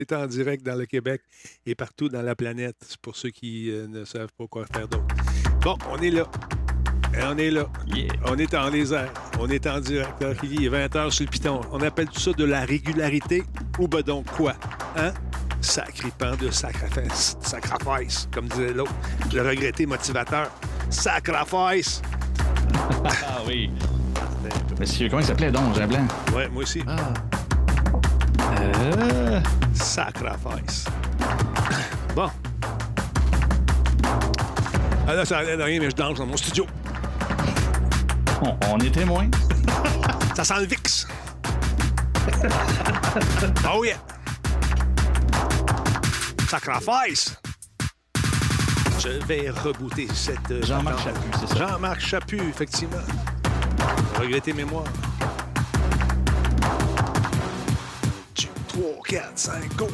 est en direct dans le Québec et partout dans la planète. C'est pour ceux qui ne savent pas quoi faire d'autre. Bon, on est là. Et on est là. Yeah. On est en les airs. On est en direct. Il est 20h sur le piton. On appelle tout ça de la régularité ou ben donc quoi? Hein? Sacripant de sacrifice. Sacrifice, comme disait l'autre. Le regretté motivateur. Sacrifice! Ah oui. Monsieur, comment il s'appelait donc, Jean Blanc? Ouais, moi aussi. Sacrifice. Bon. Ah là, ça n'arrive de rien, mais je danse dans mon studio. On est témoins. Ça sent le VIX. Oh yeah. Sacrifice. Je vais rebooter cette... Jean-Marc Chaput, c'est ça. Jean-Marc Chaput, effectivement. Regretter mémoire. 2, 3, 4, 5, go!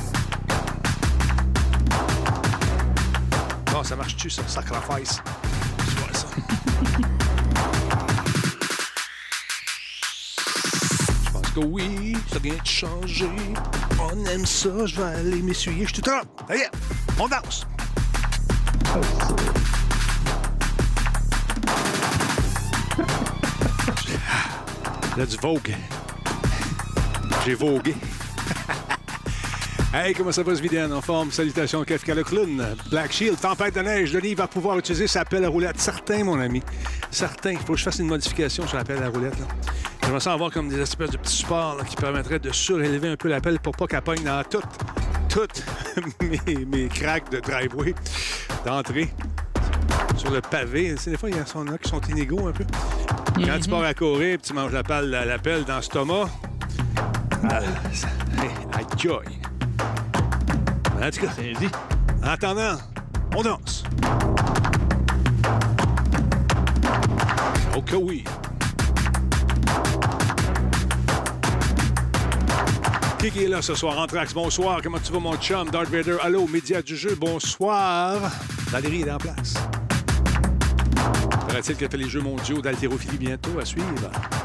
Bon, ça marche-tu, ça? Sacrifice. Je vois ça. Je pense que oui, ça vient de changer. On aime ça, je vais aller m'essuyer. Je suis tout en... Ça y est, on danse! Là, du vogue. J'ai vogué. Hey, comment ça va, ce vidéo en forme? Salutations, Kafka le clown. Black Shield, tempête de neige. Denis va pouvoir utiliser sa pelle à roulette. Certain, mon ami. Certain. Il faut que je fasse une modification sur la pelle à roulette. Là. J'aimerais ça avoir comme des espèces de petits supports là, qui permettraient de surélever un peu la pelle pour pas qu'elle pogne dans toutes mes cracks de driveway d'entrée sur le pavé. C'est des fois, il y en a qui sont inégaux un peu. Quand tu pars à courir et tu manges la pelle dans le stomac, aïe. En tout cas, en attendant, on danse. Ok, oui. Qui est là ce soir? Anthrax, bonsoir. Comment tu vas, mon chum? Darth Vader, allô, média du jeu, bonsoir. Valérie est en place. Paraît-il qu'elle fait les Jeux mondiaux d'haltérophilie bientôt à suivre.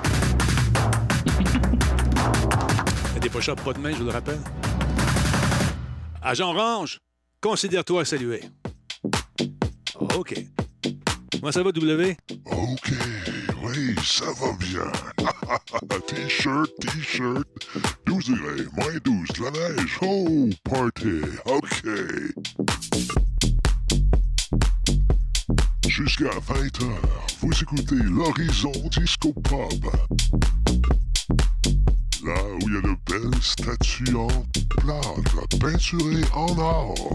Il y a des push-ups pas de main, je vous le rappelle. Agent Orange, considère-toi salué. OK. Comment ça va, W? OK, oui, ça va bien. T-shirt. 12 degrés, -12, la neige. Oh, party. OK. Jusqu'à 20h, vous écoutez l'Horizon Disco Pub. Là où il y a de belles statues en plâtre peinturées en or.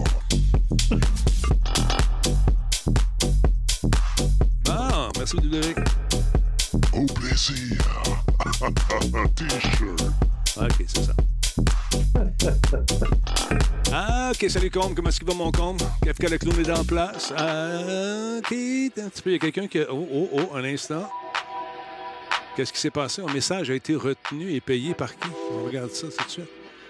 Bon, merci, W. Au plaisir. T-shirt. OK, c'est ça. Ah, OK, salut, Combe. Comment est-ce qu'il va, mon Combe? Kafka le clown est en place. OK, un petit peu. Il y a quelqu'un qui... Oh, un instant. Qu'est-ce qui s'est passé? Un message a été retenu et payé par qui? On regarde ça, c'est sûr.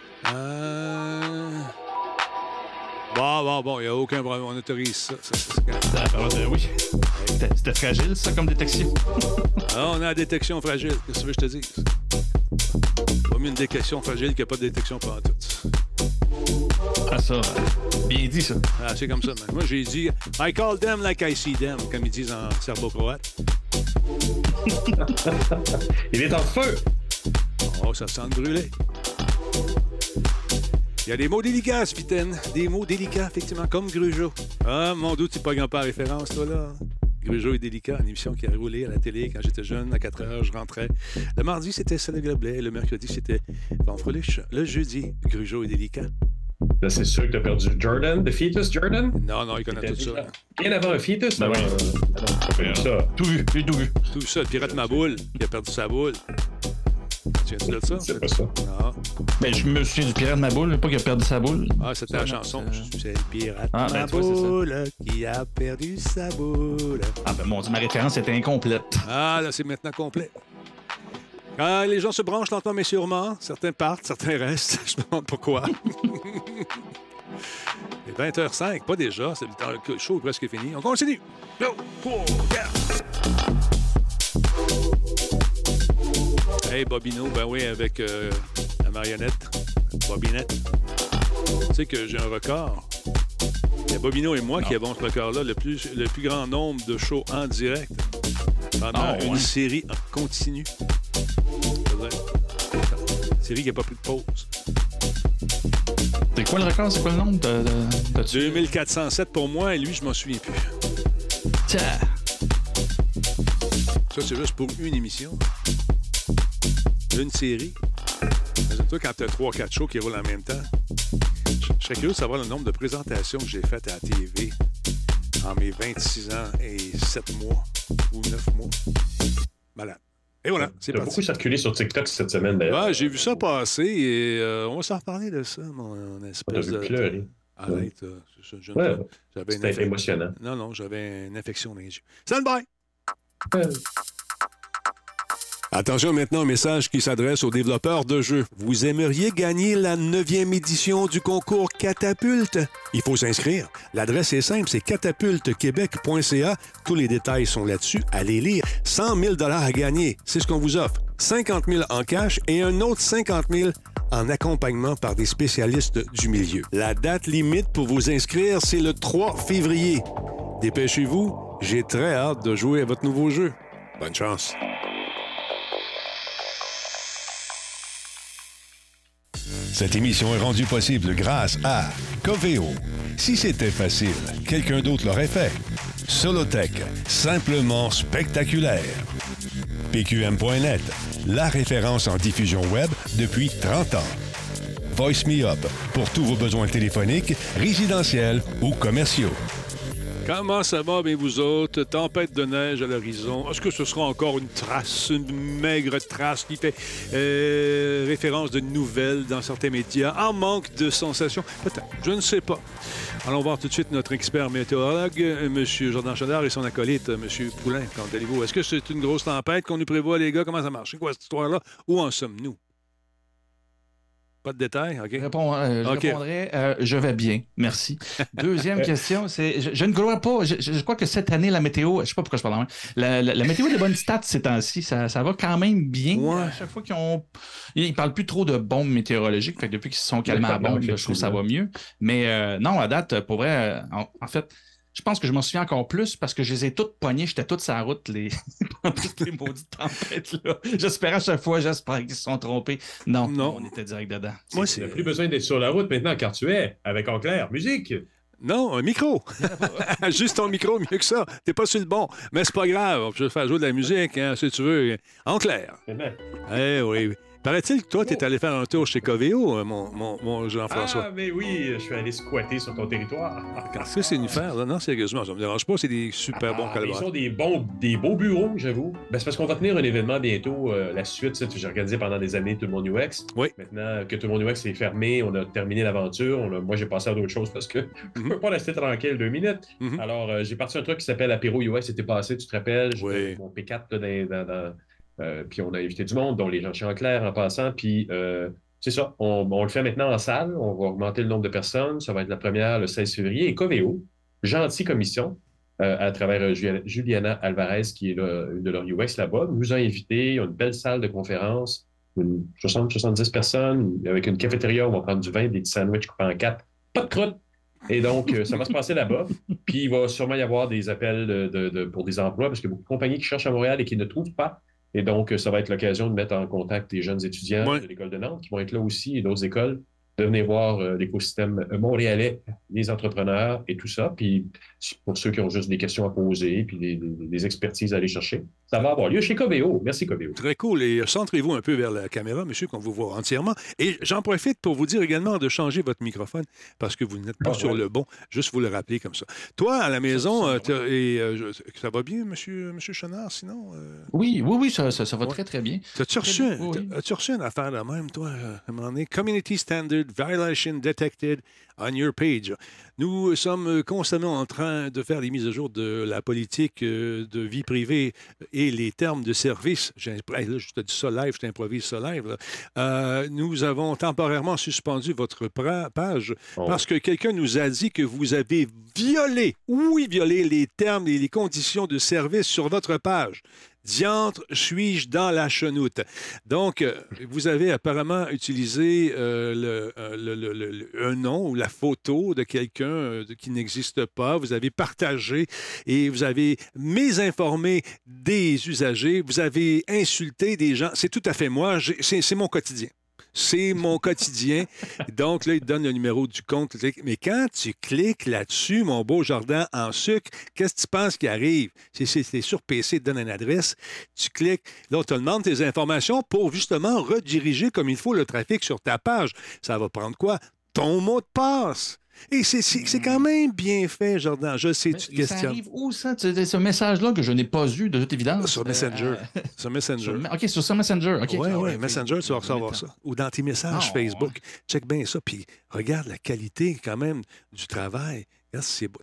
Bon, il n'y a aucun problème. On autorise ça. Oui. C'était fragile, ça, comme détection. On a la détection fragile. Qu'est-ce que tu veux que je te dise? Pas mieux une détection fragile qu'il n'y a pas de détection pour tout. Ah, ça, bien dit, ça. Ah, c'est comme ça, man. Moi, j'ai dit « I call them like I see them », comme ils disent en serbo-croate. Il est en feu. Oh, ça sent brûler. Il y a des mots délicats, Vitaine. Des mots délicats, effectivement, comme Grugeot. Ah, mon doute, tu pognes pas référence, toi, là. Grugeot est délicat, une émission qui a roulé à la télé quand j'étais jeune, à 4 heures, je rentrais. Le mardi, c'était Celle de Blais. Le mercredi, c'était Fanfreluche. Le jeudi, Grugeot est délicat. Là, c'est sûr que t'as perdu Jordan, The Fetus Jordan? Non, il connaît tout ça. Rien avant un Fetus? Ben oui. Ça. Tout vu. Tout ça, le pirate ma boule, qui a perdu sa boule. Tu viens-tu de ça? C'est pas ça. Non. Ben, je me souviens du pirate de ma boule, pas qu'il a perdu sa boule. Ah, c'était la chanson. C'est le pirate Ah, ma ben, tu vois, c'est ça. boule qui a perdu sa boule. Ah, ben, mon Dieu, ma référence était incomplète. Ah, là, c'est maintenant complet. Ah, les gens se branchent lentement mais sûrement. Certains partent, certains restent. Je me demande pourquoi. Il est 20h05, pas déjà. C'est le show est presque fini. On continue. Go! Hey, Bobino, ben oui, avec la marionnette. Bobinette. sais que j'ai un record. Il y a Bobino et moi qui avons ce record-là, le plus grand nombre de shows en direct pendant une série en continu. C'est vrai. Une série qui n'a pas pris de pause. C'est quoi le record? C'est quoi le nombre de 2407 pour moi, et lui, je m'en souviens plus. Tiens. Ça, c'est juste pour une émission. Une série. Toi, quand tu as 3-4 shows qui roulent en même temps, je serais curieux de savoir le nombre de présentations que j'ai faites à la TV en mes 26 ans et 7 mois ou 9 mois. Malade. Et voilà, c'est parti. beaucoup circulé sur TikTok cette semaine, d'ailleurs. Ouais, j'ai vu ça passer et on va s'en reparler de ça, mon espèce de... pleurer. Arrête, c'est ça. C'était émotionnant. Non, j'avais une infection dans les yeux. Stand by! Attention maintenant au message qui s'adresse aux développeurs de jeux. Vous aimeriez gagner la 9e édition du concours Catapulte? Il faut s'inscrire. L'adresse est simple, c'est catapultequebec.ca. Tous les détails sont là-dessus. Allez lire. 100 000 $ à gagner. C'est ce qu'on vous offre. 50 000 en cash et un autre 50 000 en accompagnement par des spécialistes du milieu. La date limite pour vous inscrire, c'est le 3 février. Dépêchez-vous. J'ai très hâte de jouer à votre nouveau jeu. Bonne chance. Cette émission est rendue possible grâce à Coveo. Si c'était facile, quelqu'un d'autre l'aurait fait. Solotech, simplement spectaculaire. PQM.net, la référence en diffusion web depuis 30 ans. Voice Me Up, pour tous vos besoins téléphoniques, résidentiels ou commerciaux. Comment ça va, bien vous autres? Tempête de neige à l'horizon. Est-ce que ce sera encore une trace, une maigre trace qui fait référence de nouvelles dans certains médias en manque de sensations? Peut-être, je ne sais pas. Allons voir tout de suite notre expert météorologue, M. Jordan Chenard, et son acolyte, M. Poulain. Comment allez-vous? Est-ce que c'est une grosse tempête qu'on nous prévoit, les gars? Comment ça marche? C'est quoi cette histoire-là? Où en sommes-nous? Pas de détails? OK. Je répondrai, je vais bien, merci. Deuxième question, c'est, je ne crois pas, je crois que cette année, la météo, je ne sais pas pourquoi je parle en même, la météo a des bonnes stats ces temps-ci, ça va quand même bien. Ouais. À chaque fois ils ne parlent plus trop de bombes météorologiques, fait que depuis qu'ils se sont calmés à bombe, je trouve que ça va mieux. Mais non, à date, pour vrai, en fait, je pense que je m'en souviens encore plus parce que je les ai toutes pognées. J'étais toutes sur la route pendant toutes les maudites tempêtes-là. J'espère à chaque fois, qu'ils se sont trompés. Non, on était direct dedans. Moi, tu n'as plus besoin d'être sur la route maintenant car tu es avec En Clair. Musique! Non, un micro. Juste ton micro, mieux que ça. T'es pas sur le bon. Mais c'est pas grave. On peut faire jouer de la musique, hein, si tu veux. En clair. Eh oui. Paraît-il que toi, tu es allé faire un tour chez Coveo, mon Jean-François. Ah, mais oui, je suis allé squatter sur ton territoire. Qu'est-ce que c'est une faire, là? Non, sérieusement, ça me dérange pas. C'est des super bons collaborateurs. Ils sont des beaux bureaux, j'avoue. Ben, c'est parce qu'on va tenir un événement bientôt. La suite, ça, j'ai organisé pendant des années Tout le monde UX. Oui. Maintenant que Tout le monde UX est fermé, on a terminé l'aventure. Moi, j'ai passé à d'autres choses parce que je ne peux pas rester tranquille 2 minutes. Alors, j'ai parti un truc qui s'appelle Apéro UX. C'était passé, tu te rappelles? Oui. Mon P4 là, puis on a invité du monde, dont les gens chez En Clair en passant. Puis c'est ça, on le fait maintenant en salle. On va augmenter le nombre de personnes. Ça va être la première le 16 février. Et Coveo, gentille commission, à travers Juliana Alvarez, qui est une de leurs UX là-bas, nous a invités. Ils ont une belle salle de conférence, 70 personnes, avec une cafétéria. On va prendre du vin, des petits sandwichs coupés en 4. Pas de croûte. Et donc, ça va se passer là-bas. Puis il va sûrement y avoir des appels pour des emplois, parce qu'il y a beaucoup de compagnies qui cherchent à Montréal et qui ne trouvent pas. Et donc, ça va être l'occasion de mettre en contact des jeunes étudiants de l'École de Nantes qui vont être là aussi et d'autres écoles, de venir voir l'écosystème montréalais, les entrepreneurs et tout ça. Puis, pour ceux qui ont juste des questions à poser puis des expertises à aller chercher, ça va avoir lieu chez Coveo. Merci, Coveo. Très cool. Et centrez-vous un peu vers la caméra, monsieur, qu'on vous voit entièrement. Et j'en profite pour vous dire également de changer votre microphone parce que vous n'êtes pas sur le bon. Juste vous le rappeler comme ça. Toi, à la maison, ça va bien, monsieur Chenard, sinon? Oui, ça va très, très bien. As-tu reçu une affaire de même, toi, à un moment donné? Community Standard Violation Detected on your page. Nous sommes constamment en train de faire des mises à jour de la politique de vie privée et les termes de service. Je te dis ça live, je t'improvise ça live. Nous avons temporairement suspendu votre page parce que quelqu'un nous a dit que vous avez violé les termes et les conditions de service sur votre page. Diantre, suis-je dans la chenoute? Donc, vous avez apparemment utilisé un nom ou la photo de quelqu'un qui n'existe pas. Vous avez partagé et vous avez mésinformé des usagers. Vous avez insulté des gens. C'est tout à fait moi. C'est mon quotidien. C'est mon quotidien. Donc, là, il te donne le numéro du compte. Mais quand tu cliques là-dessus, mon beau Jordan, en sucre, qu'est-ce que tu penses qui arrive? C'est sur PC, il te donne une adresse. Tu cliques. Là, on te demande tes informations pour justement rediriger comme il faut le trafic sur ta page. Ça va prendre quoi? Ton mot de passe. Et c'est quand même bien fait, Jordan. Je sais, tu te questionnes. Ça arrive où, ça? Ce message-là que je n'ai pas eu, de toute évidence. Sur Messenger. Sur Messenger. OK, sur Messenger. Okay. Oui, Messenger, tu vas recevoir ça. Ou dans tes messages Facebook. Ouais. Check bien ça. Puis regarde la qualité, quand même, du travail. Regarde si c'est beau.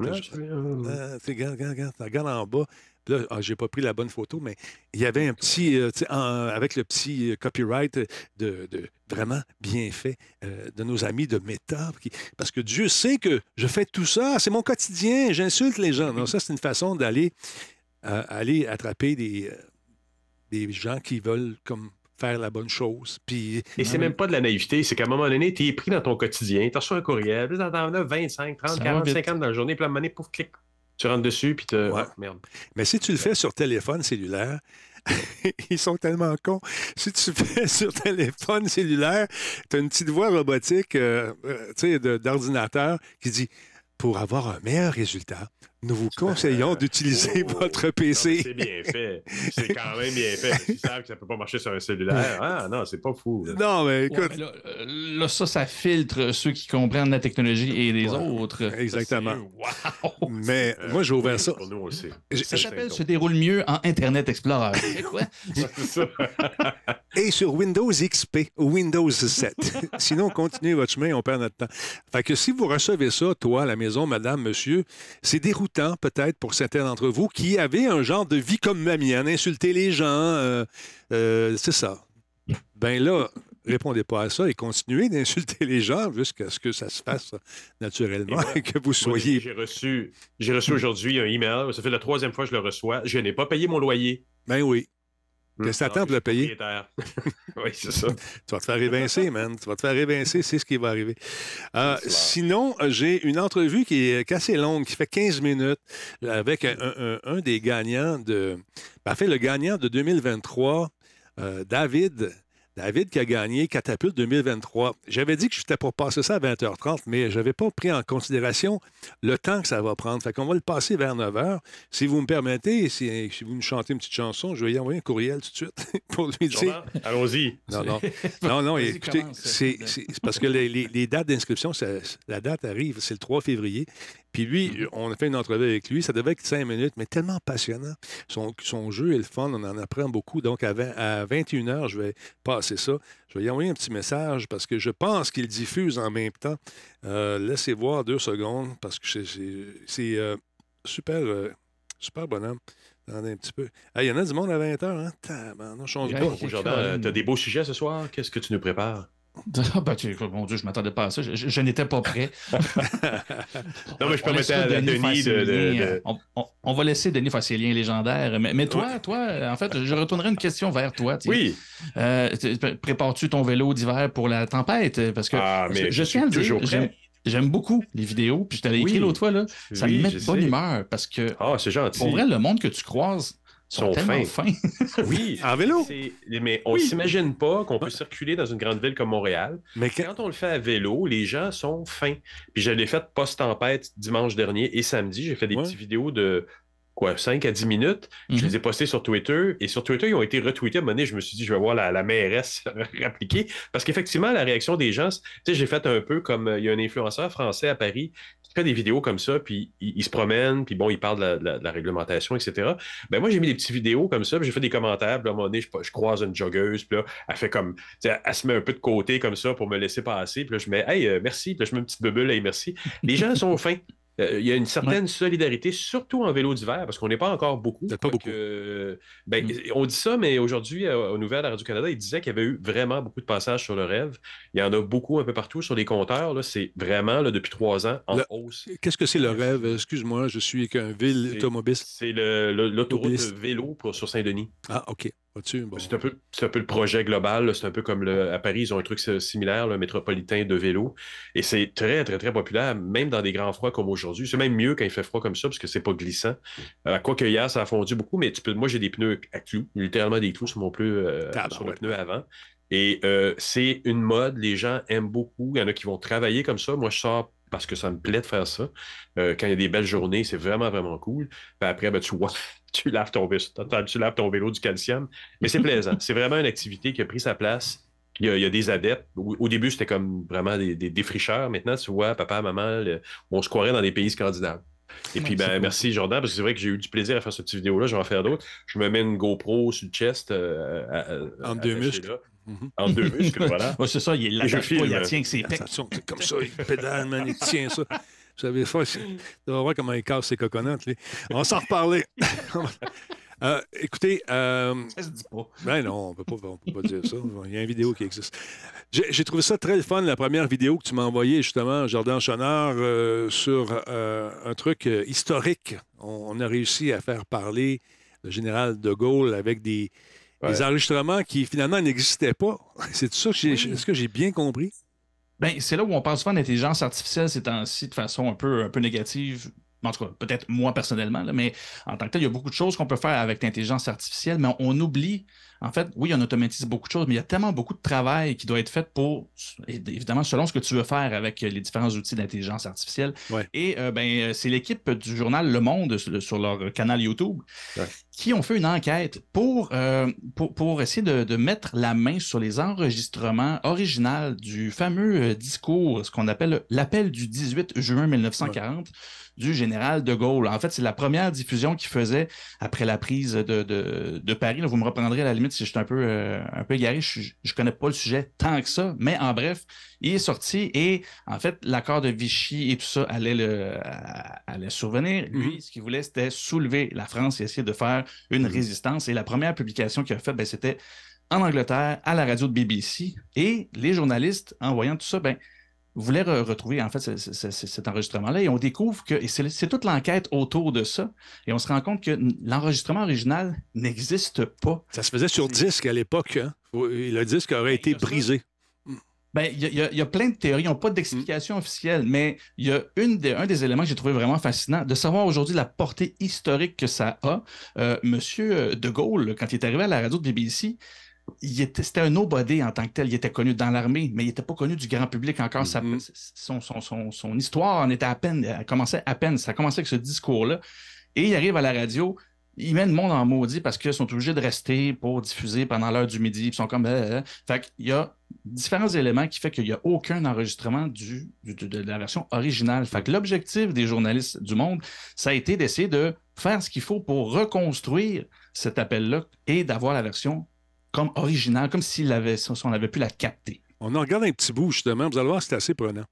Regarde en bas. Là, j'ai pas pris la bonne photo, mais il y avait un petit, avec le petit copyright de vraiment bien fait de nos amis de Meta. Parce que Dieu sait que je fais tout ça, c'est mon quotidien, j'insulte les gens. Non, ça, c'est une façon d'aller aller attraper des gens qui veulent comme faire la bonne chose. Puis, et c'est même pas de la naïveté, c'est qu'à un moment donné, tu es pris dans ton quotidien, tu reçu un courriel, tu en as 25, 30, 40, 50 dans la journée, puis à un moment donné, pouf, clic. Tu rentres dessus, puis ouais. Oh, merde. Mais si tu le fais sur téléphone cellulaire, ils sont tellement cons. Si tu le fais sur téléphone cellulaire, tu as une petite voix robotique d'ordinateur qui dit « Pour avoir un meilleur résultat, nous vous conseillons d'utiliser votre PC. » C'est bien fait. C'est quand même bien fait. Ils savent que ça ne peut pas marcher sur un cellulaire. Ah non, c'est pas fou. Là. Non, mais écoute... Ouais, mais là, ça filtre ceux qui comprennent la technologie et les autres. Exactement. Wow! Mais moi, j'ai ouvert ça. Pour nous aussi. Ça s'appelle « Se déroule mieux en Internet Explorer ». Quoi? C'est ça. Et sur Windows XP ou Windows 7. Sinon, continuez votre chemin, on perd notre temps. Fait que si vous recevez ça, toi, à la maison, madame, monsieur, c'est déroutant peut-être pour certains d'entre vous qui avaient un genre de vie comme la mienne, insulter les gens, c'est ça. Ben là, répondez pas à ça et continuez d'insulter les gens jusqu'à ce que ça se fasse naturellement et que vous soyez... Moi, j'ai reçu aujourd'hui un email, ça fait la 3e fois que je le reçois, je n'ai pas payé mon loyer. Ben oui. Qu'est-ce que t'attends pour le payer? Oui, c'est ça. Tu vas te faire évincer, man. Tu vas te faire évincer, c'est ce qui va arriver. Sinon, j'ai une entrevue qui est assez longue, qui fait 15 minutes, avec un des gagnants de... En fait, le gagnant de 2023, David qui a gagné Catapulte 2023. J'avais dit que j'étais pour passer ça à 20h30, mais je n'avais pas pris en considération le temps que ça va prendre. Fait qu'on va le passer vers 9h. Si vous me permettez, si vous me chantez une petite chanson, je vais y envoyer un courriel tout de suite pour lui dire... Allons-y. Non, écoutez, c'est parce que les dates d'inscription, la date arrive, c'est le 3 février. Puis lui, on a fait une entrevue avec lui. Ça devait être 5 minutes, mais tellement passionnant. Son jeu est le fun. On en apprend beaucoup. Donc, à 21h, je vais passer ça. Je vais y envoyer un petit message parce que je pense qu'il diffuse en même temps. Laissez voir 2 secondes parce que c'est super bonhomme. Attendez un petit peu. Il y en a du monde à 20h, hein? Non, change pas. Jordan, t'as des beaux sujets ce soir? Qu'est-ce que tu nous prépares? Mon Dieu, je m'attendais pas à ça. Je n'étais pas prêt. Non, mais je permettais à Denis de... On va laisser Denis faire ses liens légendaires. Mais toi, en fait, je retournerai une question vers toi. Oui. Prépares-tu ton vélo d'hiver pour la tempête? Parce que je tiens à le dire, j'aime beaucoup les vidéos. Puis je t'avais écrit l'autre fois, là, ça me met de bonne humeur. Parce que, c'est gentil. Pour vrai, le monde que tu croises sont tellement fins. Oui, en vélo. Mais on ne s'imagine pas qu'on peut circuler dans une grande ville comme Montréal. Mais quand on le fait à vélo, les gens sont fins. Puis je l'ai fait post-tempête dimanche dernier et samedi. J'ai fait des petites vidéos de 5 à 10 minutes. Je les ai postées sur Twitter. Et sur Twitter, ils ont été retweetés. À un moment donné, je me suis dit, je vais voir la mairesse réappliquer. Parce qu'effectivement, la réaction des gens, tu sais, j'ai fait un peu comme il y a un influenceur français à Paris qui fait des vidéos comme ça, puis il se promène, puis bon, il parle de la réglementation, etc. Ben moi, j'ai mis des petites vidéos comme ça, puis j'ai fait des commentaires, puis à un moment donné, je croise une joggeuse, puis là, elle fait comme, tu sais, elle se met un peu de côté comme ça pour me laisser passer, puis là, je mets, hey, merci, puis là, je mets une petite bubule, hey, merci. Les gens sont fins. Il y a une certaine solidarité, surtout en vélo d'hiver, parce qu'on n'est pas encore beaucoup. Peut-être pas beaucoup. On dit ça, mais aujourd'hui, aux nouvelles à Radio-Canada, il disait qu'il y avait eu vraiment beaucoup de passages sur le rêve. Il y en a beaucoup un peu partout sur les compteurs. Là, c'est vraiment, là, depuis 3 ans, en hausse. Qu'est-ce que c'est le rêve? Excuse-moi, je suis qu'un ville automobiliste. C'est l'autoroute vélo sur Saint-Denis. Ah, OK. Bon. C'est un peu le projet global. Là. C'est un peu comme à Paris, ils ont un truc similaire, le métropolitain de vélo. Et c'est très, très, très populaire, même dans des grands froids comme aujourd'hui. C'est même mieux quand il fait froid comme ça, parce que c'est pas glissant. Quoique hier, ça a fondu beaucoup, mais moi, j'ai des pneus à clous, littéralement des clous sur mon sur le pneu avant. Et c'est une mode, les gens aiment beaucoup. Il y en a qui vont travailler comme ça. Moi, je sors parce que ça me plaît de faire ça. Quand il y a des belles journées, c'est vraiment, vraiment cool. Puis après, tu laves ton vélo du calcium. Mais c'est plaisant. C'est vraiment une activité qui a pris sa place. Il y a des adeptes. Au début, c'était comme vraiment des défricheurs. Maintenant, tu vois, papa, maman, on se croirait dans des pays scandinaves. Et puis, merci Jordan, parce que c'est vrai que j'ai eu du plaisir à faire cette petite vidéo-là. Je vais en faire d'autres. Je me mets une GoPro sur le chest. Entre deux muscles. Entre deux muscles, voilà. Ouais, c'est ça, il tient avec ses pecs. Attention, c'est comme ça, il pédale, man, il tient ça. Vous savez, tu vas voir comment il casse ses coconuts. On va s'en reparler. Écoutez, ça se dit pas. Ben non, on peut pas dire ça. Il y a une vidéo qui existe. J'ai trouvé ça très le fun, la première vidéo que tu m'as envoyée, justement, Jordan Chonard, sur un truc historique. On a réussi à faire parler le général de Gaulle avec des enregistrements qui, finalement, n'existaient pas. C'est ça est-ce que j'ai bien compris? Ben, c'est là où on parle souvent d'intelligence artificielle ces temps-ci de façon un peu négative. En tout cas, peut-être moi personnellement, là, mais en tant que tel, il y a beaucoup de choses qu'on peut faire avec l'intelligence artificielle, mais on oublie, en fait, oui, on automatise beaucoup de choses, mais il y a tellement beaucoup de travail qui doit être fait pour, évidemment, selon ce que tu veux faire avec les différents outils d'intelligence artificielle. Ouais. Et c'est l'équipe du journal Le Monde sur leur canal YouTube qui ont fait une enquête pour essayer de mettre la main sur les enregistrements originaux du fameux discours, ce qu'on appelle l'appel du 18 juin 1940 du général de Gaulle. En fait, c'est la première diffusion qu'il faisait après la prise de Paris. Là, vous me reprendrez à la limite si je suis un peu égaré. Je connais pas le sujet tant que ça, mais en bref, il est sorti et en fait, l'accord de Vichy et tout ça allait survenir. Lui, ce qu'il voulait, c'était soulever la France et essayer de faire une résistance. Et la première publication qu'il a faite, c'était en Angleterre, à la radio de BBC. Et les journalistes, en voyant tout ça, voulaient retrouver en fait cet enregistrement-là. Et on découvre que, et c'est toute l'enquête autour de ça, et on se rend compte que l'enregistrement original n'existe pas. Ça se faisait sur disque à l'époque. Hein? Le disque aurait été brisé. Il y a plein de théories, ils n'ont pas d'explication officielle, mais il y a un des éléments que j'ai trouvé vraiment fascinant, de savoir aujourd'hui la portée historique que ça a. Monsieur de Gaulle, quand il est arrivé à la radio de BBC, c'était un nobody en tant que tel. Il était connu dans l'armée, mais il n'était pas connu du grand public encore. Son histoire en était elle commençait à peine. Ça a commencé avec ce discours-là. Et il arrive à la radio, il met le monde en maudit parce qu'ils sont obligés de rester pour diffuser pendant l'heure du midi. Ils sont comme... Fait qu'il y a différents éléments qui font qu'il n'y a aucun enregistrement de la version originale. Fait que l'objectif des journalistes du monde, ça a été d'essayer de faire ce qu'il faut pour reconstruire cet appel-là et d'avoir la version comme originale, comme si on avait pu la capter. On en regarde un petit bout, justement. Vous allez voir, c'est assez prenant.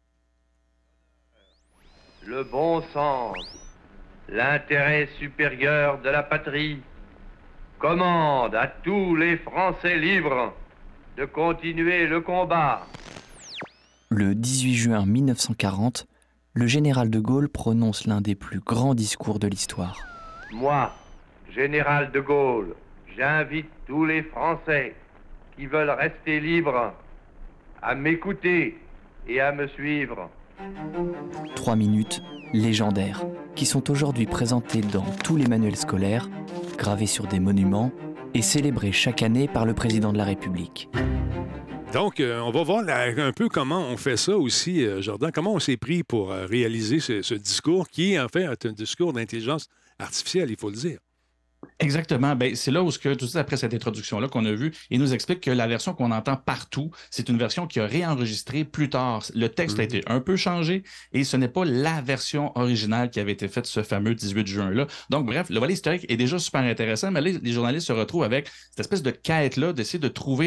Le bon sens, l'intérêt supérieur de la patrie commande à tous les Français libres de continuer le combat. Le 18 juin 1940, le général de Gaulle prononce l'un des plus grands discours de l'histoire. Moi, général de Gaulle, j'invite tous les Français qui veulent rester libres à m'écouter et à me suivre. 3 minutes légendaires qui sont aujourd'hui présentées dans tous les manuels scolaires, gravées sur des monuments et célébrées chaque année par le président de la République. Donc, on va voir un peu comment on fait ça aussi, Jordan. Comment on s'est pris pour réaliser ce discours qui, en fait, est un discours d'intelligence artificielle, il faut le dire. Exactement. C'est là où, tout de suite après cette introduction-là qu'on a vue, il nous explique que la version qu'on entend partout, c'est une version qui a réenregistré plus tard. Le texte a été un peu changé et ce n'est pas la version originale qui avait été faite ce fameux 18 juin-là. Donc, bref, le volet historique est déjà super intéressant, mais là, les journalistes se retrouvent avec cette espèce de quête-là d'essayer de trouver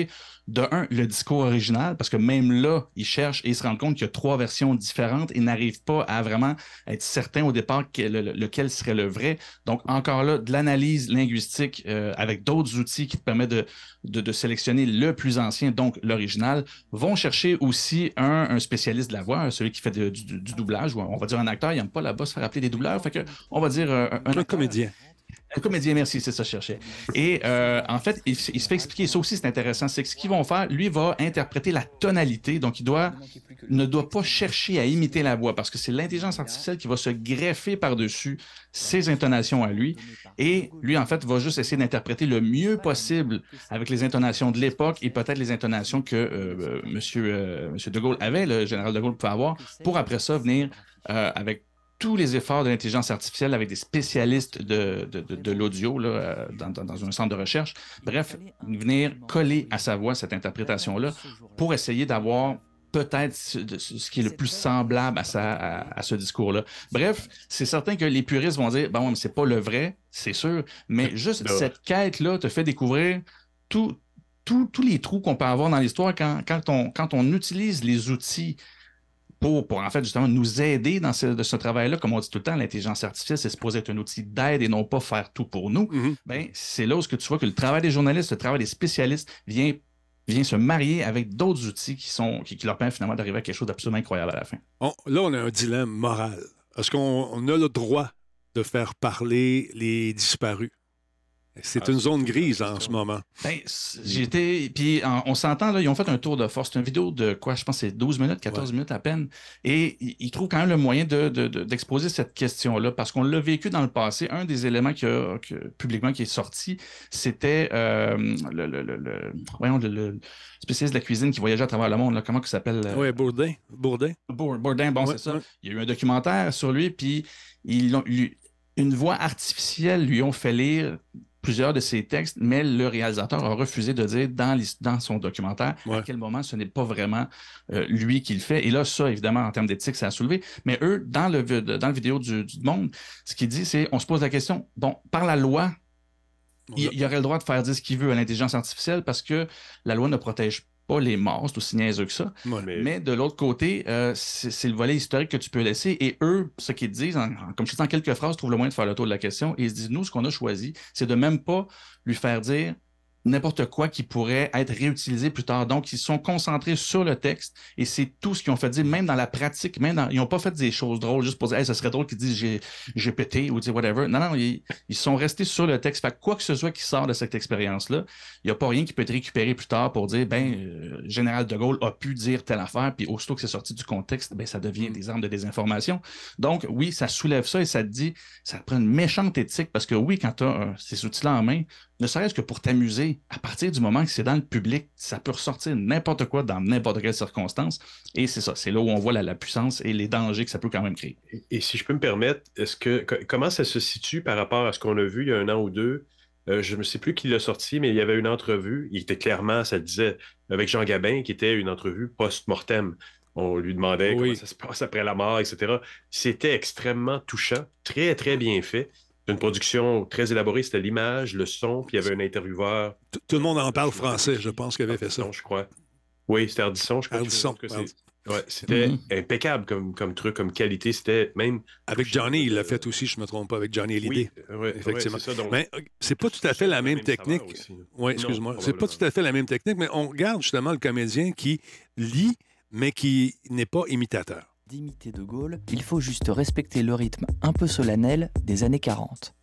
le discours original, parce que même là, ils cherchent et ils se rendent compte qu'il y a 3 versions différentes et n'arrivent pas à vraiment être certains au départ lequel serait le vrai. Donc, encore là, de l'analyse linguistique avec d'autres outils qui te permettent de sélectionner le plus ancien, donc l'original. Vont chercher aussi un spécialiste de la voix, celui qui fait du doublage, ou on va dire un acteur, il n'aime pas là-bas se faire appeler des doubleurs, fait que on va dire Un comédien. Un comédien, merci, c'est ça que je cherchais. Et en fait, il se fait expliquer, ça aussi c'est intéressant, c'est que ce qu'ils vont faire, lui va interpréter la tonalité, donc ne doit pas chercher à imiter la voix, parce que c'est l'intelligence artificielle qui va se greffer par-dessus ses intonations à lui, et lui, en fait, va juste essayer d'interpréter le mieux possible avec les intonations de l'époque et peut-être les intonations que Monsieur de Gaulle avait, le général de Gaulle pouvait avoir, pour après ça venir avec tous les efforts de l'intelligence artificielle avec des spécialistes de l'audio là, dans un centre de recherche. Bref, venir coller à sa voix cette interprétation-là pour essayer d'avoir peut-être ce qui est le plus semblable à ce discours-là. Bref, c'est certain que les puristes vont dire, bon, mais c'est pas le vrai, c'est sûr, mais juste cette quête-là te fait découvrir tous les trous qu'on peut avoir dans l'histoire quand on utilise les outils pour en fait justement nous aider dans ce travail-là. Comme on dit tout le temps, l'intelligence artificielle, c'est supposé être un outil d'aide et non pas faire tout pour nous. Mm-hmm. Ben, c'est là où tu vois que le travail des journalistes, le travail des spécialistes vient se marier avec d'autres outils qui leur permettent finalement d'arriver à quelque chose d'absolument incroyable à la fin. Là, on a un dilemme moral. Est-ce qu'on a le droit de faire parler les disparus? C'est une zone grise en ce moment. Ben, puis on s'entend, là, ils ont fait un tour de force. C'est une vidéo de quoi? Je pense que c'est 12 minutes, 14 minutes à peine. Et ils trouvent quand même le moyen d'exposer cette question-là parce qu'on l'a vécu dans le passé. Un des éléments publiquement qui est sorti, c'était le spécialiste de la cuisine qui voyageait à travers le monde. Là. Comment il s'appelle? Oui, Bourdin. Bourdin, bon, c'est ça. Il y a eu un documentaire sur lui, puis une voix artificielle lui ont fait lire plusieurs de ses textes, mais le réalisateur a refusé de dire dans son documentaire à quel moment ce n'est pas vraiment lui qui le fait. Et là, ça, évidemment, en termes d'éthique, ça a soulevé. Mais eux, dans le vidéo du Monde, ce qu'il dit, c'est on se pose la question, bon, par la loi, il aurait le droit de faire dire ce qu'il veut à l'intelligence artificielle parce que la loi ne protège pas les morts, c'est aussi niaiseux que ça. Mais de l'autre côté, c'est le volet historique que tu peux laisser. Et eux, ce qu'ils disent, comme je dis en quelques phrases, trouvent le moyen de faire le tour de la question. Et ils se disent, nous, ce qu'on a choisi, c'est de même pas lui faire dire n'importe quoi qui pourrait être réutilisé plus tard. Donc, ils sont concentrés sur le texte et c'est tout ce qu'ils ont fait dire, même dans la pratique, ils n'ont pas fait des choses drôles juste pour dire hey, ce serait drôle qu'ils disent j'ai pété ou dire whatever. Non, ils sont restés sur le texte. Fait que quoi que ce soit qui sort de cette expérience-là, il n'y a pas rien qui peut être récupéré plus tard pour dire Général de Gaulle a pu dire telle affaire, puis aussitôt que c'est sorti du contexte, ça devient des armes de désinformation. Donc, oui, ça soulève ça et ça te dit, ça te prend une méchante éthique parce que oui, quand tu as ces outils-là en main, ne serait-ce que pour t'amuser, à partir du moment que c'est dans le public, ça peut ressortir n'importe quoi dans n'importe quelle circonstance. Et c'est ça, c'est là où on voit la puissance et les dangers que ça peut quand même créer. Et si je peux me permettre, comment ça se situe par rapport à ce qu'on a vu il y a 1 an ou 2? Je ne sais plus qui l'a sorti, mais il y avait une entrevue. Il était clairement, ça le disait, avec Jean Gabin, qui était une entrevue post-mortem. On lui demandait comment ça se passe après la mort, etc. C'était extrêmement touchant, très, très bien fait. Une production très élaborée, c'était l'image, le son, puis il y avait un intervieweur. Tout le monde en parle français, je pense, qu'il avait fait ça. Je crois. Oui, c'était Ardisson, je crois. Ardisson. C'était impeccable comme truc, comme qualité. C'était même. Avec Johnny, il l'a fait aussi, je ne me trompe pas, avec Johnny Hallyday. Oui, effectivement. c'est ça, donc, mais c'est pas tout à fait la même technique. Oui, excuse-moi. C'est pas tout à fait la même technique, mais on regarde justement le comédien qui lit, mais qui n'est pas imitateur. D'imiter De Gaulle, il faut juste respecter le rythme un peu solennel des années 40.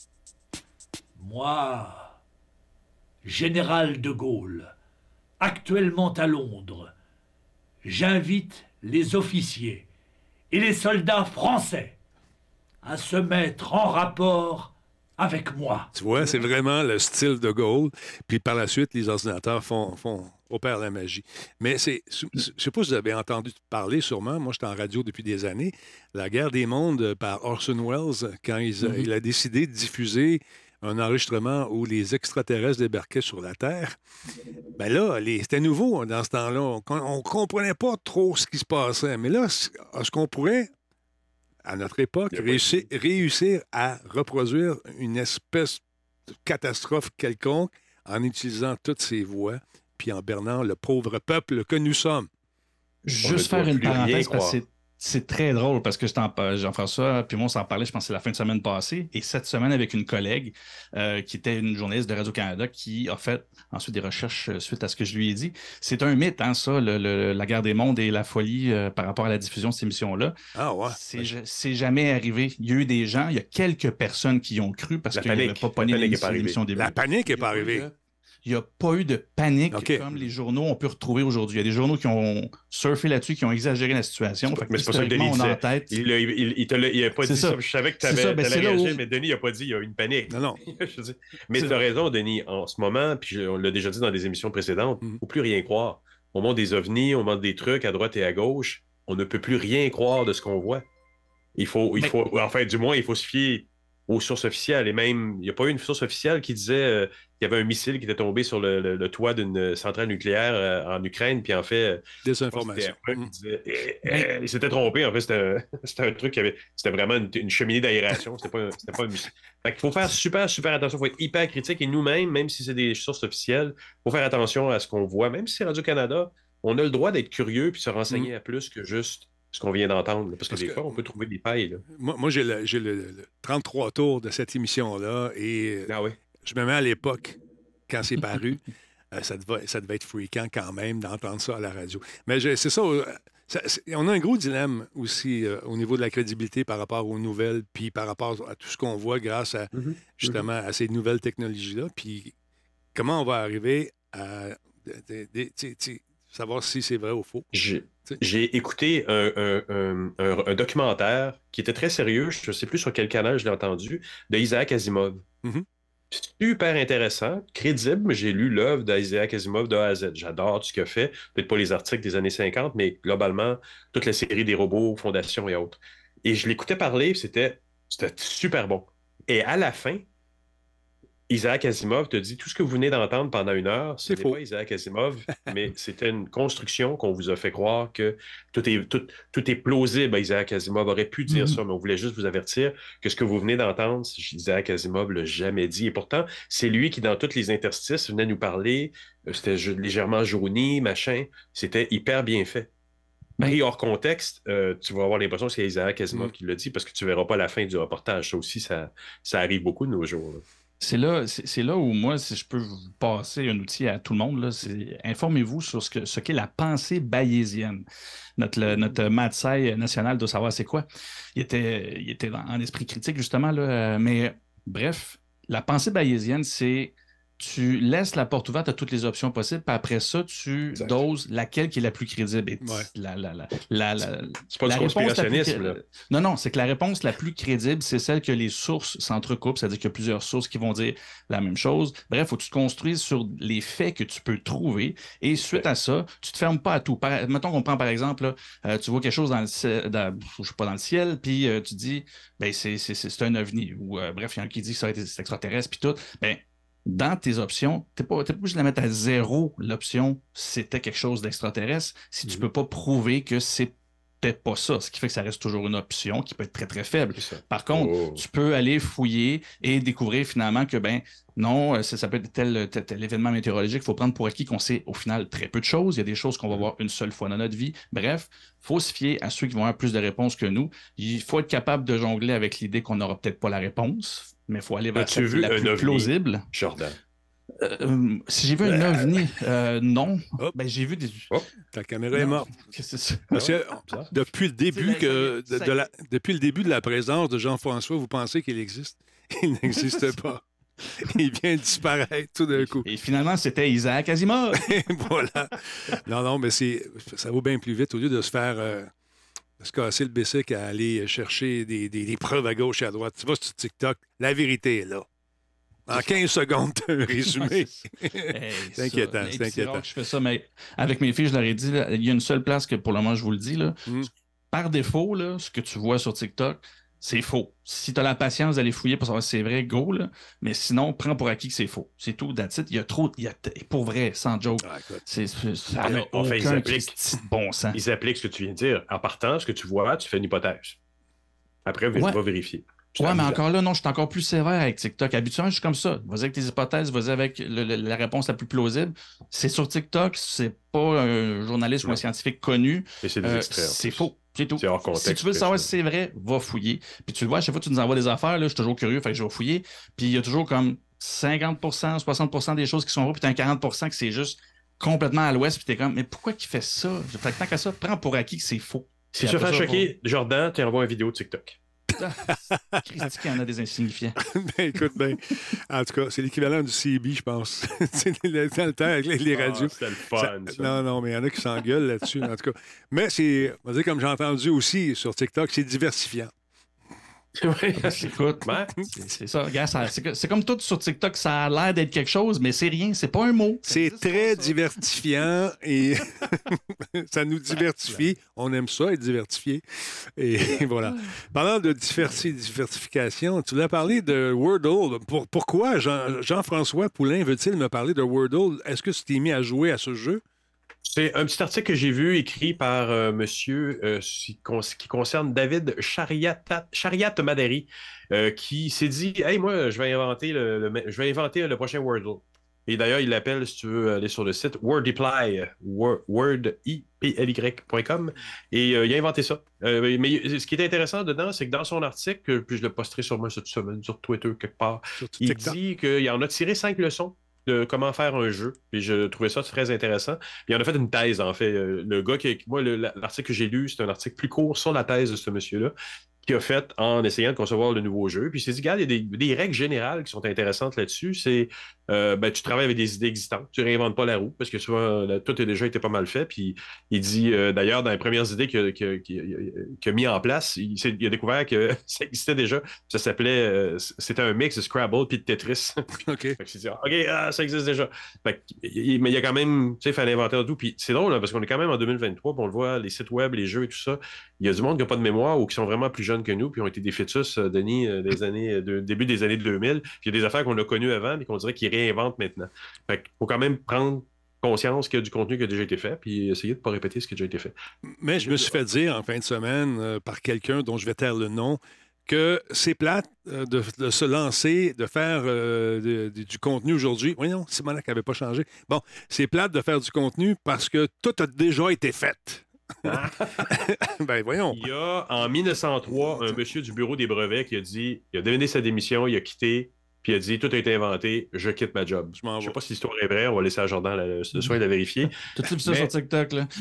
Moi, général De Gaulle, actuellement à Londres, j'invite les officiers et les soldats français à se mettre en rapport avec moi. Tu vois, c'est vraiment le style De Gaulle. Puis par la suite, les ordinateurs opèrent la magie. Mais je ne sais pas si vous avez entendu parler sûrement, moi j'étais en radio depuis des années, La guerre des mondes par Orson Welles, quand il a décidé de diffuser un enregistrement où les extraterrestres débarquaient sur la Terre. Ben là, c'était nouveau dans ce temps-là. On ne comprenait pas trop ce qui se passait. Mais là, est-ce qu'on pourrait, à notre époque, réussir à reproduire une espèce de catastrophe quelconque en utilisant toutes ces voix puis en bernant le pauvre peuple que nous sommes. Juste faire une parenthèse, parce que c'est très drôle, parce que Jean-François, puis moi, on s'en parlait, je pense que c'est la fin de semaine passée, et cette semaine avec une collègue qui était une journaliste de Radio-Canada qui a fait ensuite des recherches suite à ce que je lui ai dit. C'est un mythe, hein, ça, la guerre des mondes et la folie par rapport à la diffusion de cette émission-là. Ah ouais. C'est jamais arrivé. Il y a eu des gens, il y a quelques personnes qui y ont cru parce qu'il n'y avait pas pogné l'émission au début. La panique n'est pas arrivée. Il n'y a pas eu de panique comme les journaux ont pu retrouver aujourd'hui. Il y a des journaux qui ont surfé là-dessus, qui ont exagéré la situation. Mais c'est pas ça que Denis disait. Il n'a pas dit ça. Je savais que tu allais réagir, mais Denis n'a pas dit qu'il y a eu une panique. Non. Mais tu as raison, Denis. En ce moment, puis on l'a déjà dit dans des émissions précédentes, il ne faut plus rien croire. Au monde des ovnis, au monde des trucs à droite et à gauche, on ne peut plus rien croire de ce qu'on voit. Enfin, du moins, il faut se fier aux sources officielles. Et même, il n'y a pas eu une source officielle qui disait qu'il y avait un missile qui était tombé sur le toit d'une centrale nucléaire en Ukraine, puis en fait... Des informations. Il s'était trompé. En fait, c'était un truc c'était vraiment une cheminée d'aération. C'était pas un missile. Fait qu'il faut faire super, super attention. Il faut être hyper critique. Et nous-mêmes, même si c'est des sources officielles, il faut faire attention à ce qu'on voit. Même si c'est Radio-Canada, on a le droit d'être curieux puis se renseigner à plus que juste ce qu'on vient d'entendre. Parce que des fois, on peut trouver des pailles. Là. Moi j'ai le 33 tours de cette émission-là et je me mets à l'époque, quand c'est paru, ça devait être fréquent quand même d'entendre ça à la radio. Mais c'est ça, on a un gros dilemme aussi au niveau de la crédibilité par rapport aux nouvelles, puis par rapport à tout ce qu'on voit grâce à justement à ces nouvelles technologies-là. Puis comment on va arriver à savoir si c'est vrai ou faux. J'ai écouté un documentaire qui était très sérieux, je ne sais plus sur quel canal je l'ai entendu, de Isaac Asimov. Super intéressant, crédible, mais j'ai lu l'œuvre d'Isaac Asimov de A à Z. J'adore tout ce qu'il a fait, peut-être pas les articles des années 50, mais globalement, toute la série des robots, Fondation et autres. Et je l'écoutais parler, c'était super bon. Et à la fin, Isaac Asimov te dit tout ce que vous venez d'entendre pendant 1 heure, ce n'est pas Isaac Asimov, mais c'était une construction qu'on vous a fait croire que tout est plausible. Isaac Asimov aurait pu dire ça, mais on voulait juste vous avertir que ce que vous venez d'entendre, Isaac Asimov l'a jamais dit. Et pourtant, c'est lui qui, dans tous les interstices, venait nous parler. C'était légèrement jauni, machin. C'était hyper bien fait. Pris hors contexte, tu vas avoir l'impression que c'est Isaac Asimov qui l'a dit parce que tu ne verras pas la fin du reportage. Ça aussi, ça arrive beaucoup de nos jours. Là. C'est là où moi, si je peux vous passer un outil à tout le monde, là, c'est informez-vous sur ce qu'est la pensée bayésienne. Notre Matsai national doit savoir c'est quoi. Il était en esprit critique, justement, là, mais bref, la pensée bayésienne, c'est tu laisses la porte ouverte à toutes les options possibles, puis après ça, tu doses laquelle qui est la plus crédible. Et c'est pas du conspirationnisme. Non, c'est que la réponse la plus crédible, c'est celle que les sources s'entrecoupent, c'est-à-dire qu'il y a plusieurs sources qui vont dire la même chose. Bref, il faut que tu te construises sur les faits que tu peux trouver, et suite à ça, tu ne te fermes pas à tout. Mettons qu'on prend par exemple, là, tu vois quelque chose dans le ciel, puis tu dis, ben, c'est un ovni, ou bref, il y en a qui dit que ça a été extraterrestre, puis tout. Ben, dans tes options, tu n'es pas obligé de la mettre à 0, l'option c'était quelque chose d'extraterrestre, si tu ne peux pas prouver que c'est peut-être pas ça, ce qui fait que ça reste toujours une option qui peut être très, très faible. Par contre, tu peux aller fouiller et découvrir finalement que, ben non, ça peut être tel événement météorologique, il faut prendre pour acquis qu'on sait au final très peu de choses. Il y a des choses qu'on va voir une seule fois dans notre vie. Bref, il faut se fier à ceux qui vont avoir plus de réponses que nous. Il faut être capable de jongler avec l'idée qu'on n'aura peut-être pas la réponse, mais il faut aller vers la plus plausible. Jordan. Si j'ai vu un ovni, non. Ben, j'ai vu des... Ta caméra est morte. Qu'est-ce que c'est ça? Parce que depuis le début depuis le début de la présence de Jean-François, vous pensez qu'il existe. Il n'existe pas. Il vient de disparaître tout d'un coup. Et finalement, c'était Isaac Asimov. Voilà. Non, mais ça vaut bien plus vite. Au lieu de se faire... de se casser le bicycle à aller chercher des preuves à gauche et à droite. Tu vas sur TikTok, la vérité est là. En 15 secondes, tu as un résumé. C'est inquiétant, c'est inquiétant. Rare que je fais ça, mais avec mes filles, je leur ai dit, là, il y a une seule place que pour le moment, je vous le dis. Là, par défaut, là, ce que tu vois sur TikTok, c'est faux. Si tu as la patience d'aller fouiller pour savoir si c'est vrai, go, là. Mais sinon, prends pour acquis que c'est faux. C'est tout, that's it. Il y a trop... pour vrai, sans joke. Ça n'a aucun bon sens. Ils appliquent ce que tu viens de dire. En partant, ce que tu vois, tu fais une hypothèse. Après, va vérifier. C'est Ouais, mais amusant. encore là, non, je suis encore plus sévère avec TikTok. Habituellement, je suis comme ça. Vas-y avec tes hypothèses, vas-y avec la réponse la plus plausible. C'est sur TikTok, c'est pas un journaliste ou un Non. scientifique connu. Et c'est des extraits. en C'est plus. faux. C'est tout. C'est hors contexte. Si tu veux savoir ça. si c'est vrai, va fouiller. Puis tu le vois, à chaque fois que tu nous envoies des affaires, là, je suis toujours curieux, fait que je vais fouiller. Puis il y a toujours comme 50%, 60% des choses qui sont vraies, puis t'as un 40% que c'est juste complètement à l'ouest, puis t'es comme, mais pourquoi qu'il fait ça? Fait que tant qu'à ça, prends pour acquis que c'est faux. Si tu veux faire choquer Jordan, tu envoies une vidéo de TikTok. Christy qu'il y en a des insignifiants. Ben, écoute, ben, en tout cas, c'est l'équivalent du CB, je pense. C'est dans le temps avec les radios. C'était le fun, ça. Non, mais il y en a qui s'engueulent là-dessus, en tout cas. Mais c'est, on va dire, comme j'ai entendu aussi sur TikTok, c'est diversifiant. Ouais. Écoute, Ouais. c'est ça. Regarde, c'est comme tout sur TikTok, ça a l'air d'être quelque chose, mais c'est rien, c'est pas un mot. Ça C'est existe très pas, ça. diversifiant et ça nous diversifie. On aime ça, être diversifié. Et voilà. Parlant de diversification, tu voulais parler de Wordle. Pourquoi Jean-François Poulain veut-il me parler de Wordle? Est-ce que tu t'es mis à jouer à ce jeu? C'est un petit article que j'ai vu écrit par monsieur qui concerne David Chariat Maderi, qui s'est dit Hey, moi, je vais inventer je vais inventer le prochain Wordle. Et d'ailleurs, il l'appelle, si tu veux aller sur le site, Wordiply, wordiply.com. Et il a inventé ça. Mais ce qui est intéressant dedans, c'est que dans son article, puis je le posterai sûrement cette semaine sur Twitter quelque part, Sur il TikTok? dit qu'il en a tiré 5 leçons de comment faire un jeu. Puis je trouvais ça très intéressant. Puis il en a fait une thèse, en fait. Le gars moi, l'article que j'ai lu, c'est un article plus court sur la thèse de ce monsieur-là, qu'il a fait en essayant de concevoir le nouveau jeu. Puis il s'est dit, regarde, il y a des règles générales qui sont intéressantes là-dessus. C'est, tu travailles avec des idées existantes. Tu réinventes pas la roue, parce que souvent, tout a déjà été pas mal fait. Puis il dit, d'ailleurs, dans les premières idées qu'il a mis en place, il a découvert que ça existait déjà. Ça s'appelait, c'était un mix de Scrabble puis de Tetris. OK. Fait que c'est dit, OK, ça existe déjà. Mais il y a quand même, tu sais, il fallait inventer tout. Puis c'est drôle, hein, parce qu'on est quand même en 2023, puis on le voit, les sites web, les jeux et tout ça. Il y a du monde qui n'a pas de mémoire ou qui sont vraiment plus jeunes que nous, puis ont été des fœtus, Denis, début des années 2000. Puis il y a des affaires qu'on a connues avant, mais qu'on dirait qu'ils réinventent maintenant. Fait qu'il faut quand même prendre conscience qu'il y a du contenu qui a déjà été fait, puis essayer de ne pas répéter ce qui a déjà été fait. Mais je me suis fait dire en fin de semaine par quelqu'un dont je vais taire le nom que c'est plate de se lancer, de faire du contenu aujourd'hui. Voyons, Simonac n'avait pas changé. Bon, c'est plate de faire du contenu parce que tout a déjà été fait. Ben voyons. Il y a, en 1903, un monsieur du bureau des brevets qui a dit, il a donné sa démission, il a quitté, puis il a dit, tout a été inventé, je quitte ma job. Je m'en Je sais vais. pas si l'histoire est vraie, on va laisser à Jordan le soin de la vérifier. T'as-tu vu ça Mais- sur TikTok, là?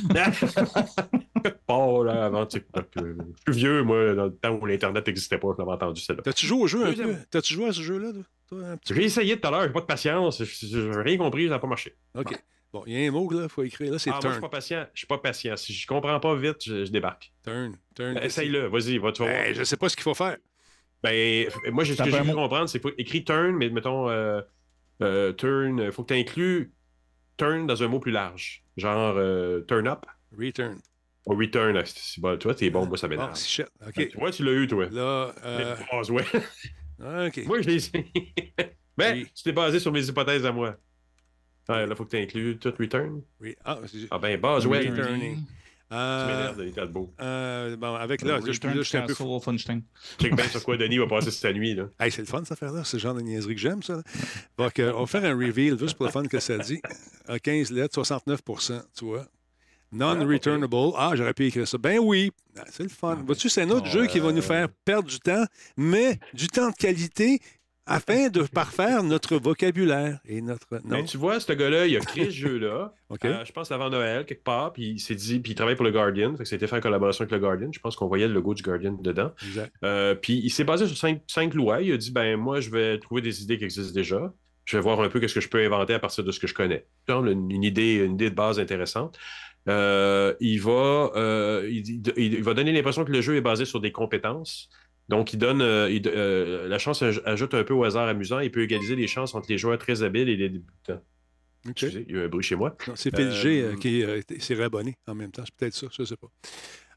Pas là, avant TikTok. Je suis vieux, moi, dans le temps où l'Internet n'existait pas, je l'avais entendu celle-là. T'as-tu joué au jeu un Deuxième. peu? T'as-tu joué à ce jeu-là, toi, un petit J'ai essayé tout à l'heure, j'ai pas de patience, j'ai rien compris, ça n'a pas marché. peu? OK. Bon, il y a un mot, là, il faut écrire. Là, c'est Moi, je suis turn. pas patient. Je suis pas patient. Si je comprends pas vite, je débarque. Turn. Essaye-le, vas-y, va, tu vas voir. Ben, je sais pas ce qu'il faut faire. Ben, moi, ce T'as que pas j'ai un pu mot. comprendre, c'est qu'il faut écrire turn, mais mettons turn, il faut que tu inclues turn dans un mot plus large. Genre turn up Return. ou return. C'est bon, toi, t'es bon, moi, ça Ah, m'énerve. c'est shit. OK. Tu vois, tu l'as eu, toi. Là, Ouais. OK. Moi, je l'ai essayé. Mais Oui. tu t'es basé sur mes hypothèses à moi. Ouais, là, il faut que tu inclues tout return. Ah ben, base, ouais. Tu Returning. m'énerves, Denis Talbot. Bon, avec là, je suis un peu fou. Wolfenstein. Check bien sur quoi Denis va passer cette nuit, là. Hey, c'est le fun, cette affaire-là. C'est le genre de niaiserie que j'aime, ça. Là. Donc, on va faire un reveal, juste pour le fun que ça dit. 15 lettres, 69 tu vois. Non-returnable. Ah, j'aurais pu écrire ça. Ben oui, c'est le fun. Vois-tu, c'est un autre jeu qui va nous faire perdre du temps, mais du temps de qualité afin de parfaire notre vocabulaire et notre... Non? Mais tu vois, ce gars-là, il a créé ce jeu-là, OK. je pense avant Noël, quelque part, puis il s'est dit, puis il travaille pour le Guardian, fait que ça a été fait en collaboration avec le Guardian, je pense qu'on voyait le logo du Guardian dedans. Exact. Puis il s'est basé sur cinq lois, il a dit, ben moi, je vais trouver des idées qui existent déjà, je vais voir un peu ce que je peux inventer à partir de ce que je connais. Une idée de base intéressante. Il va donner l'impression que le jeu est basé sur des compétences. Donc, il donne la chance ajoute un peu au hasard amusant. Il peut égaliser les chances entre les joueurs très habiles et les débutants. OK. Excusez, il y a eu un bruit chez moi. Non, c'est PLG qui s'est réabonné en même temps. C'est peut-être ça, je ne sais pas.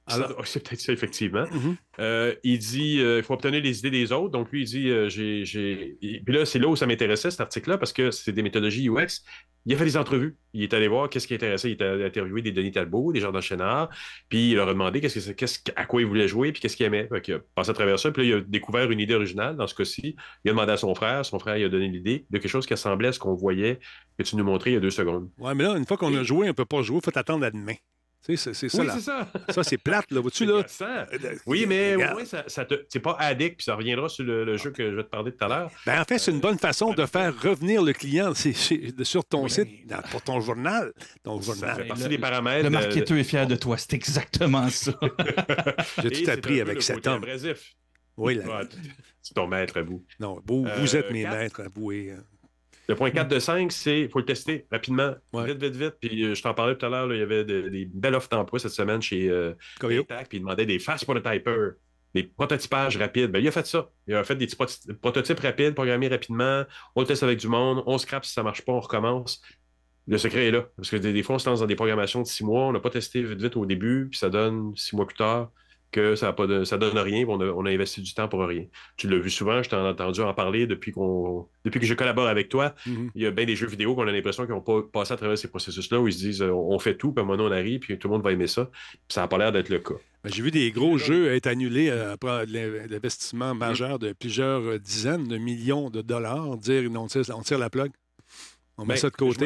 C'est peut-être ça, effectivement. Mhm. Il dit il faut obtenir les idées des autres. Donc, lui, il dit Puis là, c'est là où ça m'intéressait, cet article-là, parce que c'est des méthodologies UX. Il a fait des entrevues. Il est allé voir qu'est-ce qui intéressait. Il a interviewé des Denis Talbot, des Jardin Chénard, puis il leur a demandé à quoi il voulait jouer, puis qu'est-ce qu'il aimait. Donc, il a passé à travers ça, puis là, il a découvert une idée originale. Dans ce cas-ci, il a demandé à son frère il a donné l'idée de quelque chose qui ressemblait à ce qu'on voyait, que tu nous montrais il y a 2 secondes. Ouais, mais là, une fois qu'on a joué, on ne peut pas jouer, il faut attendre à demain. Tu sais, c'est ça, Oui, là. c'est ça. Ça, c'est plate, là. Vois-tu, là? Oui, mais Regarde. ouais, c'est pas addict, puis ça reviendra sur le jeu que je vais te parler tout à l'heure. Ben, en fait, c'est une bonne façon de faire revenir le client sur ton site, pour ton journal. Ça fait partie des paramètres. Le marketeur est fier de toi, c'est exactement ça. J'ai tout appris avec cet homme. Abrasif. Oui, C'est ton maître à vous. Non, vous êtes mes 4. maîtres, avouez. Le point 4 de 5, c'est qu'il faut le tester rapidement, Ouais. vite. Puis je t'en parlais tout à l'heure, là, il y avait des belles offres d'emploi cette semaine chez Coveo. Intact, puis il demandait des fast prototypers, des prototypages rapides. Ben, il a fait ça. Il a fait des petits prototypes rapides, programmés rapidement. On le teste avec du monde, on scrape si ça ne marche pas, on recommence. Le secret est là. Parce que des fois, on se lance dans des programmations de 6 mois, on n'a pas testé vite au début, puis ça donne 6 mois plus tard que ça donne rien, puis on a investi du temps pour rien. Tu l'as vu souvent, je t'en ai entendu en parler depuis que je collabore avec toi. Mhm. Il y a bien des jeux vidéo qu'on a l'impression qu'ils n'ont pas passé à travers ces processus-là où ils se disent on fait tout, puis à un moment donné, on arrive, puis tout le monde va aimer ça. Puis ça n'a pas l'air d'être le cas. Ben, j'ai vu des gros jeux être annulés après l'investissement majeur de plusieurs dizaines de millions de dollars, dire on tire la plug. On met ça de côté.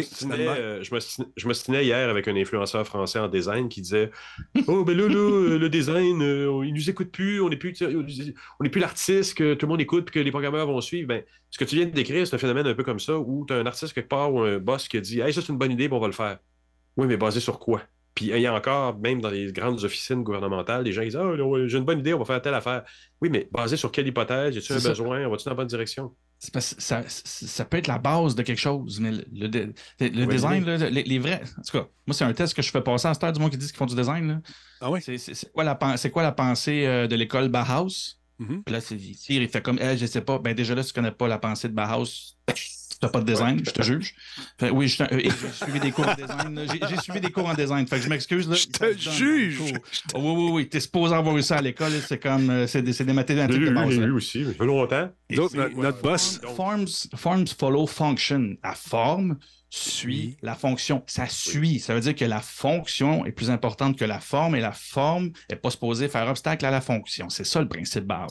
Je m'ostinais hier avec un influenceur français en design qui disait oh, ben là, le design, il nous écoute plus, on n'est plus l'artiste que tout le monde écoute puis que les programmeurs vont suivre. Ben, ce que tu viens de décrire, c'est un phénomène un peu comme ça où tu as un artiste quelque part ou un boss qui a dit hey, ça, c'est une bonne idée, puis on va le faire. Oui, mais basé sur quoi? Puis il y a encore, même dans les grandes officines gouvernementales, des gens qui disent ah, j'ai une bonne idée, on va faire telle affaire. Oui, mais basé sur quelle hypothèse? Y a-t-il un besoin? On va-tu dans la bonne direction? C'est parce que ça peut être la base de quelque chose, mais le design, là, les vrais. En tout cas, moi, c'est un test que je fais passer à cette heure du monde qui dit qu'ils font du design. Là. Ah oui? C'est quoi la pensée de l'école Bauhaus? Mhm. Puis là, il fait comme, je sais pas, ben déjà là, si tu connais pas la pensée de Bauhaus, tu n'as pas de design, je te juge. Fait, oui, j'ai suivi des cours en design. J'ai suivi des cours en design. Fait que je m'excuse. Je te juge! Oui. T'es supposé avoir eu ça à l'école. C'est comme, c'est des mathématiques de base. Lui aussi, mais ça fait longtemps. Notre boss. Forms follow function. La forme suit la fonction. Ça suit. Ça veut dire que la fonction est plus importante que la forme et la forme n'est pas supposée faire obstacle à la fonction. C'est ça le principe base.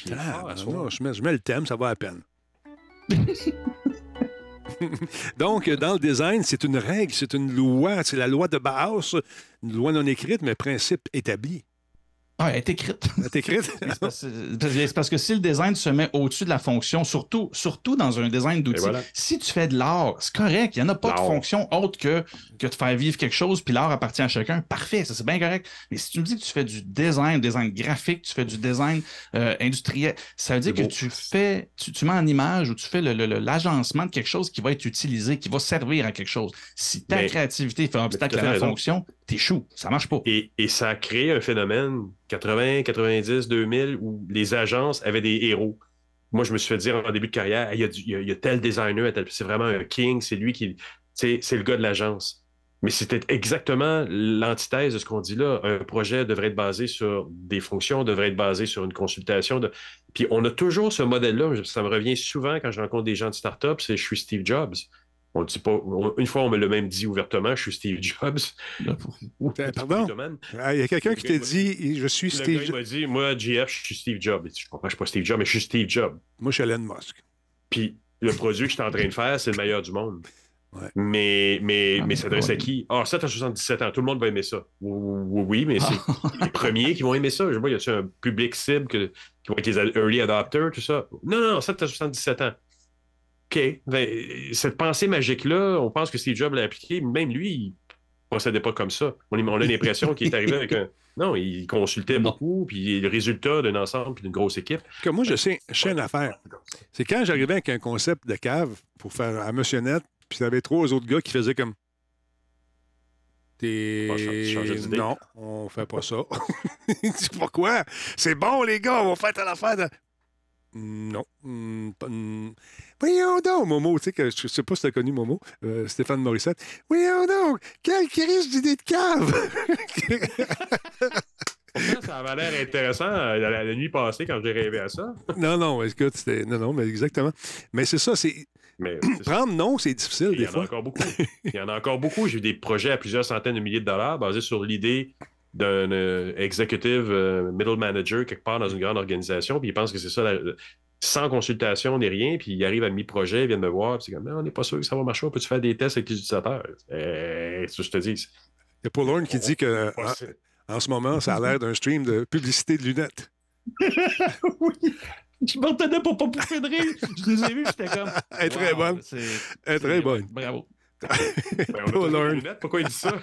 Je mets le thème, ça va à peine. Donc, dans le design, c'est une règle, c'est une loi, c'est la loi de Bauhaus, une loi non écrite, mais principe établi. Ah, elle est écrite. Elle est écrite? C'est parce que si le design se met au-dessus de la fonction, surtout dans un design d'outils, voilà. Si tu fais de l'art, c'est correct. Il n'y en a pas de fonction autre que de faire vivre quelque chose, puis l'art appartient à chacun. Parfait, ça c'est bien correct. Mais si tu me dis que tu fais du design graphique, tu fais du design industriel, ça veut dire que tu mets en image ou tu fais l'agencement de quelque chose qui va être utilisé, qui va servir à quelque chose. Si ta créativité fait obstacle à la fonction, t'échoues. Ça marche pas. Et ça a créé un phénomène 80, 90, 2000 où les agences avaient des héros. Moi, je me suis fait dire en début de carrière, il y a tel designer, c'est vraiment un king, c'est lui qui... C'est le gars de l'agence. Mais c'était exactement l'antithèse de ce qu'on dit là. Un projet devrait être basé sur des fonctions, devrait être basé sur une consultation. Puis on a toujours ce modèle-là. Ça me revient souvent quand je rencontre des gens de start-up, c'est « je suis Steve Jobs ». On le dit pas. Une fois, on me l'a même dit ouvertement, je suis Steve Jobs. Pardon? Il y a quelqu'un qui t'a dit, je suis Steve Jobs. Il m'a dit, moi, JF, je suis Steve Jobs. Je comprends, je suis pas Steve Jobs, mais je suis Steve Jobs. Moi, je suis Elon Musk. Puis le produit que je suis en train de faire, c'est le meilleur du monde. Ouais. Mais ça s'adresse à qui? Ah, ça, t'as 77 ans, tout le monde va aimer ça. Oui, mais c'est les premiers qui vont aimer ça. Je vois, y a-tu un public cible qui va être les early adopters, tout ça? Non, ça, t'as 77 ans. OK. Ben, cette pensée magique-là, on pense que Steve Jobs l'a appliquée. Même lui, il ne procédait pas comme ça. On a l'impression qu'il est arrivé avec un... Non, il consultait beaucoup, puis le résultat d'un ensemble, puis d'une grosse équipe. Que moi, je sais une affaire. C'est quand j'arrivais avec un concept de cave pour faire à Motionnette, puis il y avait 3 autres gars qui faisaient comme... Non, on fait pas ça. Il dit pourquoi? C'est bon, les gars, on va faire telle affaire. Non. Voyons donc, Momo, tu sais que je sais pas si tu as connu Momo, Stéphane Morissette. Voyons donc, quelle crise d'idée de cave! Pourtant, ça avait l'air intéressant la nuit passée quand j'ai rêvé à ça. Non, écoute, c'était... Non, mais exactement. Mais c'est ça, c'est... Mais Prendre non, c'est difficile il y des en a fois. encore beaucoup. Il y en a encore beaucoup. J'ai eu des projets à plusieurs centaines de milliers de dollars basés sur l'idée d'un executive middle manager quelque part dans une grande organisation, puis il pense que c'est ça, sans consultation ni rien, puis il arrive à mi-projet, il vient de me voir, puis c'est comme, non, on n'est pas sûr que ça va marcher, on peut-tu faire des tests avec les utilisateurs? C'est ce que je te dis. Il y a Paul Horn qui dit que en ce moment, ça a l'air d'un stream de publicité de lunettes. Oui. Je m'en tenais pour pas pouffer de rire. Je les ai vus, j'étais comme. Elle est très bonne. Elle est très bonne. Bravo. Ben, on a Paul tous Horn. des lunettes, pourquoi il dit ça?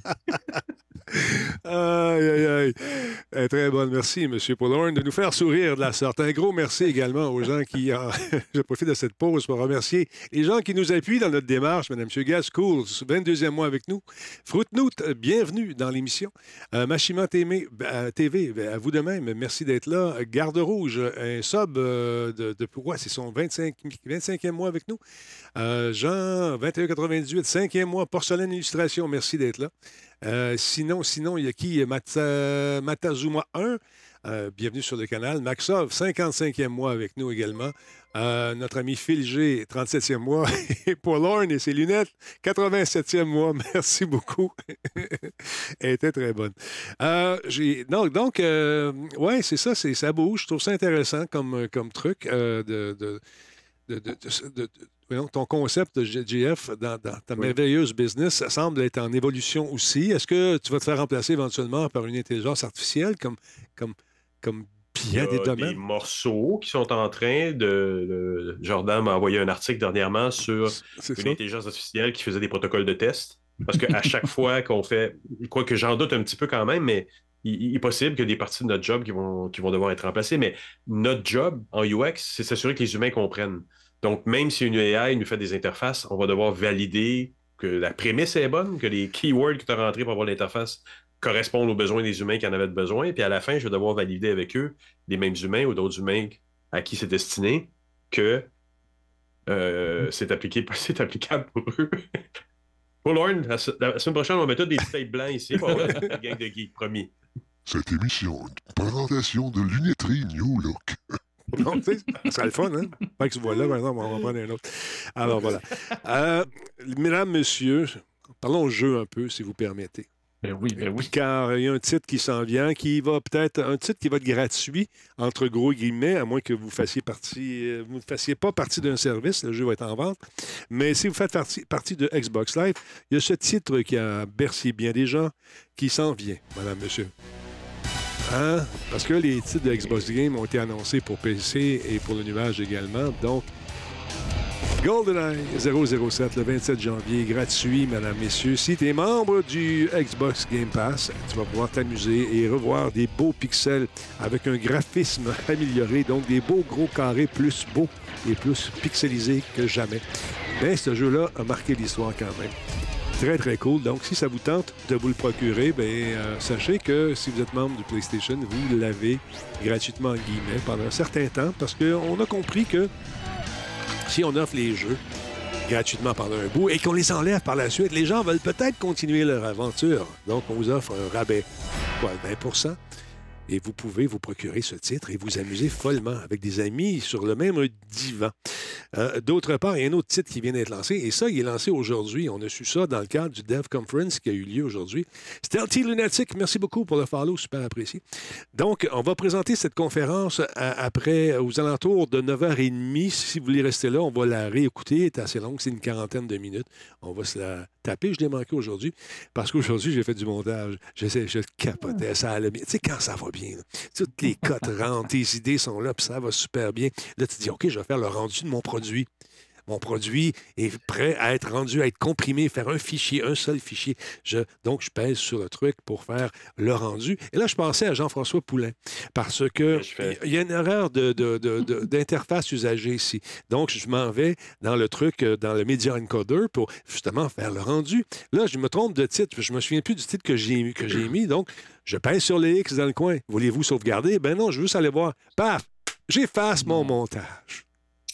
Aïe. Elle est très bonne. Merci, M. Paul Horn, de nous faire sourire de la sorte. Un gros merci également aux gens qui... Je profite de cette pause pour remercier les gens qui nous appuient dans notre démarche. Mme Gas Schools, 22e mois avec nous. Fruitnoot, bienvenue dans l'émission. Machima TV, à vous de même. Merci d'être là. Garde Rouge, un sub de pourquoi? C'est son 25e mois avec nous. Jean, 2198, 5e mois. Porcelaine Illustration, merci d'être là. Sinon, il y a qui? Matazuma 1, bienvenue sur le canal. Maxov, 55e mois avec nous également. Notre ami Phil G, 37e mois. Et Paul Horn et ses lunettes, 87e mois. Merci beaucoup. Elle était très bonne. Donc, ouais, c'est ça, ça bouge. Je trouve ça intéressant comme truc voyons, ton concept, JF, dans ta merveilleuse business, ça semble être en évolution aussi. Est-ce que tu vas te faire remplacer éventuellement par une intelligence artificielle comme bien des domaines? Des morceaux qui sont en train de... Jordan m'a envoyé un article dernièrement sur une intelligence artificielle qui faisait des protocoles de test. Parce qu'à chaque fois qu'on fait... Quoique j'en doute un petit peu quand même, mais il est possible qu'il y ait des parties de notre job qui vont devoir être remplacées. Mais notre job en UX, c'est s'assurer que les humains comprennent. Donc, même si une AI nous fait des interfaces, on va devoir valider que la prémisse est bonne, que les keywords que tu as rentrés pour avoir l'interface correspondent aux besoins des humains qui en avaient besoin. Puis à la fin, je vais devoir valider avec eux, les mêmes humains ou d'autres humains à qui c'est destiné, que c'est applicable pour eux. Pour Lauren, la semaine prochaine, on va mettre tous des petits blancs ici pour avoir la gang de geeks, promis. Cette émission, une présentation de lunetterie New Look. Non, tu sais, ça serait le fun, hein? Fait que tu vois là, maintenant, on va en prendre un autre. Alors, voilà. Mesdames, messieurs, parlons jeu un peu, si vous permettez. Ben oui. Car il y a un titre qui s'en vient, qui va peut-être... Un titre qui va être gratuit, entre gros guillemets, à moins que vous ne fassiez pas partie d'un service, le jeu va être en vente. Mais si vous faites partie de Xbox Live, il y a ce titre qui a bercé bien des gens, qui s'en vient, madame, monsieur. Hein? Parce que les titres de Xbox Game ont été annoncés pour PC et pour le nuage également. Donc, GoldenEye 007, le 27 janvier, gratuit, mesdames, messieurs. Si tu es membre du Xbox Game Pass, tu vas pouvoir t'amuser et revoir des beaux pixels avec un graphisme amélioré, donc des beaux gros carrés plus beaux et plus pixelisés que jamais. Mais ce jeu-là a marqué l'histoire quand même. Très, très cool. Donc, si ça vous tente de vous le procurer, sachez que si vous êtes membre du PlayStation, vous l'avez gratuitement, en guillemets, pendant un certain temps, parce qu'on a compris que si on offre les jeux gratuitement pendant un bout et qu'on les enlève par la suite, les gens veulent peut-être continuer leur aventure. Donc, on vous offre un rabais, 20%. Et vous pouvez vous procurer ce titre et vous amuser follement avec des amis sur le même divan. D'autre part, il y a un autre titre qui vient d'être lancé. Et ça, il est lancé aujourd'hui. On a su ça dans le cadre du Dev Conference qui a eu lieu aujourd'hui. Stealthy Lunatic, merci beaucoup pour le follow, super apprécié. Donc, on va présenter cette conférence après, aux alentours de 9h30. Si vous voulez rester là, on va la réécouter. Elle est assez longue, c'est une quarantaine de minutes. On va se la taper. Je l'ai manqué aujourd'hui parce qu'aujourd'hui, j'ai fait du montage. Je capotais, ça allait bien. Tu sais, quand ça va bien, là, toutes les cotes rentrent, tes idées sont là, puis ça va super bien. Là, tu te dis, OK, je vais faire le rendu de mon produit. Mon produit est prêt à être rendu, à être comprimé, faire un fichier, un seul fichier. Donc, je pèse sur le truc pour faire le rendu. Et là, je pensais à Jean-François Poulain parce que il y a une erreur d'interface usagée ici. Donc, je m'en vais dans le truc, dans le Media Encoder pour justement faire le rendu. Là, je me trompe de titre. Je me souviens plus du titre que j'ai mis. Donc, je pèse sur les X dans le coin. Voulez-vous sauvegarder? Ben non, je veux juste aller voir. Paf! J'efface mon montage.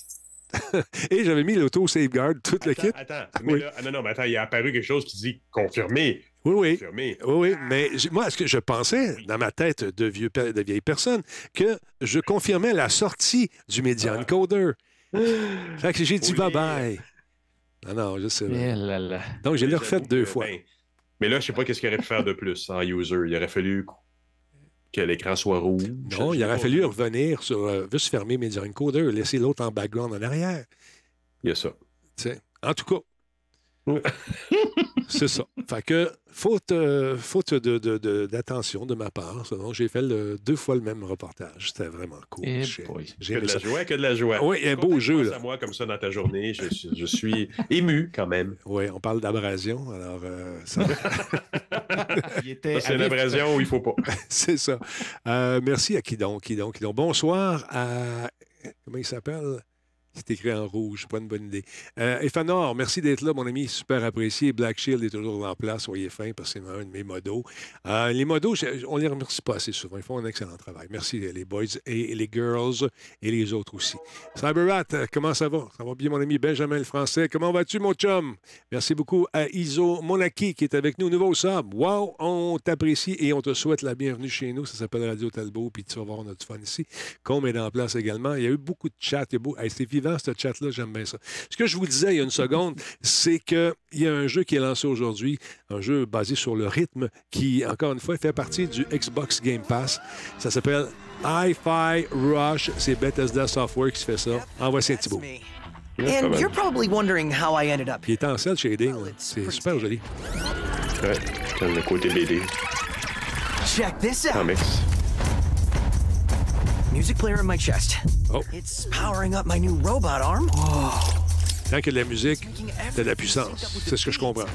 Et j'avais mis l'auto-safeguard, toute le kit. Attends, mais là, non, mais attends, il a apparu quelque chose qui dit confirmé. Oui. Confirmé. Oui, mais moi, ce que je pensais dans ma tête de vieille personne, que je confirmais la sortie du Media Encoder. Fait que j'ai dit Oui. bye-bye. Non, je sais. Eh là là. Donc, je l'ai refait J'avoue 2 que, fois. mais là, je sais pas qu'est-ce qu'il aurait pu faire de plus en user. Il aurait fallu que l'écran soit rouge. Non, il aurait fallu revenir sur juste fermer Media Encoder, laisser l'autre en background en arrière. Il y a ça. Tu sais. En tout cas, Oui. c'est ça. Fait que, faute d'attention de ma part, donc j'ai fait 2 fois le même reportage. C'était vraiment cool. Eh J'ai boy. aimé ça. Que de la joie. Oui, un beau Content que jeu, tu penses là. à moi comme ça dans ta journée. Je suis ému quand même. Oui, on parle d'abrasion, alors ça... Il était Ça, c'est une abrasion où il faut pas. c'est ça. Merci à qui donc? Bonsoir à... Comment il s'appelle? C'est écrit en rouge, pas une bonne idée. Ephanor, merci d'être là, mon ami, super apprécié. Black Shield est toujours en place, soyez fin, parce que c'est un de mes modos. Les modos, on les remercie pas assez souvent, ils font un excellent travail. Merci les boys et les girls et les autres aussi. Cyberrat, comment ça va? Ça va bien, mon ami Benjamin le Français. Comment vas-tu, mon chum? Merci beaucoup à Iso Monaki qui est avec nous, nouveau sub. Wow, on t'apprécie et on te souhaite la bienvenue chez nous. Ça s'appelle Radio Talbot, puis tu vas voir notre fun ici. Com est en place également. Il y a eu beaucoup de chats. Hey, c'est vivant, ce chat-là, j'aime bien ça. Ce que je vous disais il y a une seconde, c'est qu'il y a un jeu qui est lancé aujourd'hui, un jeu basé sur le rythme qui, encore une fois, fait partie du Xbox Game Pass. Ça s'appelle Hi-Fi Rush. C'est Bethesda Software qui se fait ça. En voici un petit bout. And you're probably wondering how I ended up Il here. est en cel shading. Là. C'est super joli. Ouais, comme le côté BD. Check this out. Comics. Music player in my chest. Oh. It's powering up my new robot arm. Tant qu'il y a de la musique, t'as de la puissance. C'est ce que je comprends.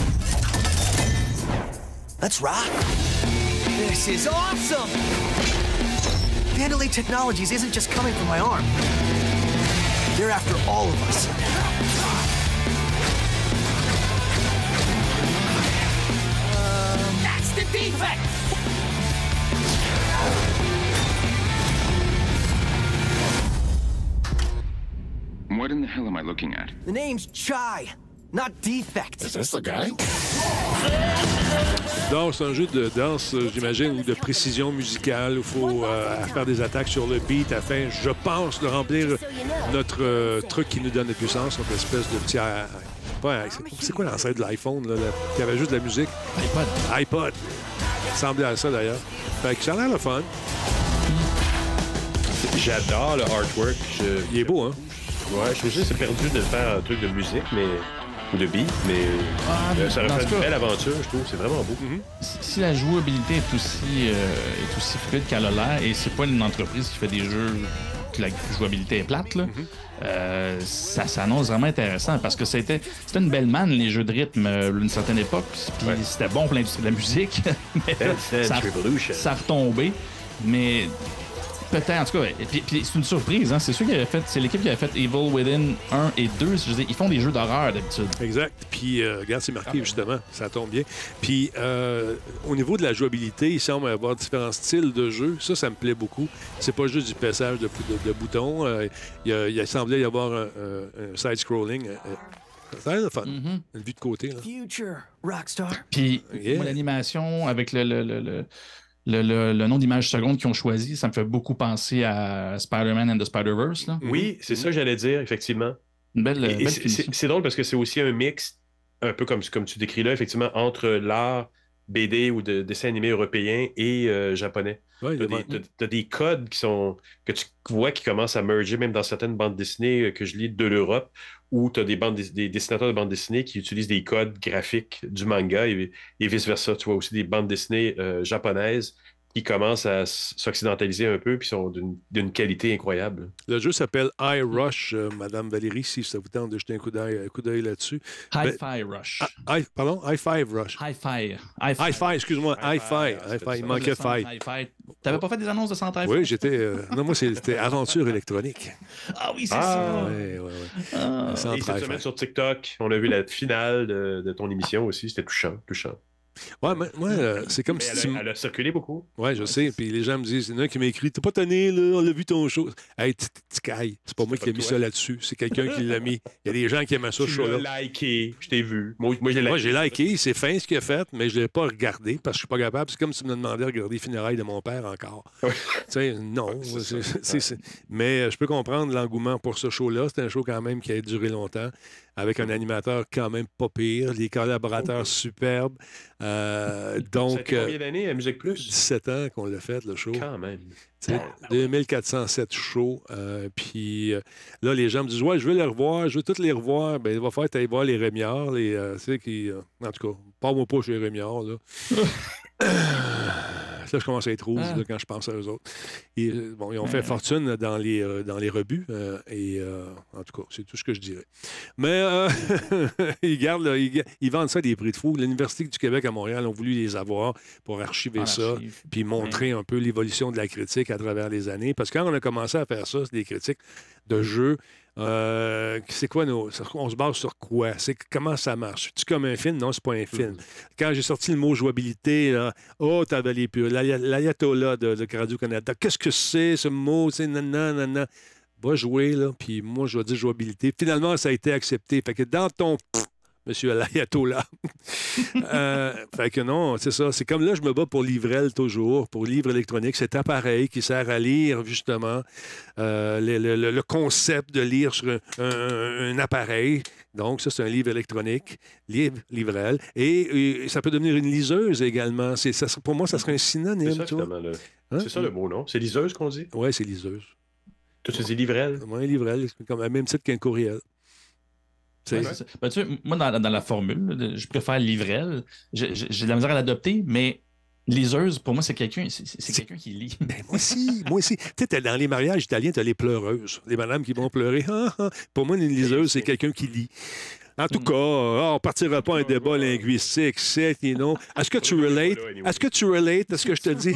Let's rock. This is awesome. Vandalay Technologies isn't just coming for my arm. They're after all of us. That's the defect. What in the hell am I looking at? The name's Chai, not Defect. Is this the guy? Donc, c'est un jeu de danse, j'imagine, ou de précision musicale où il faut faire des attaques sur le beat afin, je pense, de remplir notre truc qui nous donne de puissance, notre espèce de petit... c'est quoi l'ancêtre de l'iPhone, là, qui avait juste de la musique? iPod. Ça ressemblait à ça, d'ailleurs. Fait que ça a l'air le fun. J'adore le artwork. Il est beau, hein? Ouais, je me suis c'est perdu de faire un truc de musique, ou de beat, mais ça aurait fait une belle aventure, je trouve. C'est vraiment beau. Si la jouabilité est aussi fluide qu'elle a l'air, et c'est pas une entreprise qui fait des jeux que la jouabilité est plate, là, ça s'annonce vraiment intéressant parce que c'était une belle manne, les jeux de rythme, d'une certaine époque, puis c'était bon pour l'industrie de la musique, mais ça a retombé. Mais peut-être, en tout cas, et puis c'est une surprise, hein? C'est sûr c'est l'équipe qui a fait Evil Within 1 et 2. Je veux dire, ils font des jeux d'horreur d'habitude. Exact. Puis, regarde, c'est marqué justement, ça tombe bien. Puis, au niveau de la jouabilité, il semble y avoir différents styles de jeu. Ça me plaît beaucoup. C'est pas juste du passage de boutons. Il semblait y avoir un side-scrolling. Ça a l'air de fun. Une vue de côté. Là. Future Rockstar. Puis, moi, l'animation avec le nom d'image seconde qu'ils ont choisi, ça me fait beaucoup penser à Spider-Man and the Spider-Verse. Là. Oui, c'est ça que j'allais dire, effectivement. Une belle c'est drôle parce que c'est aussi un mix, un peu comme tu décris là, effectivement, entre l'art BD ou de dessin animé européen et japonais. Ouais, t'as des codes que tu vois qui commencent à merger, même dans certaines bandes dessinées que je lis de l'Europe, où tu as des dessinateurs de bandes dessinées qui utilisent des codes graphiques du manga et vice-versa. Tu vois aussi des bandes dessinées japonaises qui commencent à s'occidentaliser un peu puis sont d'une qualité incroyable. Le jeu s'appelle iRush, Madame Valérie, si ça vous tente de jeter un coup d'œil là-dessus. Hi-Fi Rush. Pardon? Hi-Fi Rush. Hi-Fi, excuse-moi. Hi-Fi. Il manquait Fi. T'avais pas fait des annonces de Centre Oui, j'étais... non, moi, c'était Aventure électronique. Ah oui, c'est ça! Ouais. Et cette semaine sur TikTok, on a vu la finale de ton émission aussi. C'était touchant. Ouais, moi, c'est comme Mais si... elle a circulé beaucoup. Oui, je sais. Puis les gens me disent, il y en a un qui m'a écrit, t'es pas tanné, là, on a vu ton show. Hey, Tikaï, c'est pas moi qui ai mis ça là-dessus. C'est quelqu'un qui l'a mis. Il y a des gens qui aiment ça, ce Tu show-là. l'as liké, je t'ai vu. Moi, je l'ai liké. Moi, j'ai liké, c'est fin ce qu'il a fait, mais je ne l'ai pas regardé parce que je suis pas capable. C'est comme si tu me demandais de regarder les funérailles de mon père encore. Tu sais, non. Mais je peux comprendre l'engouement pour ce show-là. C'est un show quand même qui a duré longtemps, avec un animateur quand même pas pire, les collaborateurs superbes. Donc, ça a été combien d'années à Musique Plus? 17 ans qu'on l'a fait, le show. Quand même. 2407 shows. Puis là, les gens me disent, ouais, je veux les revoir, je veux toutes les revoir. Ben, il va falloir que tu ailles voir les Rémiards. Tu sais, en tout cas, parle-moi pas chez les Rémiards, là. Là, je commence à être rouge là, quand je pense à eux autres. Ils ont fait fortune dans les rebuts. En tout cas, c'est tout ce que je dirais. Mais ils vendent ça à des prix de fou. L'Université du Québec à Montréal ont voulu les avoir pour archiver ça, puis montrer un peu l'évolution de la critique à travers les années. Parce que quand on a commencé à faire ça, c'est des critiques de jeux. C'est quoi on se base sur quoi? Comment ça marche? C'est-tu comme un film? Non, c'est pas un film. Quand j'ai sorti le mot jouabilité, t'avais les purs. L'ayatollah de Radio-Canada. Qu'est-ce que c'est, ce mot? C'est nanana. Va jouer, là, puis moi, je vais dire jouabilité. Finalement, ça a été accepté. Fait que dans ton... Monsieur l'ayatollah. Fait que non, c'est ça. C'est comme là, je me bats pour Livrel toujours, pour livre électronique. Cet appareil qui sert à lire, justement, le concept de lire sur un appareil. Donc, ça, c'est un livre électronique, Livrel. Et ça peut devenir une liseuse également. Pour moi, ça serait un synonyme. C'est ça, finalement, c'est ça le mot, non? C'est liseuse qu'on dit? Oui, c'est liseuse. Toi, tu dis Livrel? Oui, Livrel. C'est comme le même titre qu'un courriel. Ben, tu sais, moi, dans la formule, je préfère Livrel. J'ai de la misère à l'adopter, mais liseuse, pour moi, c'est quelqu'un qui lit. Ben, moi aussi. Tu sais, dans les mariages italiens, tu as les pleureuses, les madames qui vont pleurer. Pour moi, une liseuse, c'est quelqu'un qui lit. En tout cas, on ne partira pas un débat linguistique, Est-ce que tu relates? Est-ce que tu relates à ce que je te dis?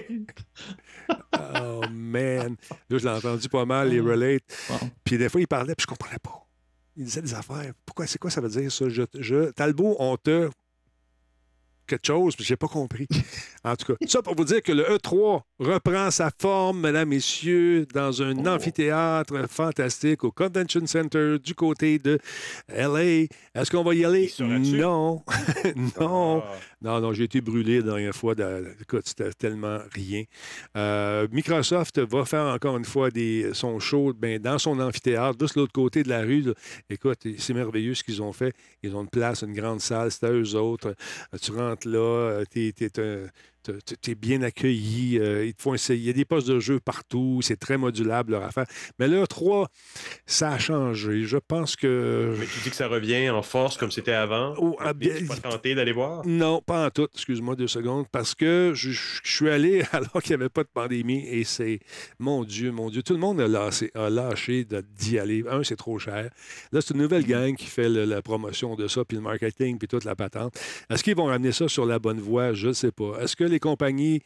Oh, man. Là, je l'ai entendu pas mal, les relate. Puis des fois, il parlait, puis je comprenais pas. Il disait des affaires. Pourquoi? C'est quoi ça veut dire, ça? Talbot, on te... quelque chose, puis je n'ai pas compris. En tout cas, ça pour vous dire que le E3 reprend sa forme, mesdames, messieurs, dans un amphithéâtre fantastique au Convention Center du côté de LA. Est-ce qu'on va y aller? Non. Non. Non, j'ai été brûlé la dernière fois. Écoute, c'était tellement rien. Microsoft va faire encore une fois son show dans son amphithéâtre, juste l'autre côté de la rue. Là. Écoute, c'est merveilleux ce qu'ils ont fait. Ils ont une place, une grande salle, c'est à eux autres. Tu rentres là, t'es bien accueilli. Ils te font essayer. Il y a des postes de jeu partout. C'est très modulable, leur affaire. Mais là, 3, ça a changé. Je pense que... Mais tu dis que ça revient en force comme c'était avant? Tu n'es pas tenté d'aller voir? Non, pas en tout. Excuse-moi 2 secondes. Parce que je suis allé alors qu'il n'y avait pas de pandémie et c'est... Mon Dieu. Tout le monde a lâché d'y aller. C'est trop cher. Là, c'est une nouvelle gang qui fait la promotion de ça, puis le marketing, puis toute la patente. Est-ce qu'ils vont ramener ça sur la bonne voie? Je ne sais pas. Est-ce que les compagnies,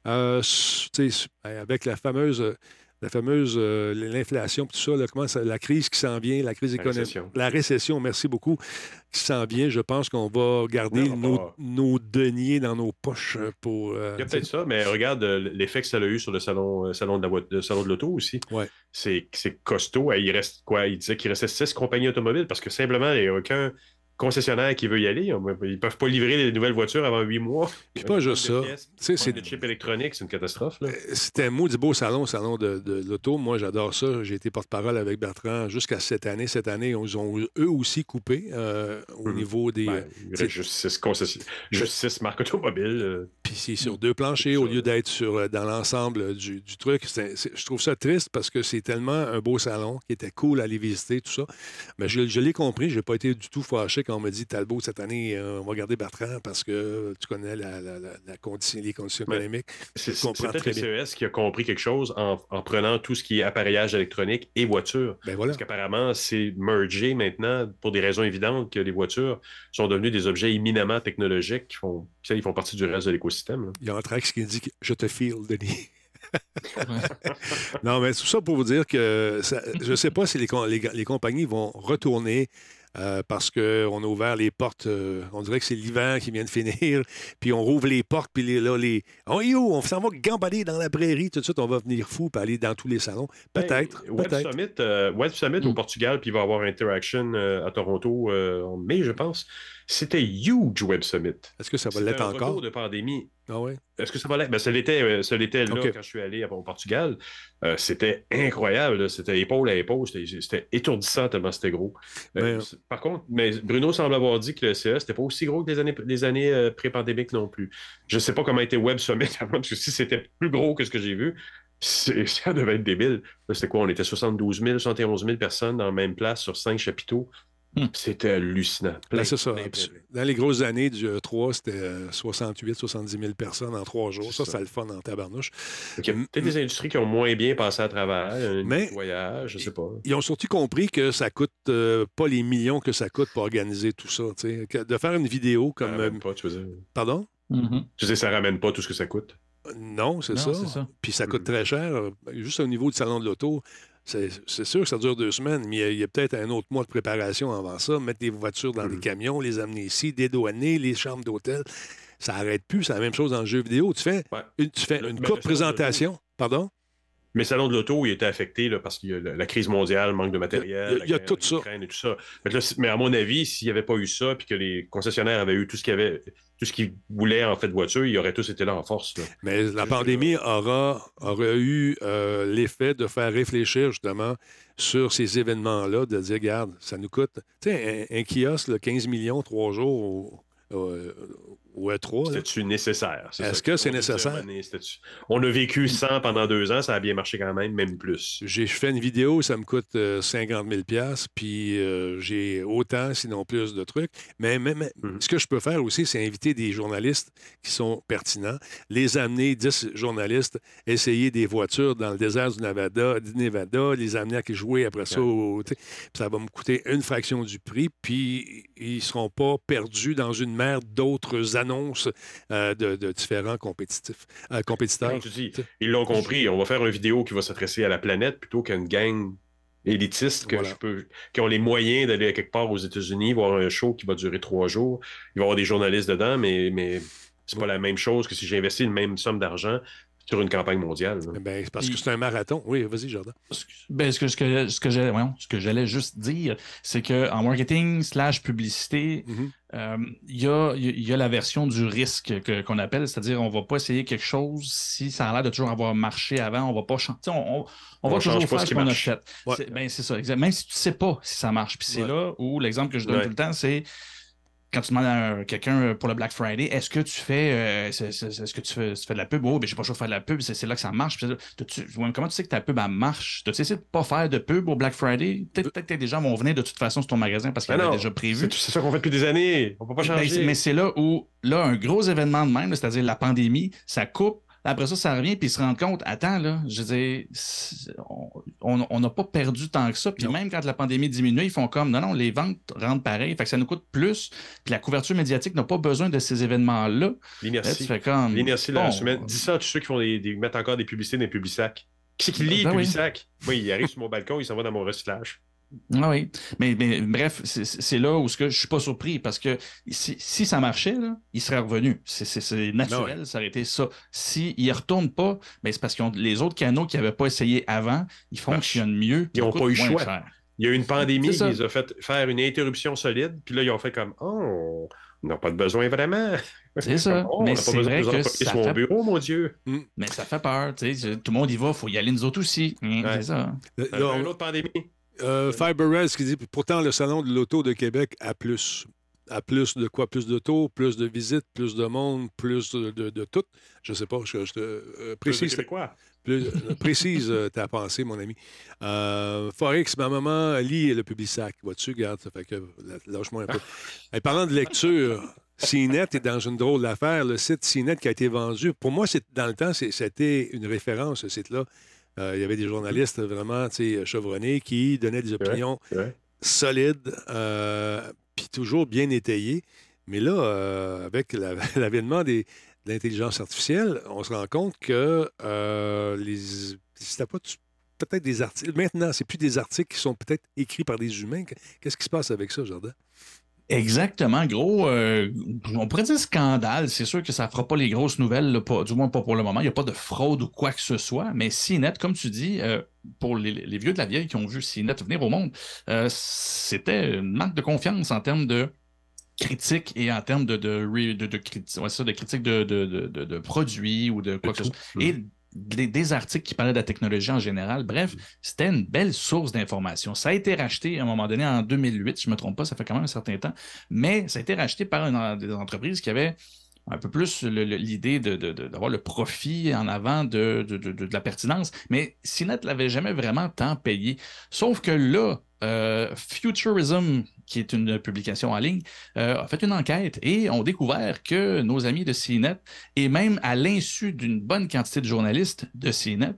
avec l'inflation, tout ça, la crise qui s'en vient, la crise économique, la récession, merci beaucoup, qui s'en vient, je pense qu'on va garder nos deniers dans nos poches pour... Il y a peut-être ça, mais regarde l'effet que ça a eu sur le salon de l'auto aussi. Ouais. C'est costaud. Il reste quoi? Il disait qu'il restait 6 compagnies automobiles parce que simplement, il n'y a aucun concessionnaire qui veut y aller. Ils ne peuvent pas livrer les nouvelles voitures avant 8 mois. Puis pas juste ça. C'est de chips électroniques, c'est une catastrophe. Là. C'était un maudit beau salon de l'auto. Moi, j'adore ça. J'ai été porte-parole avec Bertrand jusqu'à cette année. Cette année, ils ont eux aussi coupé au niveau des... il reste juste 6 marques automobiles. Puis c'est sur 2 planchers au lieu d'être dans l'ensemble du truc. Je trouve ça triste parce que c'est tellement un beau salon qui était cool à aller visiter, tout ça. Mais je l'ai compris. Je n'ai pas été du tout fâché quand on m'a dit Talbot, cette année, on va garder Bertrand parce que tu connais les conditions économiques. C'est peut-être le CES qui a compris quelque chose en prenant tout ce qui est appareillage électronique et voiture. Ben voilà. Parce qu'apparemment, c'est mergé maintenant pour des raisons évidentes que les voitures sont devenues des objets éminemment technologiques ils font partie du reste de l'écosystème. Là. Il y a un trax qui dit « Je te feel, Denis ». Non, mais tout ça pour vous dire que je ne sais pas si les compagnies vont retourner parce qu'on a ouvert les portes. On dirait que c'est l'hiver qui vient de finir. Puis on rouvre les portes, puis on s'en va gambader dans la prairie. Tout de suite, on va venir fou puis aller dans tous les salons. Peut-être. Web Summit au Portugal, puis il va y avoir Interaction à Toronto en mai, je pense. C'était huge, Web Summit. Est-ce que ça va l'être encore? Retour de pandémie. Ah oui? Est-ce que ça va l'être? Ben, ça l'était là Okay. quand je suis allé au Portugal. C'était incroyable. Là. C'était épaule à épaule. C'était étourdissant tellement c'était gros. Par contre, Bruno semble avoir dit que le CE, c'était pas aussi gros que les années pré-pandémiques non plus. Je ne sais pas comment était Web Summit, parce que si c'était plus gros que ce que j'ai vu, ça devait être débile. Là, c'était quoi? On était 72 000, 71 000 personnes dans la même place sur 5 chapiteaux. C'était hallucinant. C'est ça. Dans les grosses années du E3, c'était 68, 70 000 personnes en 3 jours. Ça le fun en tabarnouche. Peut-être des industries qui ont moins bien passé à travers, un voyage, je sais pas. Ils ont surtout compris que ça coûte pas les millions que ça coûte pour organiser tout ça. De faire une vidéo comme... Ça ramène pas, tu veux dire. Pardon? Mm-hmm. Tu sais, ça ramène pas tout ce que ça coûte. Non, c'est ça. Puis ça coûte très cher. Juste au niveau du salon de l'auto, c'est sûr que ça dure 2 semaines, mais il y a peut-être un autre mois de préparation avant ça. Mettre les voitures dans les camions, les amener ici, dédouaner, les chambres d'hôtel. Ça n'arrête plus. C'est la même chose dans le jeu vidéo. Tu fais une courte présentation. Pardon? Mais le salon de l'auto, il était affecté là, parce qu'il y a la crise mondiale, manque de matériel. Il y a tout ça. Et tout ça. Mais à mon avis, s'il n'y avait pas eu ça, puis que les concessionnaires avaient eu tout ce qu'ils voulaient en fait de voiture, ils auraient tous été là en force. Là. Mais la pandémie aura eu l'effet de faire réfléchir justement sur ces événements-là, de dire, regarde, ça nous coûte. Tu sais, un kiosque, là, 15 millions, 3 jours au E3. C'était-tu nécessaire? Est-ce que c'est nécessaire? On a vécu 100 pendant 2 ans, ça a bien marché quand même plus. J'ai fait une vidéo, ça me coûte 50 000 $, puis j'ai autant, sinon plus, de trucs. Mais ce que je peux faire aussi, c'est inviter des journalistes qui sont pertinents, les amener, 10 journalistes, essayer des voitures dans le désert du Nevada, les amener à jouer après ça. Ça va me coûter une fraction du prix, puis ils ne seront pas perdus dans une mer d'autres annonces de différents compétiteurs. Comme tu dis, ils l'ont compris. On va faire une vidéo qui va s'adresser à la planète plutôt qu'à une gang élitiste qui ont les moyens d'aller quelque part aux États-Unis, voir un show qui va durer 3 jours. Il va y avoir des journalistes dedans, mais c'est pas la même chose que si j'ai investi une même somme d'argent sur une campagne mondiale. Parce que c'est un marathon. Oui, vas-y, Jordan. Ce que j'allais juste dire, c'est qu'en marketing / publicité, il y a la version du risque qu'on appelle, c'est-à-dire on ne va pas essayer quelque chose si ça a l'air de toujours avoir marché avant, on va pas changer. On va toujours faire ce qu'on a fait. Ouais. C'est ça, exact. Même si tu ne sais pas si ça marche. Puis c'est là où l'exemple que je donne tout le temps, c'est quand tu demandes à quelqu'un pour le Black Friday, est-ce que tu fais de la pub? Oh, ben j'ai pas le choix de faire de la pub, c'est là que ça marche. Comment tu sais que ta pub, elle marche? Tu essayé de pas faire de pub au Black Friday? Peut-être que des gens vont venir de toute façon sur ton magasin parce qu'ils avaient déjà prévu. C'est ça qu'on fait depuis des années. On peut pas changer. Mais c'est là où, un gros événement de même, c'est-à-dire la pandémie, ça coupe. Après ça revient, puis ils se rendent compte, attends, là, je veux dire, on n'a pas perdu tant que ça. Puis même quand la pandémie diminue, ils font comme, non, les ventes rentrent pareil. Fait que ça nous coûte plus. Puis la couverture médiatique n'a pas besoin de ces événements-là. L'inertie. L'inertie, la semaine. Dis ça à tous ceux qui font mettent encore des publicités dans les Publisac. Qui c'est qui lit les Publisac? Oui, il arrive sur mon balcon, il s'en va dans mon recyclage. Ah oui, mais bref, c'est là où je suis pas surpris parce que si ça marchait, là, il serait revenu. C'est naturel, ça aurait été ça. S'ils ne retournent pas, c'est parce que les autres canaux qui n'avaient pas essayé avant, ils fonctionnent mieux. Ils n'ont pas eu le choix. Cher. Il y a eu une pandémie qui les a fait faire une interruption solide, puis là, ils ont fait comme on n'a pas de besoin vraiment. C'est ça. Mais c'est vrai que ça fait... bureau, mon Dieu. Mais ça fait peur. Tout le monde y va, il faut y aller nous autres aussi. C'est ça. Une autre pandémie. Fiberez qui dit pourtant le salon de l'auto de Québec a plus. A plus de quoi? Plus d'auto, plus de visites, plus de monde, plus de tout. Je sais pas. Je te précise. Précise ta pensée, mon ami. Forex, ma maman lit le Publisac. Vois-tu, regarde, ça fait que lâche-moi un peu. Et parlant de lecture, CNET est dans une drôle d'affaire. Le site CNET qui a été vendu, pour moi, dans le temps, c'était une référence, ce site-là. Il y avait des journalistes vraiment chevronnés qui donnaient des opinions solides, puis toujours bien étayées. Mais là, avec l'avènement de l'intelligence artificielle, on se rend compte que c'était pas peut-être des articles. Maintenant, c'est plus des articles qui sont peut-être écrits par des humains. Qu'est-ce qui se passe avec ça, Jardin? Exactement, gros. On pourrait dire scandale. C'est sûr que ça ne fera pas les grosses nouvelles, là, du moins pas pour le moment. Il n'y a pas de fraude ou quoi que ce soit. Mais CNET, comme tu dis, pour les vieux de la vieille qui ont vu CNET venir au monde, c'était une marque de confiance en termes de critique et en termes de critique de produits ou de quoi que ce soit. Et des articles qui parlaient de la technologie en général. Bref, c'était une belle source d'information. Ça a été racheté à un moment donné en 2008, si je ne me trompe pas, ça fait quand même un certain temps, mais ça a été racheté par des entreprises qui avaient un peu plus l'idée d'avoir le profit en avant de la pertinence. Mais CNET ne l'avait jamais vraiment tant payé. Sauf que là, Futurism, qui est une publication en ligne, a fait une enquête et ont découvert que nos amis de CNET, et même à l'insu d'une bonne quantité de journalistes de CNET,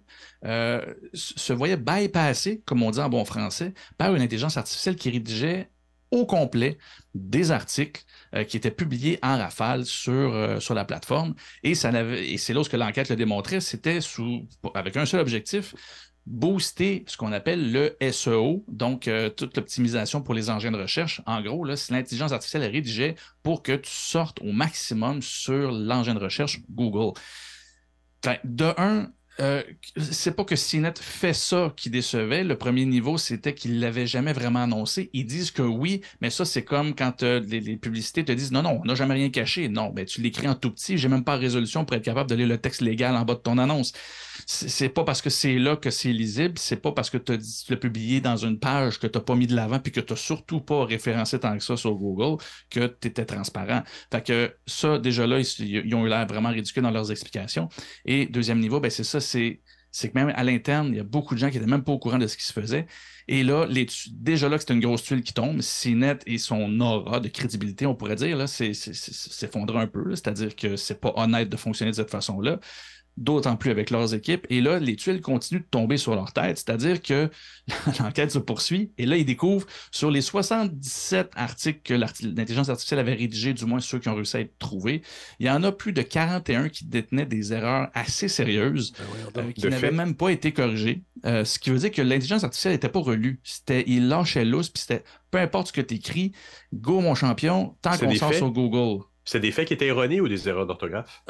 se voyaient bypassés, comme on dit en bon français, par une intelligence artificielle qui rédigeait au complet des articles qui étaient publiés en rafale sur la plateforme. Et c'est là où l'enquête le démontrait, c'était avec un seul objectif, booster ce qu'on appelle le SEO, donc toute l'optimisation pour les engins de recherche. En gros, là, si l'intelligence artificielle rédigeait pour que tu sortes au maximum sur l'engin de recherche Google. Enfin, de un, c'est pas que CNET fait ça qui décevait. Le premier niveau, c'était qu'ils ne l'avaient jamais vraiment annoncé. Ils disent que oui, mais ça, c'est comme quand les publicités te disent non, on n'a jamais rien caché. Non, ben, tu l'écris en tout petit, j'ai même pas de résolution pour être capable de lire le texte légal en bas de ton annonce. C'est pas parce que c'est là que c'est lisible, c'est pas parce que tu l'as publié dans une page que tu n'as pas mis de l'avant puis que tu n'as surtout pas référencé tant que ça sur Google que tu étais transparent. Fait que ça, déjà là, ils ont eu l'air vraiment ridicules dans leurs explications. Et deuxième niveau, ben c'est ça, c'est que même à l'interne, il y a beaucoup de gens qui n'étaient même pas au courant de ce qui se faisait. Et là, déjà là que c'est une grosse tuile qui tombe, CNET et son aura de crédibilité, on pourrait dire, là, s'effondre un peu. C'est-à-dire que c'est pas honnête de fonctionner de cette façon-là. D'autant plus avec leurs équipes. Et là, les tuiles continuent de tomber sur leur tête, c'est-à-dire que l'enquête se poursuit. Et là, ils découvrent sur les 77 articles que l'intelligence artificielle avait rédigés, du moins ceux qui ont réussi à être trouvés, il y en a plus de 41 qui détenaient des erreurs assez sérieuses qui n'avaient même pas été corrigées. Ce qui veut dire que l'intelligence artificielle n'était pas relue. Il lâchait l'os, puis c'était peu importe ce que tu écris, go mon champion, tant qu'on sort sur Google. C'est des faits qui étaient erronés ou des erreurs d'orthographe?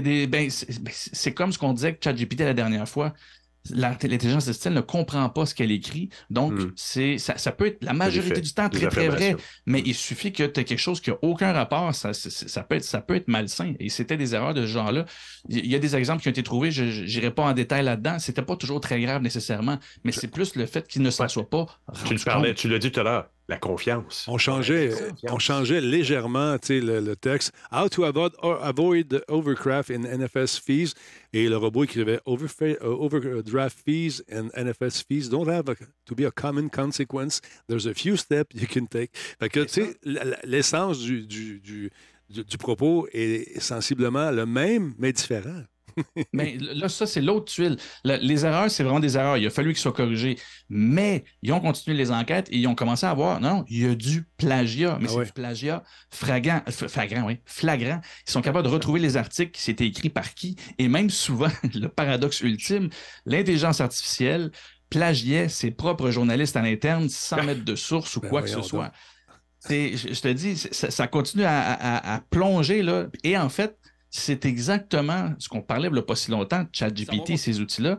C'est comme ce qu'on disait avec ChatGPT la dernière fois. L'intelligence artificielle ne comprend pas ce qu'elle écrit. Donc, ça peut être la majorité du temps très, très vrai, mais il suffit que tu aies quelque chose qui n'a aucun rapport. Ça peut être malsain. Et c'était des erreurs de ce genre-là. Il y a des exemples qui ont été trouvés. Je n'irai pas en détail là-dedans. C'était pas toujours très grave nécessairement, mais c'est plus le fait qu'il ne s'en soit pas rendu compte. Tu l'as dit tout à l'heure. La confiance. On changeait légèrement le texte. How to avoid overcraft in NFS fees. Et le robot écrivait overdraft fees and NFS fees don't have to be a common consequence. There's a few steps you can take. Fait que, tu sais, l'essence du propos est sensiblement le même, mais différent. Mais là, ça, c'est l'autre tuile. Les erreurs, c'est vraiment des erreurs. Il a fallu qu'ils soient corrigés. Mais ils ont continué les enquêtes et ils ont commencé à voir, non, il y a du plagiat. Mais c'est du plagiat flagrant. Ils sont capables de retrouver les articles qui s'étaient écrits par qui. Et même souvent, le paradoxe ultime, l'intelligence artificielle plagiait ses propres journalistes à l'interne sans mettre de source ou quoi que ce soit. Je te dis, ça continue à plonger, là. Et en fait, c'est exactement ce qu'on parlait il n'y a pas si longtemps, ChatGPT, ces outils-là,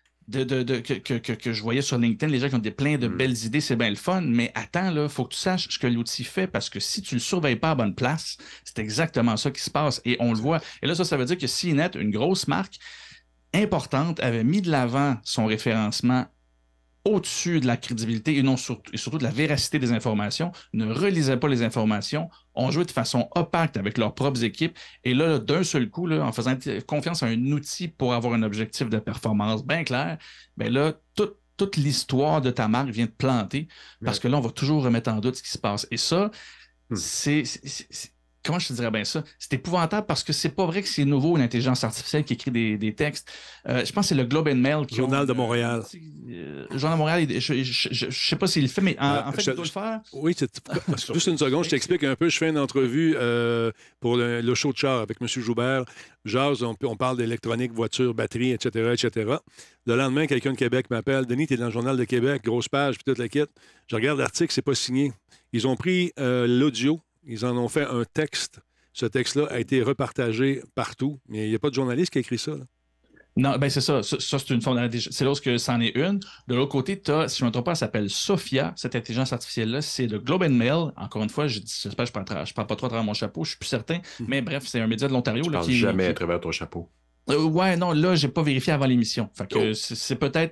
que je voyais sur LinkedIn, les gens qui ont plein de belles idées, c'est bien le fun, mais attends, il faut que tu saches ce que l'outil fait, parce que si tu ne le surveilles pas à bonne place, c'est exactement ça qui se passe, et on le voit. Et là, ça veut dire que CNET, une grosse marque importante, avait mis de l'avant son référencement au-dessus de la crédibilité et surtout de la véracité des informations, ne relisaient pas les informations, ont joué de façon opaque avec leurs propres équipes. Et là, d'un seul coup, là, en faisant confiance à un outil pour avoir un objectif de performance bien clair, bien là, toute l'histoire de ta marque vient de planter parce que là, on va toujours remettre en doute ce qui se passe. Et ça, comment je te dirais bien ça? C'est épouvantable parce que c'est pas vrai que c'est nouveau, une intelligence artificielle qui écrit des textes. Je pense que c'est le Globe and Mail. Journal de Montréal. Journal de Montréal, je sais pas s'il le fait, mais en fait, il doit le faire. Oui, juste une seconde, je t'explique un peu. Je fais une entrevue pour le show de char avec M. Joubert. Jazz, on parle d'électronique, voiture, batterie, etc., etc. Le lendemain, quelqu'un de Québec m'appelle. Denis, t'es dans le Journal de Québec, grosse page, puis toute la kit. Je regarde l'article, c'est pas signé. Ils ont pris l'audio, ils en ont fait un texte. Ce texte-là a été repartagé partout, mais il n'y a pas de journaliste qui a écrit ça, là. Non, ben c'est ça. Ça, c'est une forme c'est lorsque c'en est une. De l'autre côté, tu as, si je ne me trompe pas, elle s'appelle Sophia, cette intelligence artificielle-là. C'est le Globe and Mail. Encore une fois, j'espère que je ne parle pas trop à travers mon chapeau, je suis plus certain. Mais bref, c'est un média de l'Ontario. Je là, parle jamais à travers ton chapeau. Ouais, non, là, j'ai pas vérifié avant l'émission. Fait que c'est peut-être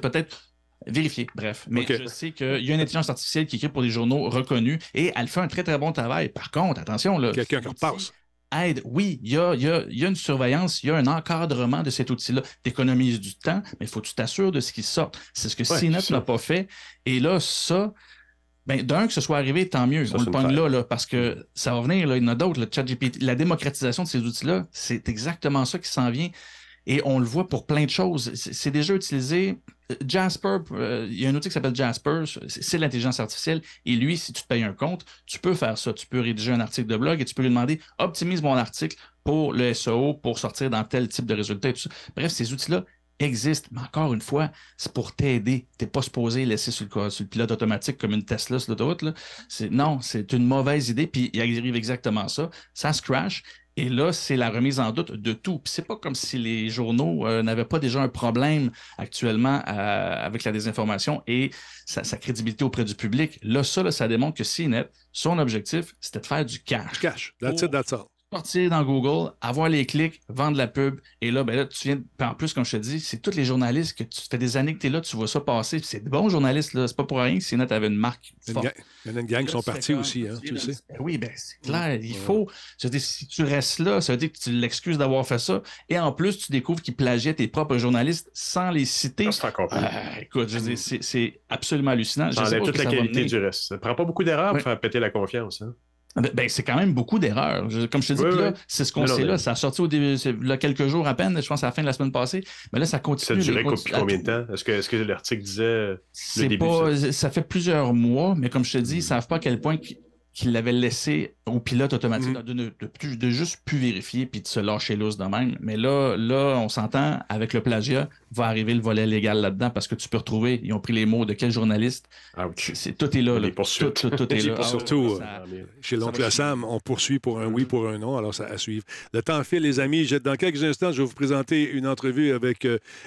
vérifié, bref. Mais je sais qu'il y a une intelligence artificielle qui écrit pour des journaux reconnus et elle fait un très, très bon travail. Par contre, attention, là. Quelqu'un qui repasse. Aide, oui, il y a une surveillance, il y a un encadrement de cet outil-là. Tu économises du temps, mais il faut que tu t'assures de ce qui sort. C'est ce que CNET n'a pas fait. Et là, ça, ben, d'un, que ce soit arrivé, tant mieux. On le pogne là, parce que ça va venir, là, il y en a d'autres, le ChatGPT, la démocratisation de ces outils-là, c'est exactement ça qui s'en vient. Et on le voit pour plein de choses. C'est déjà utilisé. Jasper, il y a un outil qui s'appelle Jasper, c'est l'intelligence artificielle. Et lui, si tu te payes un compte, tu peux faire ça. Tu peux rédiger un article de blog et tu peux lui demander « Optimise mon article pour le SEO, pour sortir dans tel type de résultat. » et tout ça. Bref, ces outils-là existent. Mais encore une fois, c'est pour t'aider. Tu n'es pas supposé laisser sur le pilote automatique comme une Tesla sur l'autoroute. Non, c'est une mauvaise idée. Puis il arrive exactement ça. Ça se crash. Et là, c'est la remise en doute de tout. Puis c'est pas comme si les journaux n'avaient pas déjà un problème actuellement avec la désinformation et sa crédibilité auprès du public. Là, ça démontre que CNET, son objectif, c'était de faire du cash. Du cash. That's it, that's all. Sortir dans Google, avoir les clics, vendre la pub. Et là, ben là, tu viens. En plus, comme je te dis, c'est tous les journalistes que tu fais des années que tu es là, tu vois ça passer. C'est de bons journalistes, là. C'est pas pour rien que CNET avait une marque forte. Il y en a une gang qui sont partis aussi, hein, tu le sais. Oui, ben c'est clair. Il faut. C'est-à-dire, si tu restes là, ça veut dire que tu l'excuses d'avoir fait ça. Et en plus, tu découvres qu'ils plagiaient tes propres journalistes sans les citer. C'est encore plus. Écoute, je veux dire, c'est absolument hallucinant. Ça enlève toute la qualité du reste. Ça prend pas beaucoup d'erreurs pour faire péter la confiance, hein. Ben, c'est quand même beaucoup d'erreurs. Comme je te dis, là, c'est ce qu'on sait là. Ça a sorti au début, là, quelques jours à peine, je pense à la fin de la semaine passée. Mais là, ça continue. Ça durait combien de temps? Est-ce que l'article disait le début? Ça fait plusieurs mois, mais comme je te dis, ils ne savent pas à quel point qu'ils l'avaient laissé au pilote automatique de juste plus vérifier puis de se lâcher loose de même. Mais là, on s'entend, avec le plagiat, va arriver le volet légal là-dedans parce que tu peux retrouver, ils ont pris les mots de quel journaliste. Tout est là. Tout est là. Surtout, chez l'oncle Sam, on poursuit pour un oui, pour un non, alors ça à suivre. Le temps file, les amis. Dans quelques instants, je vais vous présenter une entrevue avec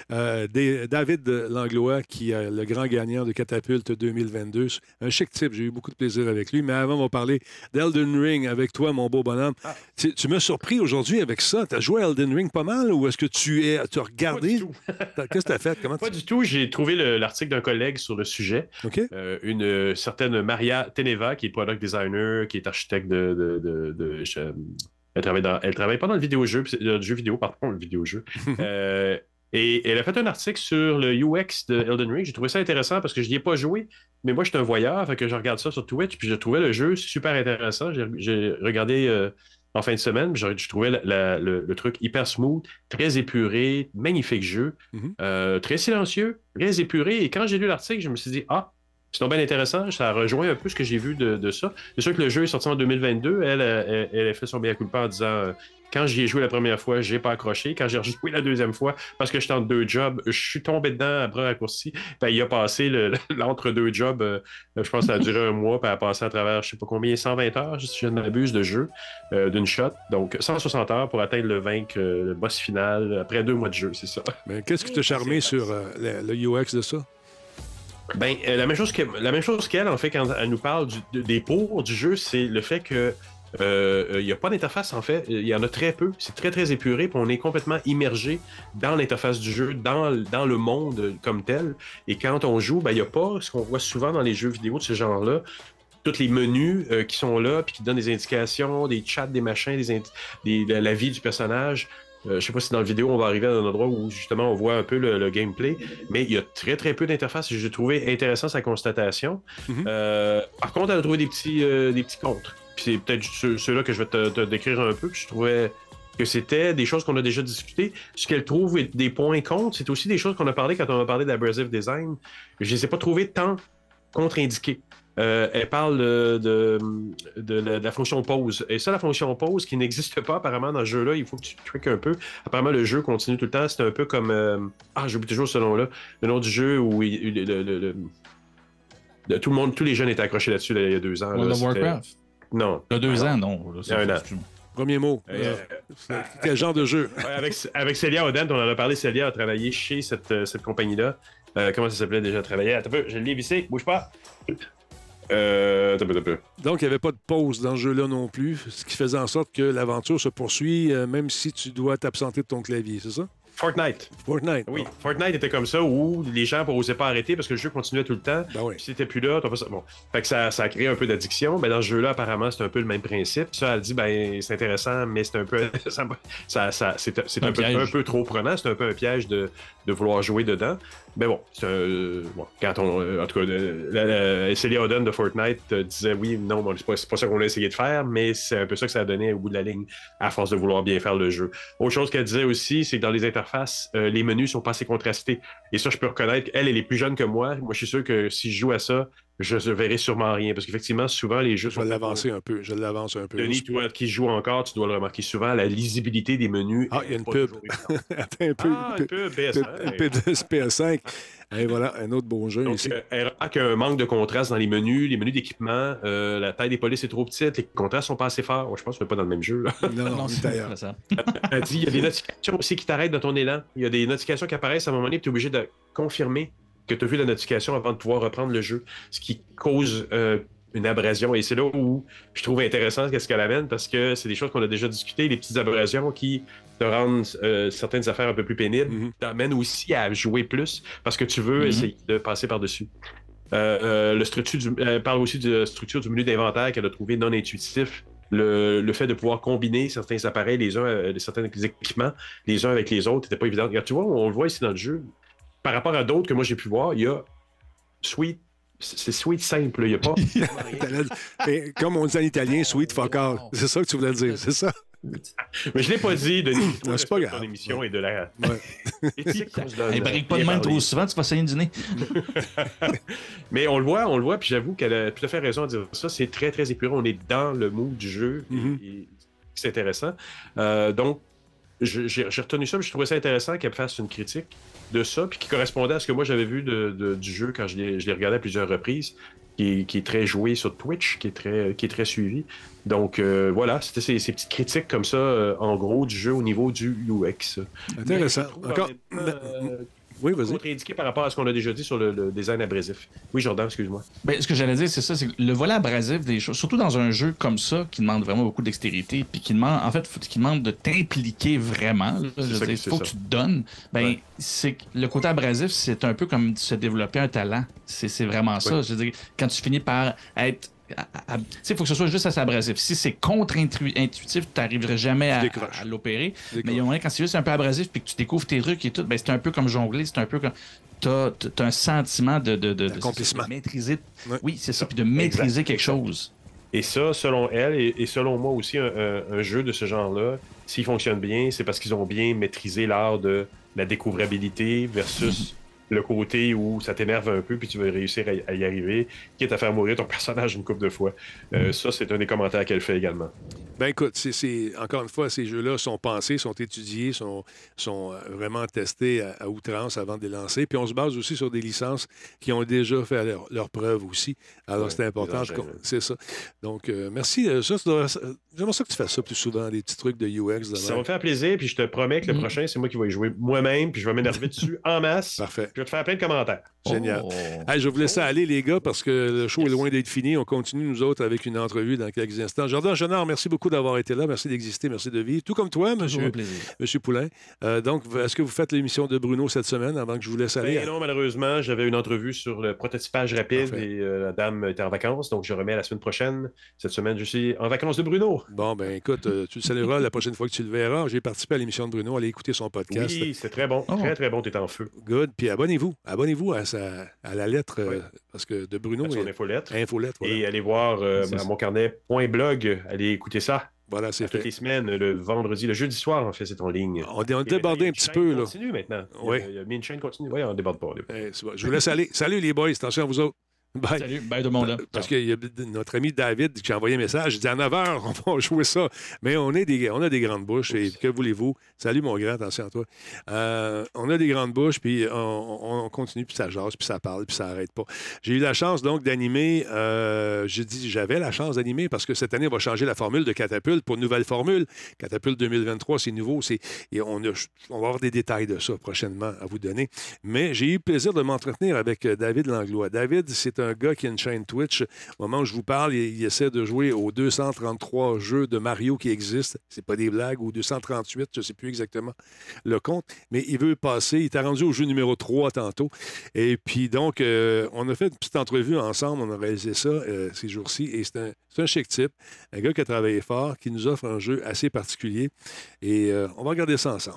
David Langlois, qui est le grand gagnant de Catapulte 2022. Un chic type, j'ai eu beaucoup de plaisir avec lui. Mais avant, on va parler d'Elden Ring avec toi, mon beau bonhomme. Tu m'as surpris aujourd'hui avec ça. Tu as joué à Elden Ring pas mal ou est-ce que tu as regardé? Qu'est-ce que tu as fait? Pas du tout. J'ai trouvé l'article d'un collègue sur le sujet. Okay. Une certaine Maria Teneva, qui est product designer, qui est architecte elle travaille pas dans le jeu vidéo, pardon, le vidéojeu. Et elle a fait un article sur le UX de Elden Ring. J'ai trouvé ça intéressant parce que je n'y ai pas joué, mais moi, je suis un voyeur, fait que je regarde ça sur Twitch, puis je trouvais le jeu super intéressant. J'ai regardé en fin de semaine, puis je trouvais le truc hyper smooth, très épuré, magnifique jeu, très silencieux, très épuré. Et quand j'ai lu l'article, je me suis dit, c'est donc bien intéressant, ça rejoint un peu ce que j'ai vu de ça. C'est sûr que le jeu est sorti en 2022. Elle a fait son mea culpa en disant quand j'y ai joué la première fois, j'ai pas accroché. Quand j'ai rejoué la deuxième fois, parce que j'étais en 2 jobs, je suis tombé dedans à bras raccourcis. Il a passé l'entre-deux jobs, je pense que ça a duré un mois, puis elle a passé à travers, je sais pas combien, 120 heures, si je ne m'abuse, de jeu, d'une shot. Donc 160 heures pour atteindre le boss final après 2 mois de jeu, c'est ça. Mais qu'est-ce qui t'a charmé sur le UX de ça? Ben, la même chose qu'elle, en fait, quand elle nous parle des pour du jeu, c'est le fait que il n'y a pas d'interface, en fait. Il y en a très peu. C'est très, très épuré. Puis on est complètement immergé dans l'interface du jeu, dans le monde comme tel. Et quand on joue, il n'y a pas ce qu'on voit souvent dans les jeux vidéo de ce genre-là. Tous les menus qui sont là, puis qui donnent des indications, des chats, des machins, la vie du personnage. Je sais pas si dans la vidéo, on va arriver à un endroit où justement on voit un peu le gameplay, mais il y a très très peu d'interface et j'ai trouvé intéressant sa constatation. Par contre, elle a trouvé des petits contres. puis c'est peut-être ceux-là que je vais te décrire un peu, puis je trouvais que c'était des choses qu'on a déjà discutées. Ce qu'elle trouve des points contre, c'est aussi des choses qu'on a parlé quand on a parlé d'Abrasive Design. Je les ai pas trouvées tant contre-indiquées. Elle parle de la fonction pause. Et ça, la fonction pause qui n'existe pas apparemment dans ce jeu-là, il faut que tu tweaks un peu. Apparemment, le jeu continue tout le temps. C'est un peu comme... j'oublie toujours ce nom-là. Le nom du jeu où tout le monde, tous les jeunes étaient accrochés là-dessus il y a 2 ans. World of Warcraft? Non. Il y a 2 ans, non. Il y a 1 an. Premier mot. Quel genre de jeu? Avec Célia Odent, on en a parlé. Célia a travaillé chez cette compagnie-là. Comment ça s'appelait déjà? Travailler. Attends un peu, je l'ai vissé. Bouge pas. Donc, il n'y avait pas de pause dans ce jeu-là non plus, ce qui faisait en sorte que l'aventure se poursuit, même si tu dois t'absenter de ton clavier, c'est ça? Fortnite. Oui, Fortnite était comme ça où les gens n'osaient pas arrêter parce que le jeu continuait tout le temps. Ben oui. Puis si t'étais plus là, t'as pas ça. Bon. Fait que ça a créé un peu d'addiction. Mais dans ce jeu-là, apparemment, c'est un peu le même principe. Ça, elle dit, c'est intéressant, mais c'est un peu. C'est un peu trop prenant. C'est un peu un piège de vouloir jouer dedans. Mais bon, c'est quand en tout cas, Célia Odden de Fortnite disait oui, non, c'est pas ça qu'on a essayé de faire, mais c'est un peu ça que ça a donné au bout de la ligne, à force de vouloir bien faire le jeu. Autre chose qu'elle disait aussi, c'est que dans les interfaces, les menus sont pas assez contrastés. Et ça, je peux reconnaître qu'elle est plus jeune que moi. Moi, je suis sûr que si je joue à ça, je ne verrai sûrement rien. Parce qu'effectivement, souvent, les jeux Je vais l'avancer un peu. Je l'avance un peu. Denis, toi qui joues encore, tu dois le remarquer souvent, la lisibilité des menus. Il y a une pub. Attends un peu. Une pub PS5. Pub de PS5. Et voilà, un autre beau jeu. Donc, ici. elle remarque un manque de contraste dans les menus d'équipement. La taille des polices est trop petite. Les contrastes sont pas assez forts. Ouais, je pense qu'on n'est pas dans le même jeu. Là. Non, c'est d'ailleurs. Elle dit il y a des notifications aussi qui t'arrêtent dans ton élan. Il y a des notifications qui apparaissent à un moment donné, tu es obligé de confirmer que tu as vu la notification avant de pouvoir reprendre le jeu, ce qui cause une abrasion. Et c'est là où je trouve intéressant ce qu'elle amène, parce que c'est des choses qu'on a déjà discutées, les petites abrasions qui te rendent certaines affaires un peu plus pénibles, t'amènent aussi à jouer plus, parce que tu veux essayer de passer par-dessus. Elle parle aussi de la structure du menu d'inventaire qu'elle a trouvé non intuitif. Le fait de pouvoir combiner certains appareils, certains équipements, les uns avec les autres, n'était pas évident. Regarde, tu vois, on le voit ici dans le jeu. Par rapport à d'autres que moi j'ai pu voir, il y a Sweet. C'est Sweet simple, il n'y a pas. Mais comme on dit en italien, Sweet fuck all. C'est ça que tu voulais dire, c'est ça? Mais je ne l'ai pas dit, Denis. Non, c'est pas grave. Ton émission et de la. éthique qu'on se donne. Elle brique pas de même trop souvent, tu vas saigner du nez. Mais on le voit, puis j'avoue qu'elle a tout à fait raison à dire ça. C'est très, très épuré. On est dans le mood du jeu. Et c'est intéressant. Donc, j'ai retenu ça, mais je trouvais ça intéressant qu'elle fasse une critique de ça, puis qui correspondait à ce que moi j'avais vu du jeu quand je l'ai regardé à plusieurs reprises, qui est très joué sur Twitch, qui est très suivi. Donc voilà, c'était ces petites critiques comme ça, en gros, du jeu au niveau du UX. Intéressant. Encore. Oui, vas-y. Contre-indiqué par rapport à ce qu'on a déjà dit sur le design abrasif. Oui, Jordan, excuse-moi. Ben, ce que j'allais dire, c'est ça, c'est que le volet abrasif des choses, surtout dans un jeu comme ça, qui demande vraiment beaucoup dextérité, puis qui demande de t'impliquer vraiment. Il faut que tu te donnes. Ben, c'est que le côté abrasif, c'est un peu comme se développer un talent. C'est vraiment ça. Je veux dire, quand tu finis par être il faut que ce soit juste assez abrasif. Si c'est contre-intuitif, tu n'arriverais jamais à l'opérer. Mais il y a un moment, quand c'est juste un peu abrasif puis que tu découvres tes trucs et tout, ben, c'est un peu comme jongler, c'est un peu comme. T'as un sentiment d'accomplissement. De maîtriser. Oui, c'est ça, puis de maîtriser quelque chose. Et ça, selon elle, et selon moi aussi, un jeu de ce genre-là, s'il fonctionne bien, c'est parce qu'ils ont bien maîtrisé l'art de la découvrabilité versus le côté où ça t'énerve un peu puis tu veux réussir à y arriver, quitte à faire mourir ton personnage une couple de fois. Ça, c'est un des commentaires qu'elle fait également. Ben écoute, encore une fois, ces jeux-là sont pensés, sont étudiés, sont vraiment testés à outrance avant de les lancer. Puis on se base aussi sur des licences qui ont déjà fait leur preuve aussi. Alors c'est important. C'est ça. Donc, merci. J'aimerais ça que tu fasses ça plus souvent, des petits trucs de UX. Ça va me faire plaisir, puis je te promets que le prochain, c'est moi qui vais y jouer moi-même, puis je vais m'énerver dessus en masse. Parfait. Je vais te faire plein de commentaires. Génial. Hey, je vais vous laisser aller, les gars, parce que le show est loin d'être fini. On continue, nous autres, avec une entrevue dans quelques instants. Jordan Chenard, merci beaucoup d'avoir été là. Merci d'exister. Merci de vivre. Tout comme toi, monsieur Poulain. Donc, est-ce que vous faites l'émission de Bruno cette semaine avant que je vous laisse aller? Non, malheureusement, j'avais une entrevue sur le prototypage rapide et la dame était en vacances, donc je remets la semaine prochaine. Cette semaine, je suis en vacances de Bruno. Bon, ben écoute, tu le salueras la prochaine fois que tu le verras. J'ai participé à l'émission de Bruno. Allez écouter son podcast. Oui, c'est très bon. Très, très bon. T'es en feu. Good. Puis abonnez-vous. abonnez-vous. Abonnez-vous à la lettre, parce que de Bruno. À son infolettre. Infolettre, voilà. Et allez voir à moncarnet.blog. Allez écouter ça. Voilà, c'est fait. Toutes les semaines, le vendredi, le jeudi soir, en fait, c'est en ligne. On débordé un petit peu, là. On continue maintenant. Oui. Il y a mis une chaîne continue. Oui, on ne déborde pas. C'est bon. Je vous laisse aller. Salut, les boys. Attention à vous autres. Bye. Salut, bye tout le monde. Parce qu'il y a notre ami David qui a envoyé un message. Il dit à 9h, on va jouer ça. Mais on a des grandes bouches. Et que voulez-vous? Salut, mon grand, attention à toi. On a des grandes bouches, puis on continue, puis ça jase, puis ça parle, puis ça n'arrête pas. J'ai eu la chance, donc, d'animer. J'avais la chance d'animer parce que cette année, on va changer la formule de Catapulte pour une nouvelle formule. Catapulte 2023, c'est nouveau. On va avoir des détails de ça prochainement à vous donner. Mais j'ai eu le plaisir de m'entretenir avec David Langlois. David, c'est un gars qui a une chaîne Twitch. Au moment où je vous parle, il essaie de jouer aux 233 jeux de Mario qui existent. C'est pas des blagues, ou 238, je ne sais plus exactement le compte, mais il veut passer. Il était rendu au jeu numéro 3 tantôt. Et puis donc, on a fait une petite entrevue ensemble, on a réalisé ça ces jours-ci, et c'est un chic type, un gars qui a travaillé fort, qui nous offre un jeu assez particulier. Et on va regarder ça ensemble.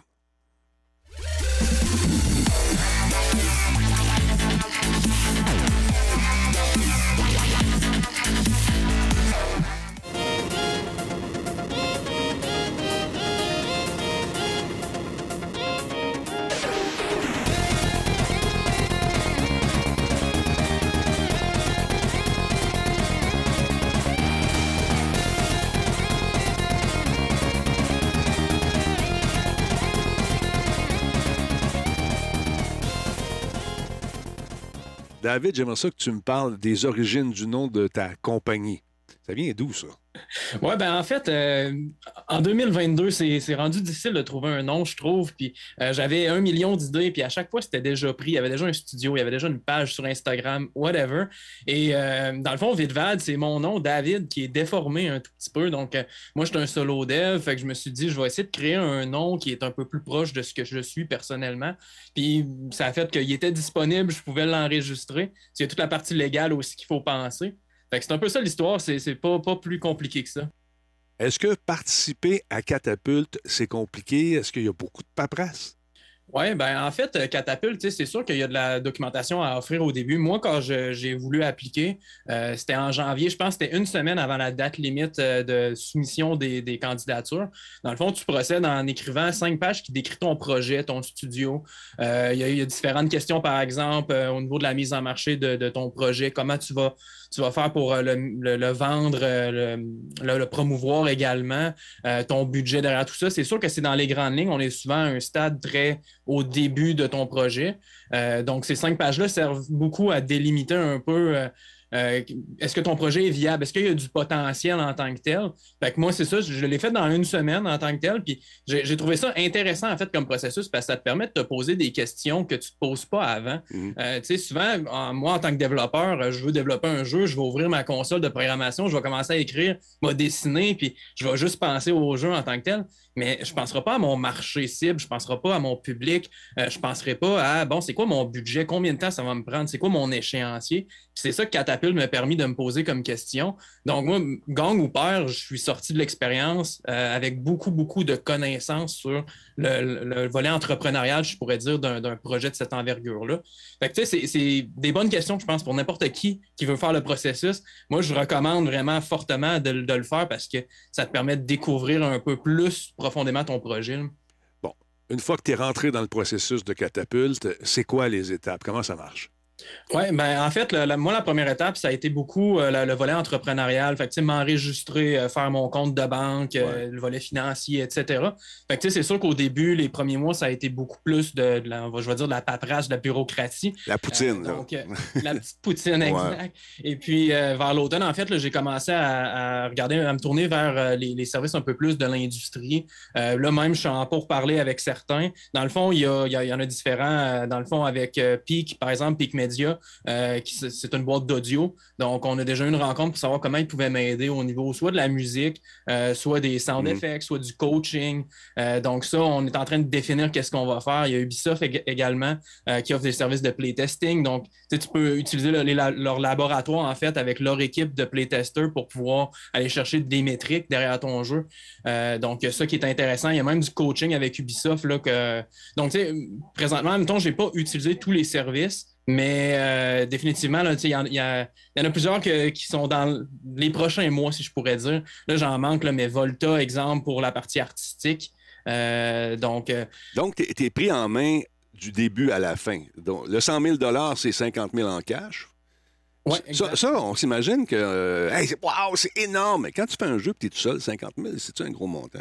David, j'aimerais ça que tu me parles des origines du nom de ta compagnie. Ça vient d'où, ça? Oui, ben en fait, en 2022, c'est rendu difficile de trouver un nom, je trouve. Puis j'avais 1 million d'idées, puis à chaque fois, c'était déjà pris. Il y avait déjà un studio, il y avait déjà une page sur Instagram, whatever. Et dans le fond, Vidvad, c'est mon nom, David, qui est déformé un tout petit peu. Donc, moi, je suis un solo dev, fait que je me suis dit, je vais essayer de créer un nom qui est un peu plus proche de ce que je suis personnellement. Puis ça a fait qu'il était disponible, je pouvais l'enregistrer. Il y a toute la partie légale aussi qu'il faut penser. Fait que c'est un peu ça l'histoire, c'est pas plus compliqué que ça. Est-ce que participer à Catapulte, c'est compliqué? Est-ce qu'il y a beaucoup de paperasse? Oui, ben en fait, Catapulte, c'est sûr qu'il y a de la documentation à offrir au début. Moi, quand j'ai voulu appliquer, c'était en janvier, je pense que c'était une semaine avant la date limite de soumission des candidatures. Dans le fond, tu procèdes en écrivant 5 pages qui décrivent ton projet, ton studio. Il y a différentes questions, par exemple, au niveau de la mise en marché de ton projet, comment tu vas faire pour le vendre, le promouvoir également, ton budget derrière tout ça. C'est sûr que c'est dans les grandes lignes. On est souvent à un stade très au début de ton projet. Donc, ces 5 pages-là servent beaucoup à délimiter un peu est-ce que ton projet est viable? Est-ce qu'il y a du potentiel en tant que tel? Fait que moi, c'est ça, je l'ai fait dans une semaine en tant que tel, puis j'ai trouvé ça intéressant, en fait, comme processus, parce que ça te permet de te poser des questions que tu ne te poses pas avant. Tu sais, souvent, moi, en tant que développeur, je veux développer un jeu, je vais ouvrir ma console de programmation, je vais commencer à écrire, je vais dessiner, puis je vais juste penser au jeu en tant que tel. Mais je ne penserai pas à mon marché cible, je ne penserai pas à mon public, je ne penserai pas à, bon, c'est quoi mon budget, combien de temps ça va me prendre, c'est quoi mon échéancier. Puis c'est ça que Catapulte m'a permis de me poser comme question. Donc moi, gang ou père, je suis sorti de l'expérience avec beaucoup, beaucoup de connaissances sur le volet entrepreneurial, je pourrais dire, d'un projet de cette envergure-là. Fait que tu sais, c'est des bonnes questions, je pense, pour n'importe qui veut faire le processus. Moi, je recommande vraiment fortement de le faire parce que ça te permet de découvrir un peu plus profondément ton projet. Bon, une fois que tu es rentré dans le processus de Catapulte, c'est quoi les étapes? Comment ça marche? Oui, ben en fait, moi, la première étape, ça a été beaucoup le volet entrepreneurial. Fait que, tu sais, m'enregistrer, faire mon compte de banque, le volet financier, etc. Fait que, tu sais, c'est sûr qu'au début, les premiers mois, ça a été beaucoup plus de la paperasse, de la bureaucratie. La poutine, donc, la petite poutine, exact. Ouais. Et puis, vers l'automne, en fait, là, j'ai commencé à me tourner vers les services un peu plus de l'industrie. Là, même, je suis en pourparlers avec certains. Dans le fond, il y en a différents. Dans le fond, avec Peak, par exemple, Peak Media, Media, c'est une boîte d'audio. Donc, on a déjà eu une rencontre pour savoir comment ils pouvaient m'aider au niveau soit de la musique, soit des sound effects, soit du coaching. Donc, ça, on est en train de définir qu'est-ce qu'on va faire. Il y a Ubisoft également qui offre des services de playtesting. Donc, tu peux utiliser leur laboratoire, en fait, avec leur équipe de playtesters pour pouvoir aller chercher des métriques derrière ton jeu. Donc, ça qui est intéressant. Il y a même du coaching avec Ubisoft. Là, donc, tu sais, présentement, en même temps, je n'ai pas utilisé tous les services, mais définitivement, il y en a plusieurs qui sont dans les prochains mois, si je pourrais dire. Là, j'en manque, là, mais Volta, exemple, pour la partie artistique. Donc, tu es pris en main du début à la fin. Donc, le 100 000 $, c'est 50 000 en cash. Ouais, ça, on s'imagine que wow, c'est énorme. Mais quand tu fais un jeu et tu es tout seul, 50 000, c'est-tu un gros montant?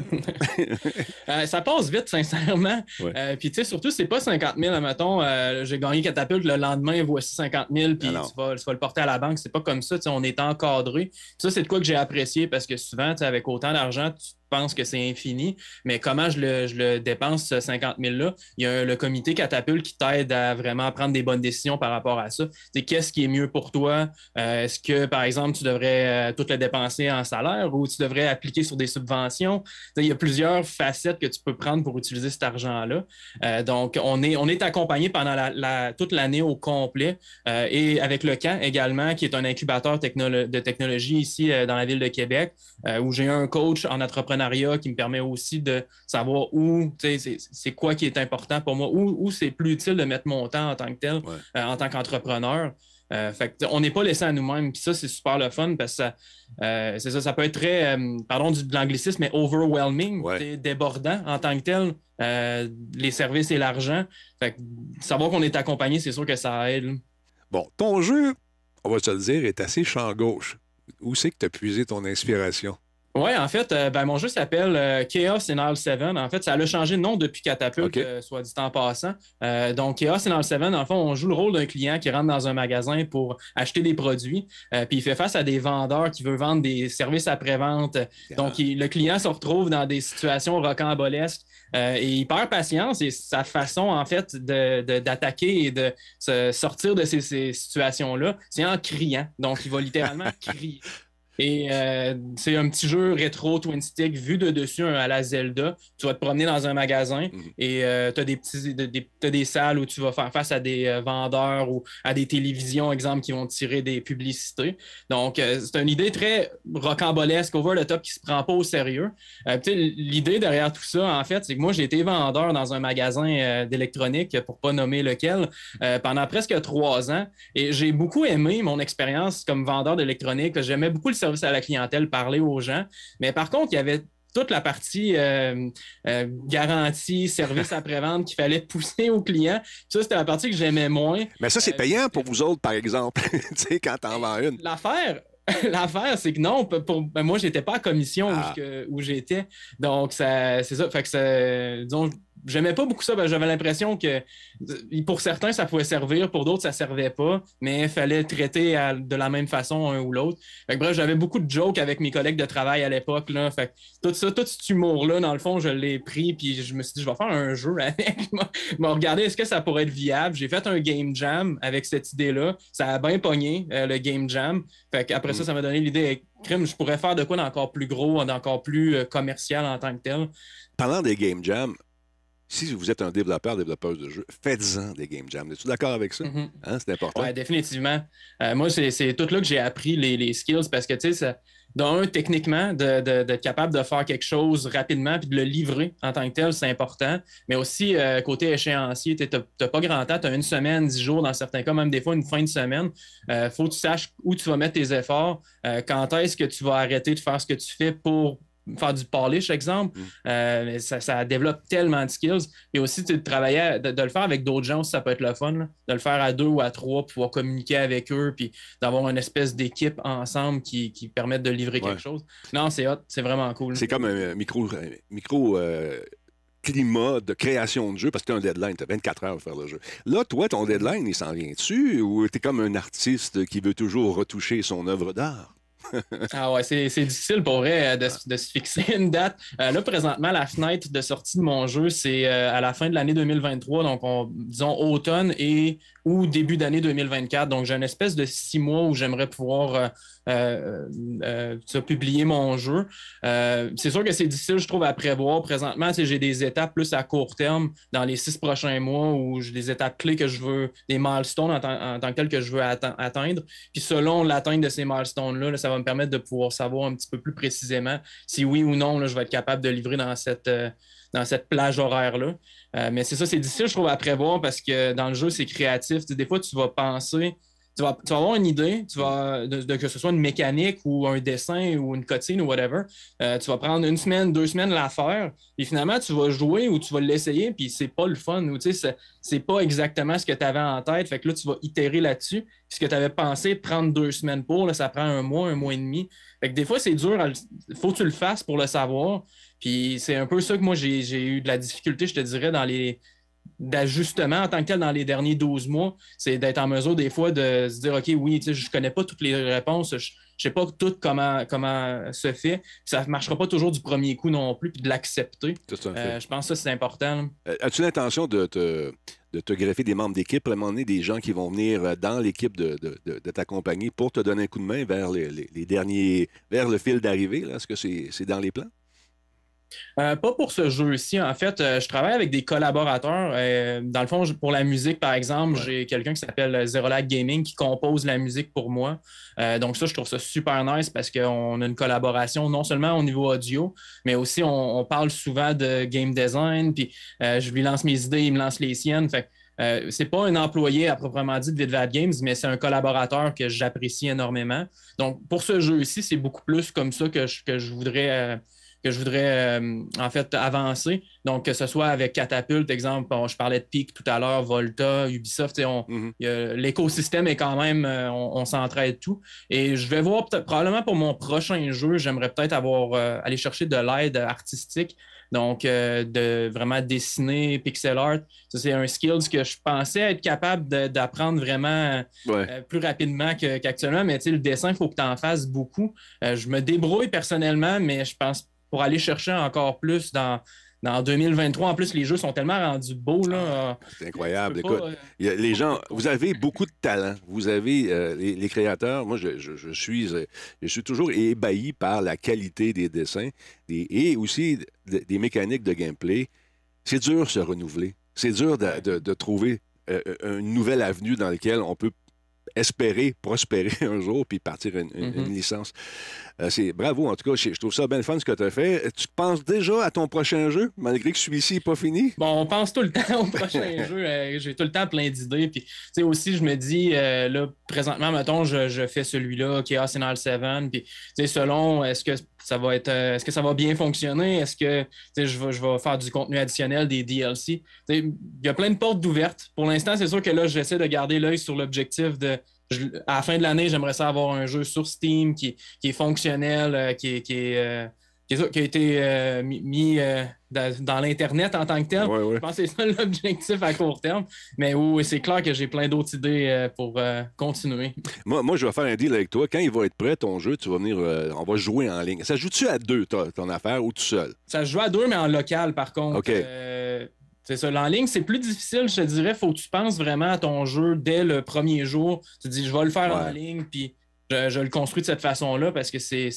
Ça passe vite, sincèrement. Ouais. Puis, tu sais, surtout, c'est pas 50 000, admettons, j'ai gagné Catapulte, le lendemain, voici 50 000, puis tu vas le porter à la banque. C'est pas comme ça, on est encadré. Ça, c'est de quoi que j'ai apprécié parce que souvent, avec autant d'argent, tu penses que c'est infini, mais comment je le dépense, ce 50 000-là? Il y a le comité Catapulte qui t'aide à vraiment prendre des bonnes décisions par rapport à ça. Qu'est-ce qui est mieux pour toi? Est-ce que, par exemple, tu devrais tout le dépenser en salaire ou tu devrais appliquer sur des subventions? Il y a plusieurs facettes que tu peux prendre pour utiliser cet argent-là. Donc, on est accompagné pendant toute l'année au complet et avec le camp également, qui est un incubateur de technologie ici dans la ville de Québec, où j'ai un coach en entrepreneuriat qui me permet aussi de savoir où, c'est quoi qui est important pour moi, où c'est plus utile de mettre mon temps en tant que tel, en tant qu'entrepreneur. Fait on n'est pas laissé à nous-mêmes. Puis ça, c'est super le fun parce que c'est ça peut être très, pardon de l'anglicisme, mais overwhelming, débordant en tant que tel, les services et l'argent. Fait que savoir qu'on est accompagné, c'est sûr que ça aide. Bon, ton jeu, on va te le dire, est assez champ gauche. Où c'est que tu as puisé ton inspiration? Oui, en fait, mon jeu s'appelle Chaos in Aisle 7. En fait, ça a changé de nom depuis Catapulte, soit dit en passant. Donc, Chaos in Aisle 7, en fait, on joue le rôle d'un client qui rentre dans un magasin pour acheter des produits, puis il fait face à des vendeurs qui veulent vendre des services après-vente. Donc, le client se retrouve dans des situations rocambolesques et il perd patience et sa façon, en fait, d'attaquer et de se sortir de ces situations-là, c'est en criant. Donc, il va littéralement crier. Et c'est un petit jeu rétro twin stick vu de dessus à la Zelda. Tu vas te promener dans un magasin et tu as des salles où tu vas faire face à des vendeurs ou à des télévisions, exemple, qui vont tirer des publicités. Donc, c'est une idée très rocambolesque, over the top, qui se prend pas au sérieux. L'idée derrière tout ça, en fait, c'est que moi, j'ai été vendeur dans un magasin d'électronique, pour pas nommer lequel, pendant presque 3 ans. Et j'ai beaucoup aimé mon expérience comme vendeur d'électronique. J'aimais beaucoup le service à la clientèle, parler aux gens. Mais par contre, il y avait toute la partie garantie, service après-vente qu'il fallait pousser aux clients. Ça, c'était la partie que j'aimais moins. Mais ça, c'est payant pour vous autres, par exemple, tu sais, quand t'en vends une. L'affaire, c'est que non, moi, j'étais pas à commission où j'étais. Donc, c'est ça. Fait que disons, j'aimais pas beaucoup ça, parce que j'avais l'impression que pour certains, ça pouvait servir, pour d'autres, ça servait pas, mais il fallait traiter de la même façon un ou l'autre. Fait que, bref, j'avais beaucoup de jokes avec mes collègues de travail à l'époque, là. Fait que tout cet humour-là, dans le fond, je l'ai pris, puis je me suis dit, je vais faire un jeu avec. Je vais regarder, est-ce que ça pourrait être viable? J'ai fait un game jam avec cette idée-là. Ça a bien pogné, le game jam. Fait qu'après ça m'a donné l'idée, crime, je pourrais faire de quoi d'encore plus gros, d'encore plus commercial en tant que tel. Parlant des game jams, si vous êtes un développeur, développeuse de jeux, faites-en des game jams. Es-tu d'accord avec ça? Hein, c'est important. Oui, définitivement. Moi, c'est tout là que j'ai appris les skills parce que, tu sais, techniquement, d'être capable de faire quelque chose rapidement puis de le livrer en tant que tel, c'est important. Mais aussi, côté échéancier, tu n'as pas grand temps, tu as 1 semaine, 10 jours, dans certains cas, même des fois une fin de semaine. Faut que tu saches où tu vas mettre tes efforts, quand est-ce que tu vas arrêter de faire ce que tu fais pour faire du polish, exemple. Ça développe tellement de skills. Et aussi, de travailler, de le faire avec d'autres gens, ça peut être le fun. Là. De le faire à 2 ou à 3, pouvoir communiquer avec eux, puis d'avoir une espèce d'équipe ensemble qui permettent de livrer quelque chose. Non, c'est hot, c'est vraiment cool. C'est comme un micro climat de création de jeu, parce que tu as un deadline, tu as 24 heures pour faire le jeu. Là, toi, ton deadline, il s'en vient dessus, ou tu es comme un artiste qui veut toujours retoucher son œuvre d'art? Ah ouais, c'est difficile pour vrai de se fixer une date. Là, présentement, la fenêtre de sortie de mon jeu, c'est à la fin de l'année 2023, donc disons automne ou début d'année 2024. Donc, j'ai une espèce de 6 mois où j'aimerais pouvoir publier mon jeu. C'est sûr que c'est difficile, je trouve, à prévoir. Présentement, j'ai des étapes plus à court terme dans les 6 prochains mois où j'ai des étapes clés que je veux, des milestones en tant que tels que je veux atteindre. Puis selon l'atteinte de ces milestones-là, ça va me permettre de pouvoir savoir un petit peu plus précisément si oui ou non, là, je vais être capable de livrer dans cette plage horaire-là. Mais c'est ça, c'est difficile, je trouve, à prévoir parce que dans le jeu, c'est créatif. Des fois, tu vas penser, tu vas avoir une idée, que ce soit une mécanique ou un dessin ou une cutscene ou whatever. Tu vas prendre 1 semaine, 2 semaines à la faire, et finalement, tu vas jouer ou tu vas l'essayer, puis c'est pas le fun. Ou c'est pas exactement ce que tu avais en tête. Fait que là, tu vas itérer là-dessus. Puis ce que tu avais pensé prendre 2 semaines pour, là, ça prend 1 mois et demi. Fait que des fois, c'est dur. Il faut que tu le fasses pour le savoir. Puis c'est un peu ça que moi, j'ai eu de la difficulté, je te dirais, d'ajustement en tant que tel dans les derniers 12 mois. C'est d'être en mesure des fois de se dire, OK, oui, je ne connais pas toutes les réponses, je ne sais pas tout comment se fait. Puis ça ne marchera pas toujours du premier coup non plus, puis de l'accepter. Je pense que ça, c'est important. As-tu l'intention de te greffer des membres d'équipe, à un moment donné, des gens qui vont venir dans l'équipe de ta compagnie pour te donner un coup de main vers les derniers, vers le fil d'arrivée? Est-ce que c'est dans les plans? Pas pour ce jeu-ci. En fait, je travaille avec des collaborateurs. Dans le fond, pour la musique, par exemple, j'ai quelqu'un qui s'appelle Zero Lag Gaming qui compose la musique pour moi. Donc ça, je trouve ça super nice parce qu'on a une collaboration non seulement au niveau audio, mais aussi on parle souvent de game design. Puis je lui lance mes idées, il me lance les siennes. Fait c'est pas un employé à proprement dit de Vidvad Games, mais c'est un collaborateur que j'apprécie énormément. Donc, pour ce jeu-ci, c'est beaucoup plus comme ça que je voudrais en fait avancer. Donc, que ce soit avec Catapult, exemple, je parlais de Peak tout à l'heure, Volta, Ubisoft, l'écosystème est quand même, on s'entraide tout. Et je vais voir probablement pour mon prochain jeu, j'aimerais peut-être aller chercher de l'aide artistique. Donc, de vraiment dessiner pixel art. Ça, c'est un skills que je pensais être capable d'apprendre vraiment plus rapidement qu'actuellement. Mais le dessin, il faut que tu en fasses beaucoup. Je me débrouille personnellement, mais je pense pour aller chercher encore plus dans 2023. En plus, les jeux sont tellement rendus beaux. Là, c'est incroyable. Écoute, les gens, vous avez beaucoup de talent. Vous avez les créateurs. Moi, je suis toujours ébahi par la qualité des dessins et aussi des mécaniques de gameplay. C'est dur de se renouveler. C'est dur de trouver une nouvelle avenue dans laquelle on peut espérer prospérer un jour puis partir une licence. C'est bravo, en tout cas. Je trouve ça bien fun ce que tu as fait. Tu penses déjà à ton prochain jeu, malgré que celui-ci n'est pas fini? Bon, on pense tout le temps au prochain jeu. J'ai tout le temps plein d'idées. Puis, aussi, je me dis, là, présentement, mettons, je fais celui-là, Chaos in All 7. Puis, selon, est-ce que ça va bien fonctionner? Est-ce que je vais faire du contenu additionnel, des DLC? Il y a plein de portes ouvertes. Pour l'instant, c'est sûr que là, j'essaie de garder l'œil sur l'objectif à la fin de l'année, j'aimerais ça avoir un jeu sur Steam qui est fonctionnel, qui a été mis dans l'Internet en tant que tel. Je pense que c'est ça l'objectif à court terme. Mais oui, c'est clair que j'ai plein d'autres idées pour continuer. Moi, je vais faire un deal avec toi. Quand il va être prêt, ton jeu, tu vas venir, on va jouer en ligne. Ça joue-tu à 2, ton affaire, ou tout seul? Ça se joue à 2, mais en local, par contre. OK. C'est ça. En ligne, c'est plus difficile, je te dirais. Il faut que tu penses vraiment à ton jeu dès le premier jour. Tu te dis, je vais le faire en ligne, puis je le construis de cette façon-là parce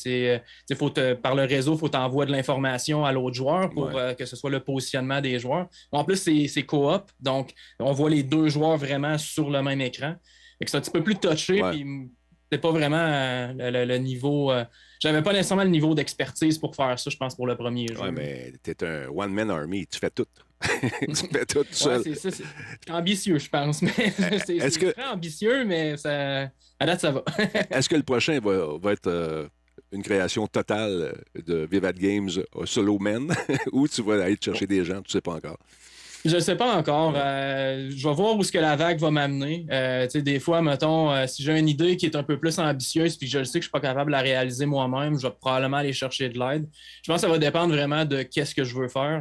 que par le réseau, il faut t'envoyer de l'information à l'autre joueur pour que ce soit le positionnement des joueurs. En plus, c'est coop, donc on voit les 2 joueurs vraiment sur le même écran. C'est un petit peu plus touché, puis c'est pas vraiment le niveau... J'avais pas nécessairement le niveau d'expertise pour faire ça, je pense, pour le premier jeu. Oui, mais t'es un one-man army, tu fais tout. Tu fais tout seul. C'est ambitieux, je pense. Mais c'est très ambitieux, mais à date, ça va. Est-ce que le prochain va être une création totale de Vivat Games solo man ou tu vas aller chercher des gens, tu sais pas encore? Je ne sais pas encore. Je vais voir où ce que la vague va m'amener. Des fois, mettons, si j'ai une idée qui est un peu plus ambitieuse puis que je le sais que je ne suis pas capable de la réaliser moi-même, je vais probablement aller chercher de l'aide. Je pense que ça va dépendre vraiment de qu'est-ce que je veux faire.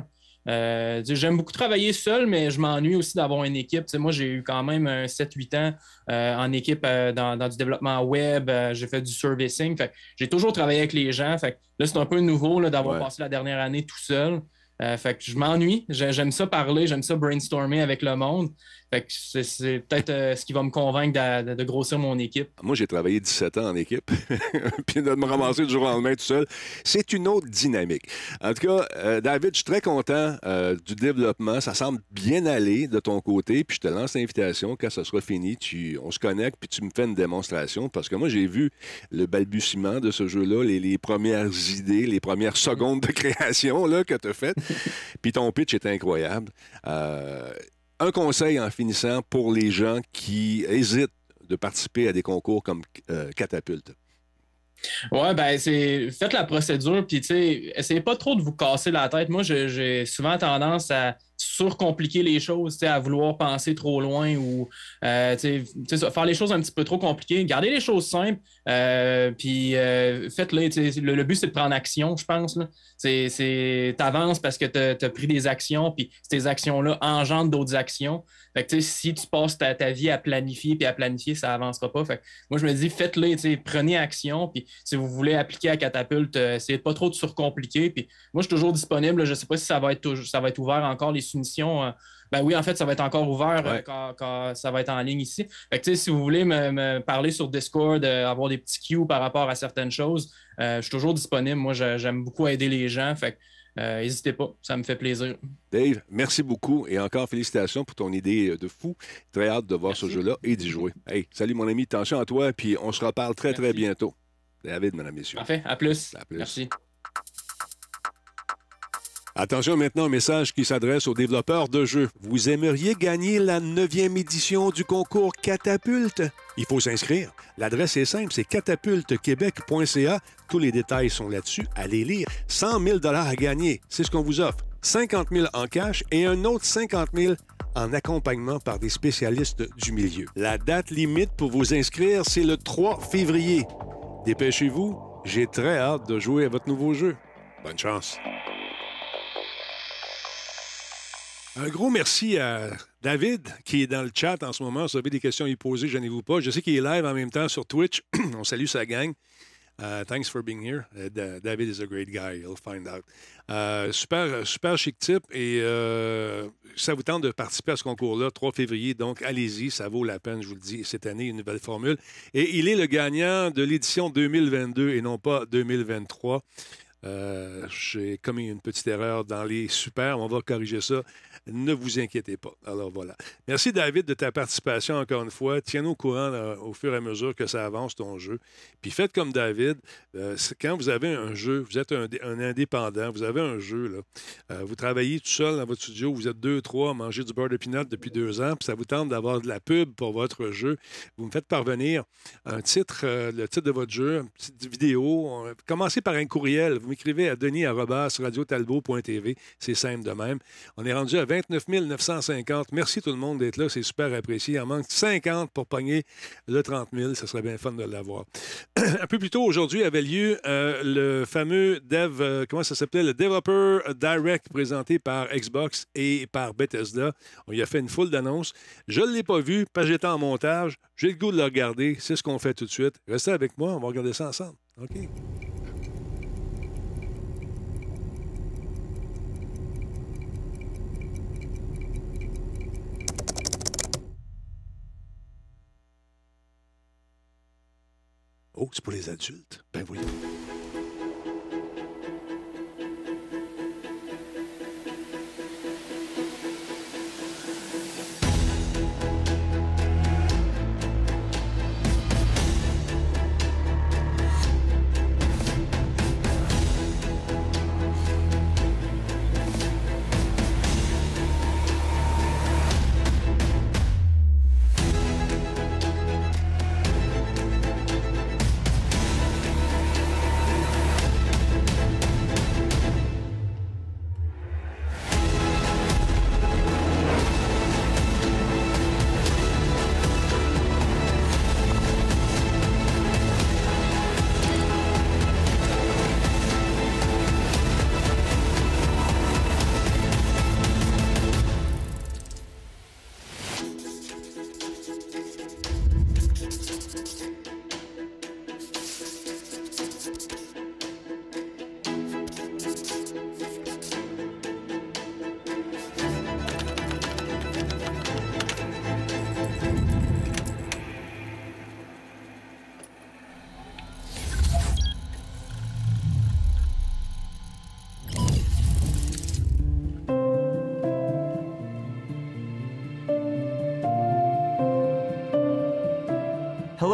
J'aime beaucoup travailler seul, mais je m'ennuie aussi d'avoir une équipe. Moi, j'ai eu quand même 7-8 ans en équipe dans du développement web. J'ai fait du servicing. J'ai toujours travaillé avec les gens. Là, c'est un peu nouveau là, d'avoir passé la dernière année tout seul. Fait que je m'ennuie. J'aime ça parler, j'aime ça brainstormer avec le monde. Fait que c'est peut-être ce qui va me convaincre de grossir mon équipe. Moi, j'ai travaillé 17 ans en équipe. Puis de me ramasser du jour au lendemain tout seul, c'est une autre dynamique. En tout cas, David, je suis très content du développement. Ça semble bien aller de ton côté. Puis je te lance l'invitation. Quand ça sera fini, on se connecte puis tu me fais une démonstration. Parce que moi, j'ai vu le balbutiement de ce jeu-là, les premières idées, les premières secondes de création là, que tu as faites. Puis ton pitch est incroyable. Un conseil en finissant pour les gens qui hésitent de participer à des concours comme Catapulte. Ouais, ben faites la procédure, puis essayez pas trop de vous casser la tête. Moi, j'ai souvent tendance à surcompliquer les choses, à vouloir penser trop loin ou faire les choses un petit peu trop compliquées. Gardez les choses simples, puis faites-les. Le but, c'est de prendre action, je pense. T'avances parce que tu as pris des actions, puis ces actions-là engendrent d'autres actions. Fait que, si tu passes ta vie à planifier, ça n'avancera pas. Fait que, moi, je me dis, faites-les, prenez action, puis si vous voulez appliquer à Catapulte, essayez pas trop de surcompliquer. Puis moi, je suis toujours disponible. Je ne sais pas si ça va être ouvert encore, les soumissions. Ben oui, en fait, ça va être encore ouvert quand ça va être en ligne ici. Fait que, si vous voulez me parler sur Discord, avoir des petits cues par rapport à certaines choses, je suis toujours disponible. Moi, j'aime beaucoup aider les gens. Fait que, n'hésitez pas, ça me fait plaisir. Dave, merci beaucoup et encore félicitations pour ton idée de fou. Très hâte de voir ce jeu-là et d'y jouer. Hey, salut mon ami, attention à toi, puis on se reparle très, très bientôt. David, mesdames, messieurs. Parfait, à plus. Merci. Attention maintenant au message qui s'adresse aux développeurs de jeux. Vous aimeriez gagner la 9e édition du concours Catapulte? Il faut s'inscrire. L'adresse est simple, c'est catapultequebec.ca. Tous les détails sont là-dessus. Allez lire. 100 000 $ à gagner, c'est ce qu'on vous offre. 50 000 en cash et un autre 50 000 en accompagnement par des spécialistes du milieu. La date limite pour vous inscrire, c'est le 3 février. Dépêchez-vous, j'ai très hâte de jouer à votre nouveau jeu. Bonne chance. Un gros merci à David qui est dans le chat en ce moment. Si vous avez des questions à lui poser, gênez-vous pas. Je sais qu'il est live en même temps sur Twitch. On salue sa gang. Thanks for being here. David is a great guy. You'll find out. Super chic type. Et ça vous tente de participer à ce concours-là, 3 février. Donc, allez-y. Ça vaut la peine, je vous le dis. Cette année, une nouvelle formule. Et il est le gagnant de l'édition 2022 et non pas 2023. J'ai commis une petite erreur dans les super. On va corriger ça. Ne vous inquiétez pas. Alors voilà. Merci David de ta participation encore une fois. Tiens-nous au courant au fur et à mesure que ça avance ton jeu. Puis faites comme David. Quand vous avez un jeu, vous êtes un indépendant, vous avez un jeu, là, vous travaillez tout seul dans votre studio, vous êtes 2-3 à manger du beurre de pinot depuis 2 ans, puis ça vous tente d'avoir de la pub pour votre jeu. Vous me faites parvenir un titre, le titre de votre jeu, une petite vidéo. Commencez par un courriel. Vous m'écrivez à denis@radiotalbot.tv. C'est simple de même. On est rendu à 29 950. Merci tout le monde d'être là. C'est super apprécié. Il en manque 50 pour pogner le 30 000. Ça serait bien fun de l'avoir. Un peu plus tôt aujourd'hui avait lieu le fameux comment ça s'appelait? Le Developer Direct présenté par Xbox et par Bethesda. On y a fait une foule d'annonces. Je ne l'ai pas vu parce que j'étais en montage. J'ai le goût de le regarder. C'est ce qu'on fait tout de suite. Restez avec moi. On va regarder ça ensemble. OK. Oh, c'est pour les adultes. Ben voyons.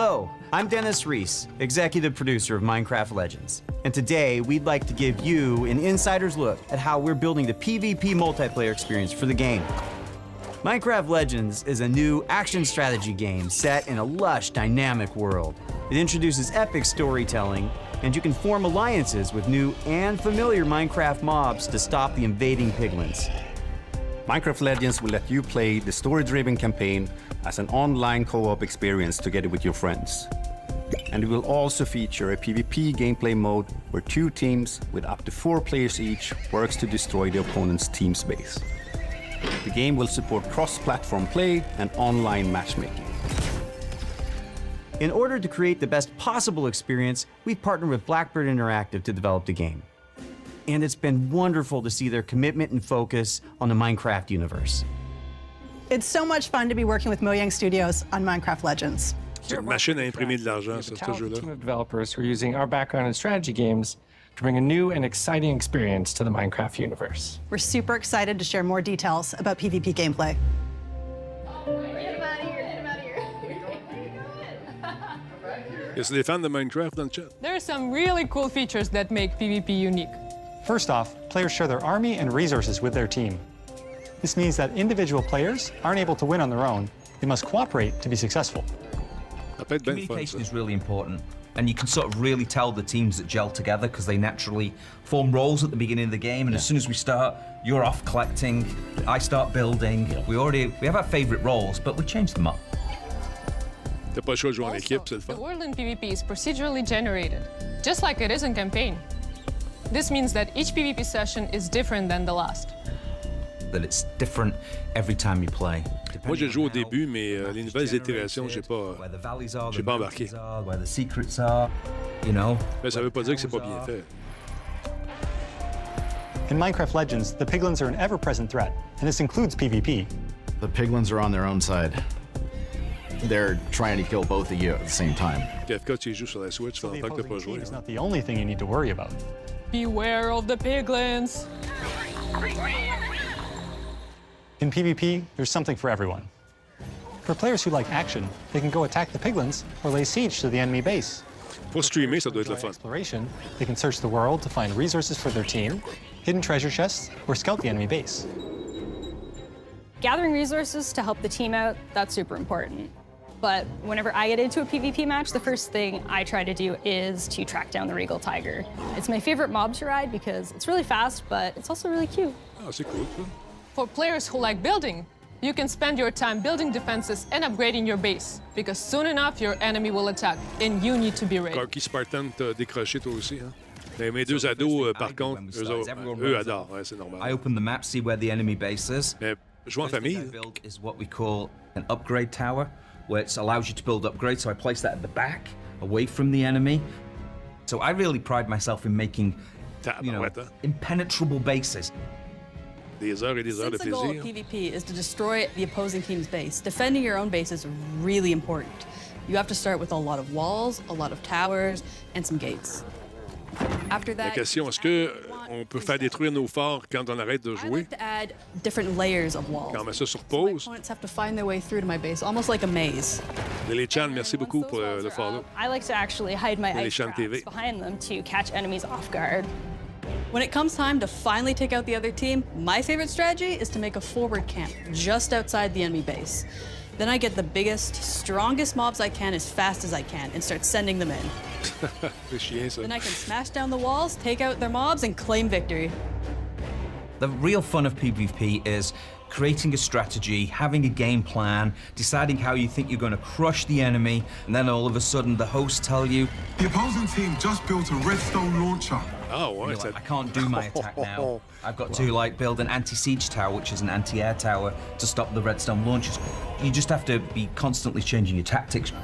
Hello, I'm Dennis Reese, executive producer of Minecraft Legends. And today, we'd like to give you an insider's look at how we're building the PvP multiplayer experience for the game. Minecraft Legends is a new action strategy game set in a lush, dynamic world. It introduces epic storytelling, and you can form alliances with new and familiar Minecraft mobs to stop the invading piglins. Minecraft Legends will let you play the story-driven campaign as an online co-op experience together with your friends. And it will also feature a PvP gameplay mode where 2 teams with up to 4 players each works to destroy the opponent's team's base. The game will support cross-platform play and online matchmaking. In order to create the best possible experience, we've partnered with Blackbird Interactive to develop the game. And it's been wonderful to see their commitment and focus on the Minecraft universe. It's so much fun to be working with Mojang Studios on Minecraft Legends. C'est une machine à imprimer de l'argent, ça, ce jeu-là. Team of developers who are using our background in strategy games to bring a new and exciting experience to the Minecraft universe. We're super excited to share more details about PvP gameplay. Y a des fans de Minecraft dans le chat? There are some really cool features that make PvP unique. First off, players share their army and resources with their team. This means that individual players aren't able to win on their own. They must cooperate to be successful. Communication is really important, and you can sort of really tell the teams that gel together because they naturally form roles at the beginning of the game, and as soon as we start, you're off collecting, I start building. We have our favorite roles, but we change them up. T'as pas le choix de jouer en équipe, c'est le fun. The world in PvP is procedurally generated, just like it is in campaign. This means that each PvP session is different than the last. That it's different every time you play. Moi, j'ai joué au début, mais les nouvelles itérations, j'ai pas embarqué. Where the secrets are, you know. Mais ça veut pas dire que c'est pas bien fait. In Minecraft Legends, the piglins are an ever-present threat, and this includes PvP. The piglins are on their own side. They're trying to kill both of you at the same time. KFK, tu joues sur la Switch, ça fait longtemps que t'as pas joué. It's not the only thing you need to worry about. Beware of the piglins. In PvP, there's something for everyone. For players who like action, they can go attack the piglins or lay siege to the enemy base. Pour streamer, ça doit être le fun. Exploration, they can search the world to find resources for their team, hidden treasure chests, or scout the enemy base. Gathering resources to help the team out, that's super important. But whenever I get into a PvP match, the first thing I try to do is to track down the Regal Tiger. It's my favorite mob to ride because it's really fast, but it's also really cute. Ah, c'est cool. For players who like building, you can spend your time building defenses and upgrading your base, because soon enough your enemy will attack, and you need to be ready. Karki Spartan t'a décroché toi aussi, hein? Mes 2 ados, par contre, eux adorent, ouais, c'est normal. I open the map, see where the enemy base is. Mais jouer en famille. What I build is what we call an upgrade tower, where it allows you to build upgrades. So I place that at the back, away from the enemy. So I really pride myself in making, impenetrable bases. Des heures et des heures de Since the goal of plaisir. PvP is to destroy the opposing team's base, defending your own base is really important. You have to start with a lot of walls, a lot of towers, and some gates. After La that, question, est-ce qu'on peut faire détruire nos forts quand on arrête de I jouer? like to add different layers of walls. Quand on met ça sur My pause? opponents have to find their way through to my base, almost like a maze. Lily Chan, merci beaucoup pour le follow. I like to actually hide my Lily ice Chan traps TV. behind them to catch enemies off guard. When it comes time to finally take out the other team, my favorite strategy is to make a forward camp just outside the enemy base. Then I get the biggest, strongest mobs I can as fast as I can and start sending them in. C'est chiant, ça. Then I can smash down the walls, take out their mobs, and claim victory. The real fun of PvP is creating a strategy, having a game plan, deciding how you think you're going to crush the enemy, and then all of a sudden the hosts tell you, The opposing team just built a redstone launcher. Oh, ouais, like, I can't do my attack now. I've got to build an anti-siege tower, which is an anti-air tower, to stop the redstone launchers. You just have to be constantly changing your tactics.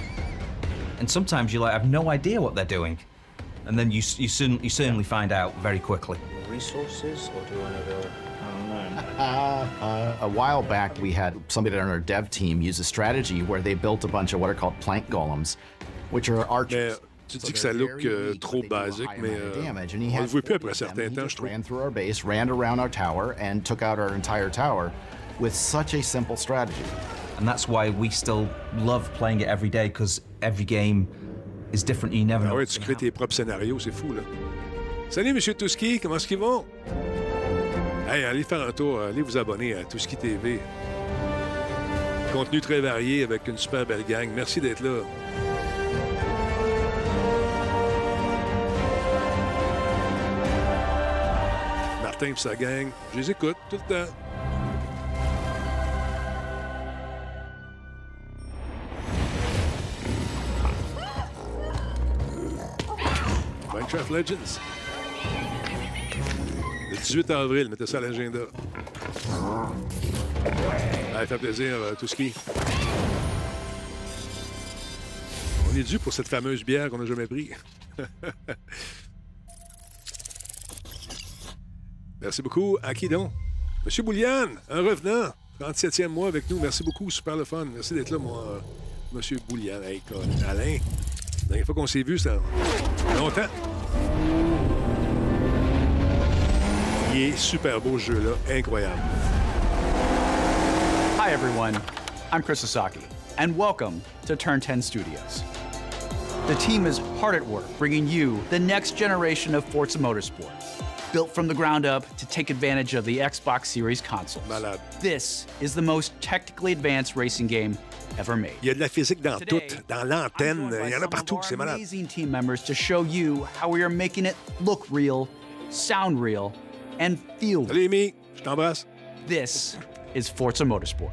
And sometimes you're like, I have no idea what they're doing. And then you certainly find out very quickly. Resources, or do you want to go? A while back, we had somebody on our dev team use a strategy where they built a bunch of what are called plank golems, which are archers. Tu dis que ça look trop basique, mais on le voit plus après un certain temps, je trouve. Ran through our base, ran around our tower, and took out our entire tower with such a simple strategy. And that's why we still love playing it every day, because every game is different. You never know. Ah ouais, tu crées tes propres scénarios, c'est fou, là. Salut, M. Touski, comment est-ce qu'ils vont? Hey, allez faire un tour, allez vous abonner à Touski TV. Contenu très varié avec une super belle gang. Merci d'être là. Martin et sa gang, je les écoute tout le temps. Minecraft Legends. Le 18 avril, mettez ça à l'agenda. Ça fait plaisir, Touski. On est dû pour cette fameuse bière qu'on n'a jamais pris. Merci beaucoup. À qui donc? Monsieur Boulian, un revenant. 37e mois avec nous. Merci beaucoup. Super le fun. Merci d'être là, moi, Monsieur Boulian. Hey, Alain, la dernière fois qu'on s'est vu, ça longtemps. Il est super beau, ce jeu-là. Incroyable. Hi, everyone. I'm Chris Sasaki, and welcome to Turn 10 Studios. The team is hard at work bringing you the next generation of Forza Motorsport, built from the ground up to take advantage of the Xbox Series consoles. Malade. This is the most technically advanced racing game ever made. Il y a de la physique dans tout, dans l'antenne, il y en a partout, c'est malade. Amazing team members to show you how we are making it look real, sound real, and feel. Salut, Amy, je t'embrasse. This is Forza Motorsport.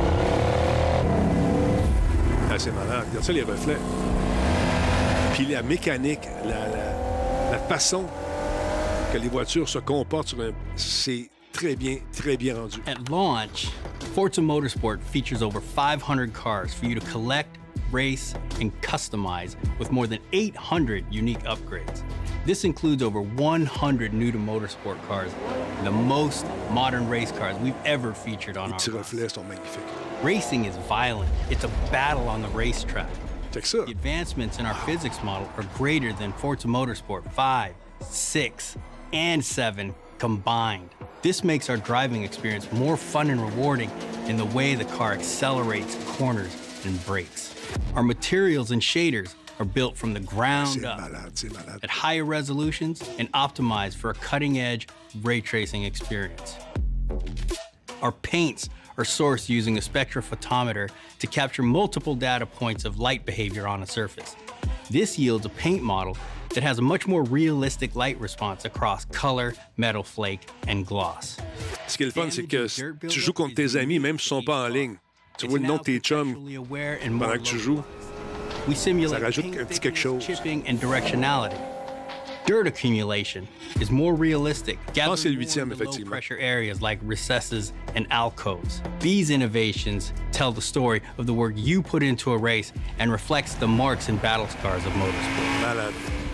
Ah, c'est malade. Regarde ça, les reflets. Puis la mécanique, la façon que les voitures se comportent sur c'est très bien rendu. At launch, Forza Motorsport features over 500 cars for you to collect, race, and customize with more than 800 unique upgrades. This includes over 100 new-to-motorsport cars, the most modern race cars we've ever featured on our Les petits reflets sont magnifiques. Racing is violent. It's a battle on the racetrack. Check ça. The advancements in our physics model are greater than Forza Motorsport 5, 6, and 7 combined. This makes our driving experience more fun and rewarding in the way the car accelerates, corners, and brakes. Our materials and shaders are built from the ground up at higher resolutions and optimized for a cutting-edge ray tracing experience. Our paints are sourced using a spectrophotometer to capture multiple data points of light behavior on a surface. This yields a paint model that has a much more realistic light response across color, metal flake, and gloss. Ce qui est le fun, c'est que tu joues contre tes amis, même s'ils ne sont pas en ligne. Tu vois le nom de tes chums pendant que tu joues. Ça rajoute un petit quelque chose. Chipping and directionality. Dirt accumulation is more realistic, gathering low pressure areas like recesses and alcoves. These innovations tell the story of the work you put into a race and reflects the marks and battle scars of motorsport. Malade.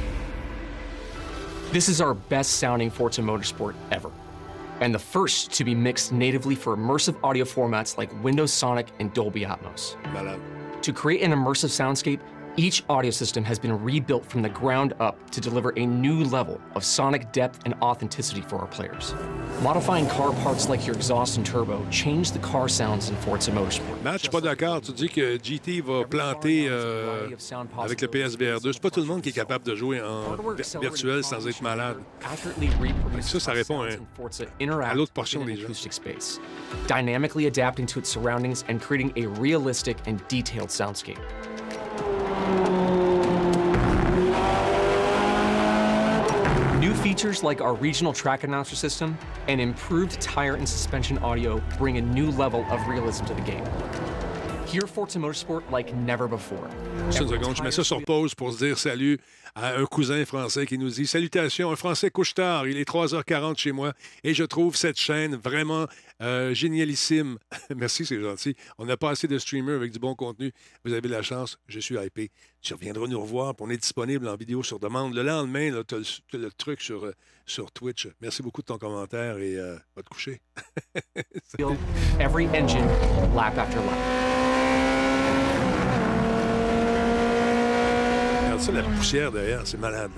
This is our best sounding Forza Motorsport ever, and the first to be mixed natively for immersive audio formats like Windows Sonic and Dolby Atmos. Malade. To create an immersive soundscape, each audio system has been rebuilt from the ground up to deliver a new level of sonic depth and authenticity for our players. Modifying car parts like your exhaust and turbo change the car sounds in Forza Motorsport. Matt, je suis pas d'accord. Tu dis que GT va planter avec le PSVR 2. C'est pas tout le monde qui est capable de jouer en virtuel sans être malade. Ça répond à l'autre portion des gens. Dynamically adapting to its surroundings and creating a realistic and detailed soundscape. New features like our regional track announcer system and improved tire and suspension audio bring a new level of realism to the game. Hear Forza Motorsport like never before. Une seconde, je mets ça sur pause pour se dire salut à un cousin français qui nous dit « Salutations, un Français couche tard, il est 3h40 chez moi et je trouve cette chaîne vraiment génialissime. » Merci, c'est gentil. On n'a pas assez de streamers avec du bon contenu. Vous avez la chance, je suis hypé. Tu reviendras nous revoir, puis on est disponible en vidéo sur demande. Le lendemain, tu as le truc sur Twitch. Merci beaucoup de ton commentaire et va te coucher. Every engine, lap after lap. Regarde ça, la poussière derrière, c'est malade.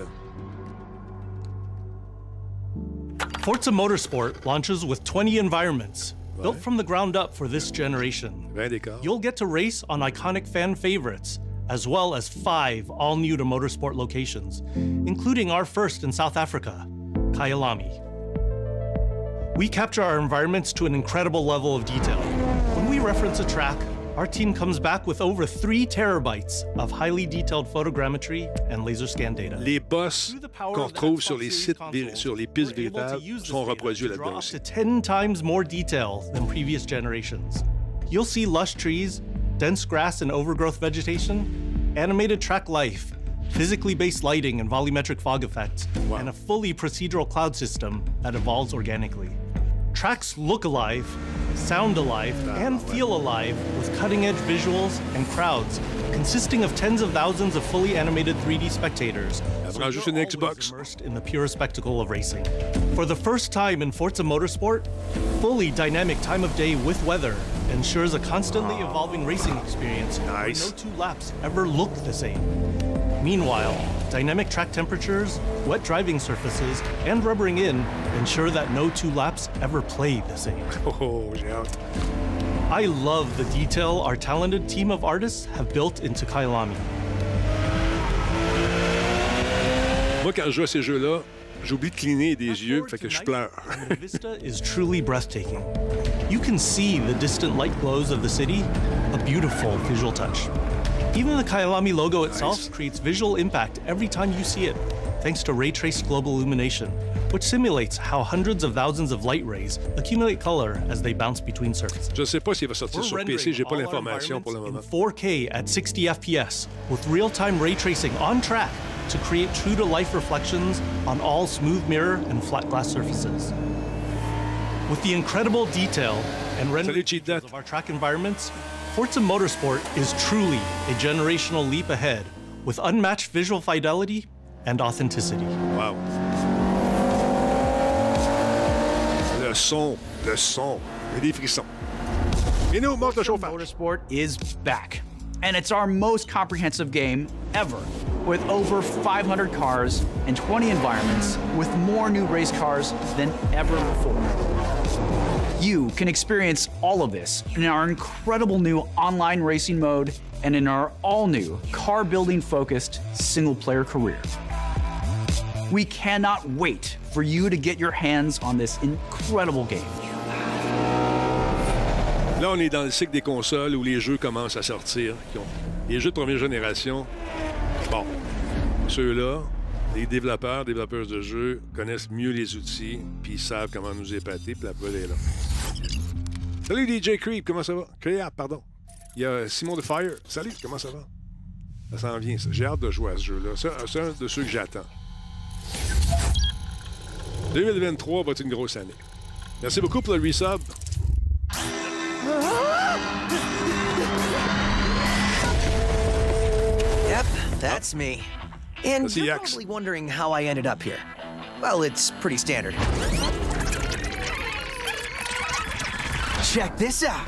Forza Motorsport launches with 20 environments, built from the ground up for this generation. You'll get to race on iconic fan favorites, as well as 5 all-new to Motorsport locations, including our first in South Africa, Kyalami. We capture our environments to an incredible level of detail. When we reference a track, our team comes back with over 3 terabytes of highly detailed photogrammetry and laser scan data. Les boss qu'on trouve sur les sites, sur les pistes véritables sont reproduits là-dedans aussi. To 10 times more detail than previous generations. You'll see lush trees, dense grass and overgrowth vegetation, animated track life, physically based lighting and volumetric fog effects, and a fully procedural cloud system that evolves organically. Tracks look alive, sound alive, and feel alive with cutting-edge visuals and crowds consisting of tens of thousands of fully animated 3D spectators. Juste une Xbox. Immersed in the pure spectacle of racing. For the first time in Forza Motorsport, fully dynamic time of day with weather ensures a constantly evolving racing experience where no 2 laps ever look the same. Meanwhile, dynamic track temperatures, wet driving surfaces, and rubbering in ensure that no 2 laps ever play the same. Oh, j'ai hâte. I love the detail our talented team of artists have built into Kyalami. Moi, quand je joue à ces jeux-là, j'oublie de cligner des yeux, fait que je pleure. The vista is truly breathtaking. You can see the distant light glows of the city, a beautiful visual touch. Even the Kyalami logo itself creates visual impact every time you see it, thanks to ray-traced global illumination, which simulates how hundreds of thousands of light rays accumulate color as they bounce between surfaces. Je sais pas s'il va sortir sur PC, j'ai pas l'information pour le moment. 4K at 60 FPS with real-time ray tracing on track to create true-to-life reflections on all smooth mirror and flat glass surfaces. With the incredible detail and rendering of our track environments, Forza Motorsport is truly a generational leap ahead with unmatched visual fidelity and authenticity. Wow. Le son, et des frissons. Et nous, mode de chauffage. Motorsport is back, and it's our most comprehensive game ever, with over 500 cars and 20 environments, with more new race cars than ever before. You can experience all of this in our incredible new online racing mode and in our all-new car-building-focused single-player career. We cannot wait for you to get your hands on this incredible game. Là, on est dans le cycle des consoles où les jeux commencent à sortir. Les jeux de première génération, bon, ceux-là, les développeuses de jeux connaissent mieux les outils, puis ils savent comment nous épater, puis la preuve est là. Salut DJ Creep, comment ça va? Creep, pardon. Il y a Simon de Fire. Salut, comment ça va? Ça s'en vient, ça. J'ai hâte de jouer à ce jeu-là. C'est un de ceux que j'attends. 2023 va être une grosse année. Merci beaucoup pour le resub. Yep, that's me. And you're probably wondering how I ended up here. Well, it's pretty standard. Check this out.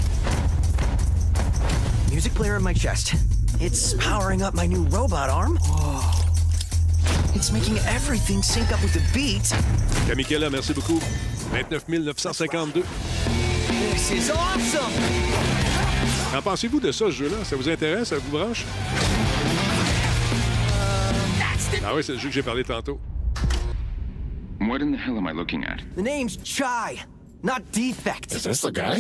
Music player in my chest. It's powering up my new robot arm. Whoa. It's making everything sync up with the beat. Kamikela, merci beaucoup. 29 952. This is awesome! Qu'en pensez-vous de ça, ce jeu-là? Ça vous intéresse? Ça vous branche? Ah oui, c'est le jeu que j'ai parlé tantôt. What in the hell am I looking at? The name's Chai, not Defect. Is this the guy?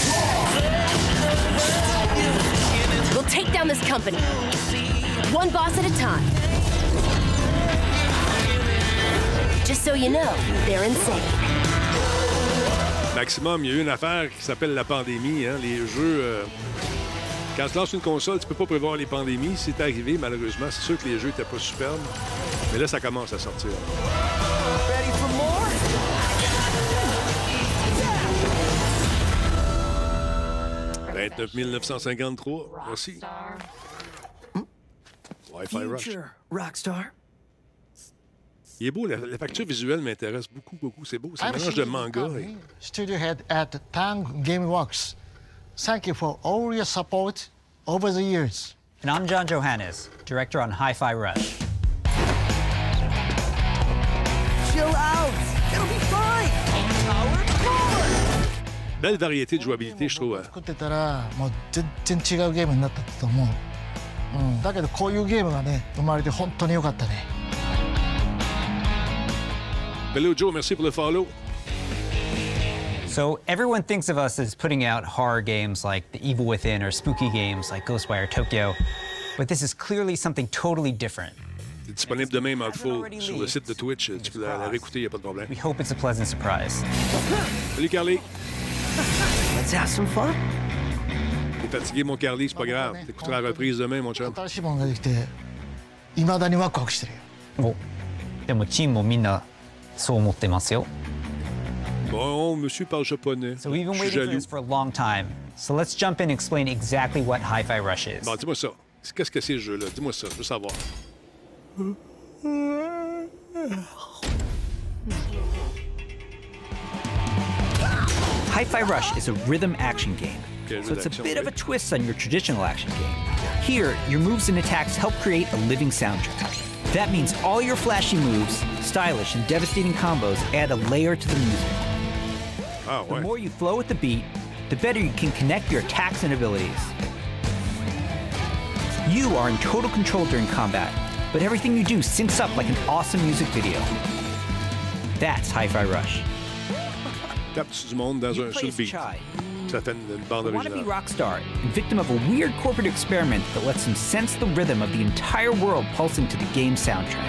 We'll take down this company. One boss at a time. Just so you know, they're insane. Maximum, il y a eu une affaire qui s'appelle la pandémie. Hein? Les jeux... Quand tu lances une console, tu peux pas prévoir les pandémies. C'est arrivé, malheureusement. C'est sûr que les jeux étaient pas superbes. Mais là, ça commence à sortir. Ready for more? 29 953. Merci. Wi-Fi Rush. Rockstar. Il est beau, la facture visuelle m'intéresse beaucoup, beaucoup. C'est beau, c'est un mélange de manga. Studio head at Tang Gameworks. Thank you for all your support over the years. And I'm John Johannes, director on Hi-Fi Rush. Chill out! It'll be fine! Power forward! Belle variété de jouabilité, je trouve. だけどこういうゲームがね生まれて本当に良かったね。 Hello Joe, merci pour le follow. So everyone thinks of us as putting out horror games like The Evil Within or spooky games like Ghostwire Tokyo, but this is clearly something totally different. C'est disponible demain, Mouthful, sur le site de Twitch. Tu peux la réécouter, il n'y a pas de problème. We hope it's a pleasant surprise. Salut, Carly. Let's have some fun. T'es fatigué, mon Carly, c'est pas grave. T'écouteras la reprise demain, mon chum. 新しいものができて未だにワクワクしてるよ。 お、でもチームもみんなそう思ってますよ。 Bon, monsieur parle japonais. So we've been waiting for this for a long time. So let's jump in and explain exactly what Hi-Fi Rush is. Bon, dis-moi ça. Qu'est-ce que c'est ce jeu-là? Dis-moi ça, je veux savoir. Hi-Fi Rush is a rhythm action game. So it's a bit of a twist on your traditional action game. Here, your moves and attacks help create a living soundtrack. That means all your flashy moves, stylish and devastating combos add a layer to the music. Oh, the more you flow with the beat, the better you can connect your attacks and abilities. You are in total control during combat, but everything you do syncs up like an awesome music video. That's Hi-Fi Rush. Tape sur du monde dans un seul beat. Ça fait une bande You want to be originale. Rockstar and victim of a weird corporate experiment that lets them sense the rhythm of the entire world pulsing to the game soundtrack.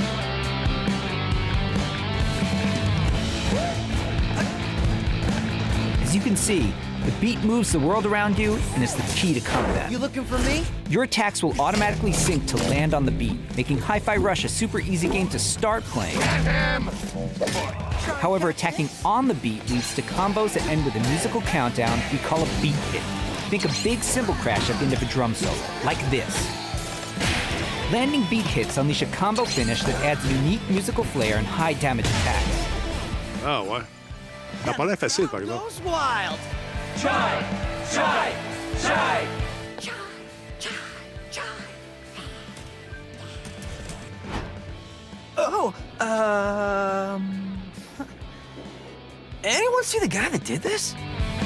As you can see, the beat moves the world around you and is the key to combat. You looking for me? Your attacks will automatically sync to land on the beat, making Hi-Fi Rush a super easy game to start playing. However, attacking on the beat leads to combos that end with a musical countdown we call a beat hit. Think a big cymbal crash at the end of a drum solo, like this. Landing beat hits unleash a combo finish that adds unique musical flair and high damage attacks. Ah ouais. Ça a pas l'air facile, par exemple. Goes wild. Chai! Chai! Chai! Oh, anyone see the guy that did this?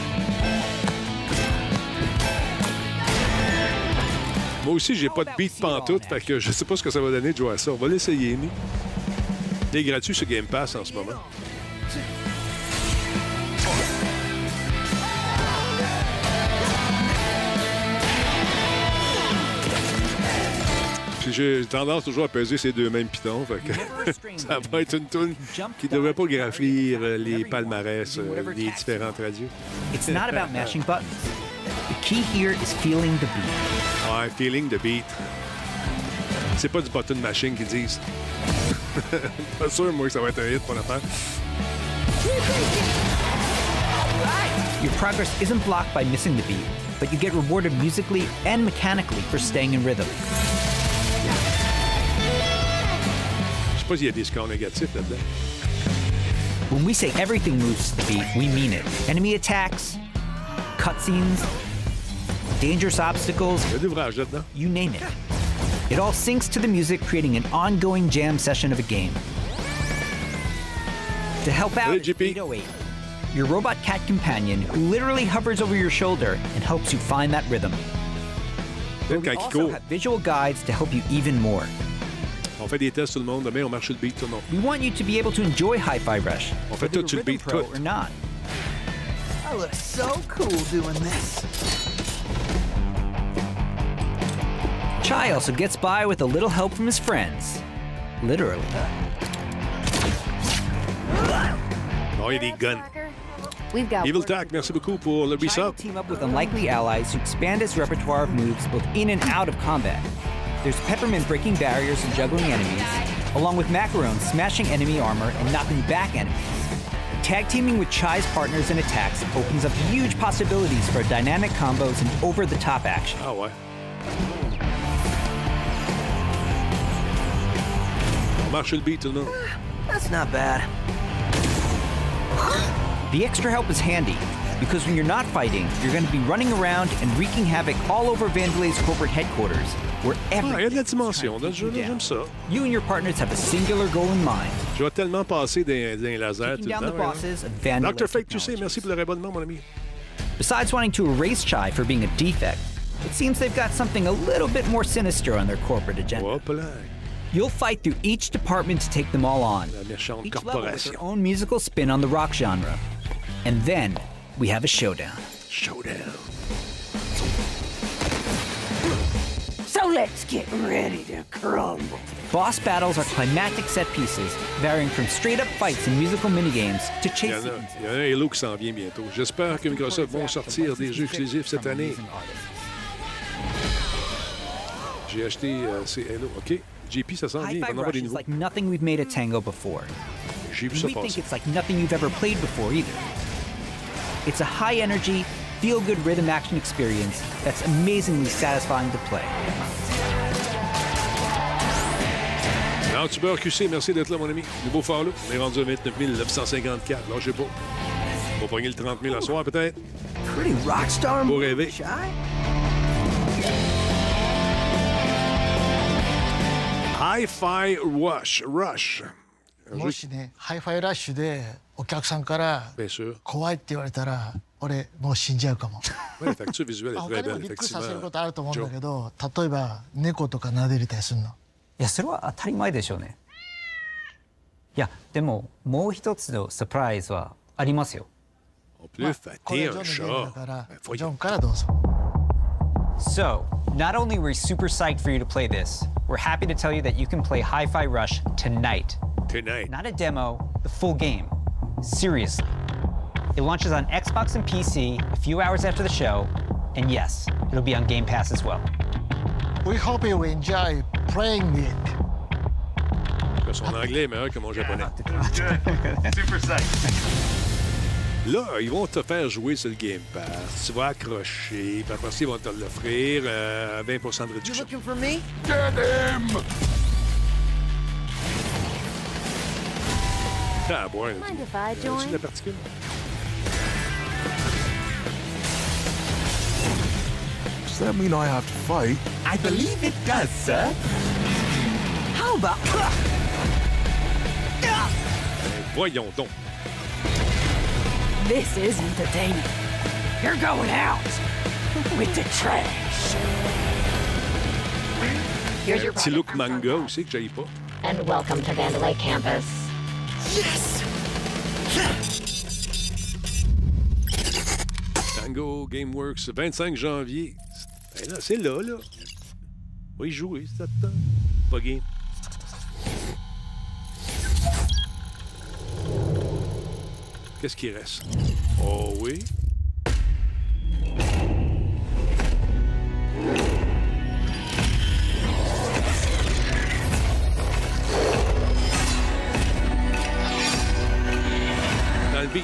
Moi aussi, j'ai pas de beat pantoute, fait que je sais pas ce que ça va donner de jouer à ça. On va l'essayer, mais... Il est gratuit sur Game Pass en ce moment. Puis j'ai tendance toujours à peser ces deux mêmes pitons, fait que ça va être une toune qui devrait pas graffir les palmarès des différentes radios. It's not about mashing buttons. The key here is feeling the beat. Ouais, feeling the beat. C'est pas du button mashing qu'ils disent. Pas sûr, moi, que ça va être un hit pour l'affaire. Your progress isn't blocked by missing the beat, but you get rewarded musically and mechanically for staying in rhythm. Je sais pas s'il y a des scores négatifs là-dedans. When we say everything moves to the beat, we mean it. Enemy attacks, cutscenes, dangerous obstacles, Il y a des ouvrages là-dedans. you name it. It all syncs to the music, creating an ongoing jam session of a game. To help out, is 808, your robot cat companion who literally hovers over your shoulder and helps you find that rhythm. Peut-être We quand il also court. have visual guides to help you even more. On fait des tests tout le monde. Demain, on marche sur le beat, tout le monde. We want you to be able to enjoy Hi-Fi Rush, On fait whether tout sur you're le a beat, rhythm pro tout. or not. I look so cool doing this. Chai also gets by with a little help from his friends. Literally. Oh, il y a des guns. We've got Evil Tack, merci beaucoup pour le Chai will resub. team up with unlikely allies who expand his repertoire of moves both in and out of combat. There's Peppermint breaking barriers and juggling enemies, along with Macaron smashing enemy armor and knocking back enemies. Tag teaming with Chai's partners and attacks opens up huge possibilities for dynamic combos and over-the-top action. Ah ouais. On marche sur le beat, tout le monde. That's not bad. The extra help is handy, because when you're not fighting, you're going to be running around and wreaking havoc all over Vandelay's corporate headquarters, where Ah, il y a de la everything dimension dans ce jeu-là, j'aime ça. you and your partners have a singular goal in mind. Je vais tellement passer des lasers tout Taking down le the temps. bosses of Vandelay Dr. Fake, tu sais, merci pour le réabonnement, mon ami. Besides wanting to erase Chai for being a defect, it seems they've got something a little bit more sinister on their corporate agenda. You'll fight through each department to take them all on. Each level with their own musical spin on the rock genre. And then we have a showdown. So let's get ready to crumble. Boss battles are climactic set pieces, varying from straight-up fights and musical minigames to chase sequences. Il y a un Halo qui s'en vient bientôt. J'espère que Microsoft vont sortir des jeux exclusifs cette année. J'ai acheté ces Halo. OK. JP, ça s'en vient. Il va en avoir des nouveaux. Like nothing we've made a Tango before. J'ai vu ça We think passer. it's like nothing you've ever played before either. It's a high-energy, feel-good rhythm action experience that's amazingly satisfying to play. Tuber QC, merci d'être là, mon ami. Nouveau Fallout. On est rendu à 29 954. Lâchez pas. On va pogner le 30 000 à soir, peut-être. Pretty rockstar. Pour rêver. Hi-Fi Rush. もしね、ハイファイラッシュでお客さんから怖いって言われたら、俺もう死んじゃうかも。 Ouais, la facture visuelle est 他 très にも belle, びっくりさせる effectivement. ことあると思うんだけど、例えば猫とか撫でれたりするの。 いやそれは当たり前でしょうね。いやでももう一つのサプライズはありますよ。 これジョンのゲームだからジョンからどうぞ。 So, not only were we super psyched for you to play this, we're happy to tell you that you can play Hi-Fi Rush tonight. Not a demo, the full game. Seriously. It launches on Xbox and PC a few hours after the show, and yes, it'll be on Game Pass as well. We hope you enjoy playing it. Son anglais est meilleur que mon japonais. Super psyched. Là, ils vont te faire jouer sur le Game Pass. Tu vas accrocher, puis après ça, ils vont te l'offrir à 20 de réduction. You looking for me? Get him! Ah, boy. Mind if I join? C'est la particule. Does that mean I have to fight? I believe it does, sir. How about... Voyons donc. This is entertaining. You're going out with the trash. Here's your Petit look manga aussi que j'aille pas. And welcome to Vandalay Campus. Yes! Tango Gameworks, 25 janvier. Ben là, c'est là, là. On va y jouer, ça te tente. Pas game. Qu'est-ce qui reste? Oh oui. Dans le beat.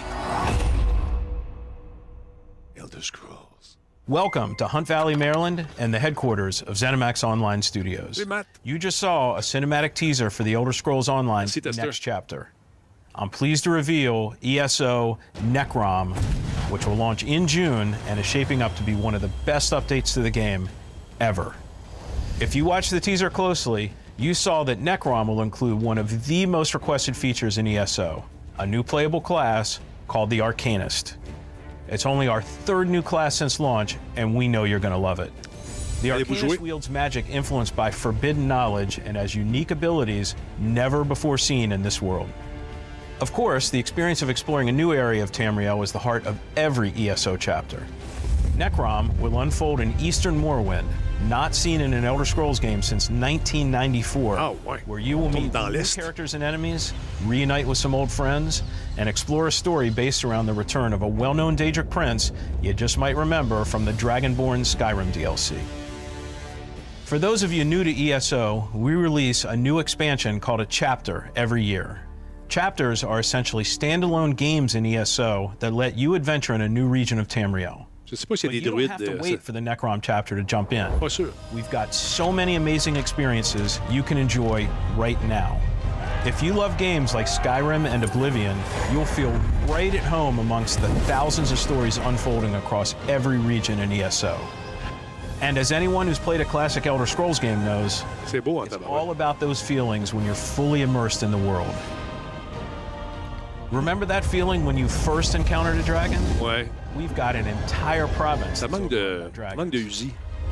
Elder Scrolls. Welcome to Hunt Valley, Maryland, and the headquarters of ZeniMax Online Studios. Hey, Matt. You just saw a cinematic teaser for the Elder Scrolls Online next chapter. I'm pleased to reveal ESO Necrom, which will launch in June and is shaping up to be one of the best updates to the game ever. If you watch the teaser closely, you saw that Necrom will include one of the most requested features in ESO, a new playable class called the Arcanist. It's only our third new class since launch, and we know you're going to love it. The Arcanist wields magic influenced by forbidden knowledge and has unique abilities never before seen in this world. Of course, the experience of exploring a new area of Tamriel is the heart of every ESO chapter. Necrom will unfold in Eastern Morrowind, not seen in an Elder Scrolls game since 1994, where you will meet new characters and enemies, reunite with some old friends, and explore a story based around the return of a well-known Daedric prince you just might remember from the Dragonborn Skyrim DLC. For those of you new to ESO, we release a new expansion called a chapter every year. Chapters are essentially standalone games in ESO that let you adventure in a new region of Tamriel. Je sais pas s'il y a des druides. You don't have to wait for the Necrom chapter to jump in. Pas sûr. We've got so many amazing experiences you can enjoy right now. If you love games like Skyrim and Oblivion, you'll feel right at home amongst the thousands of stories unfolding across every region in ESO. And as anyone who's played a classic Elder Scrolls game knows, it's all about those feelings when you're fully immersed in the world. Remember that feeling when you first encountered a dragon? Ouais. We've got an entire province. Ça manque de Uzi.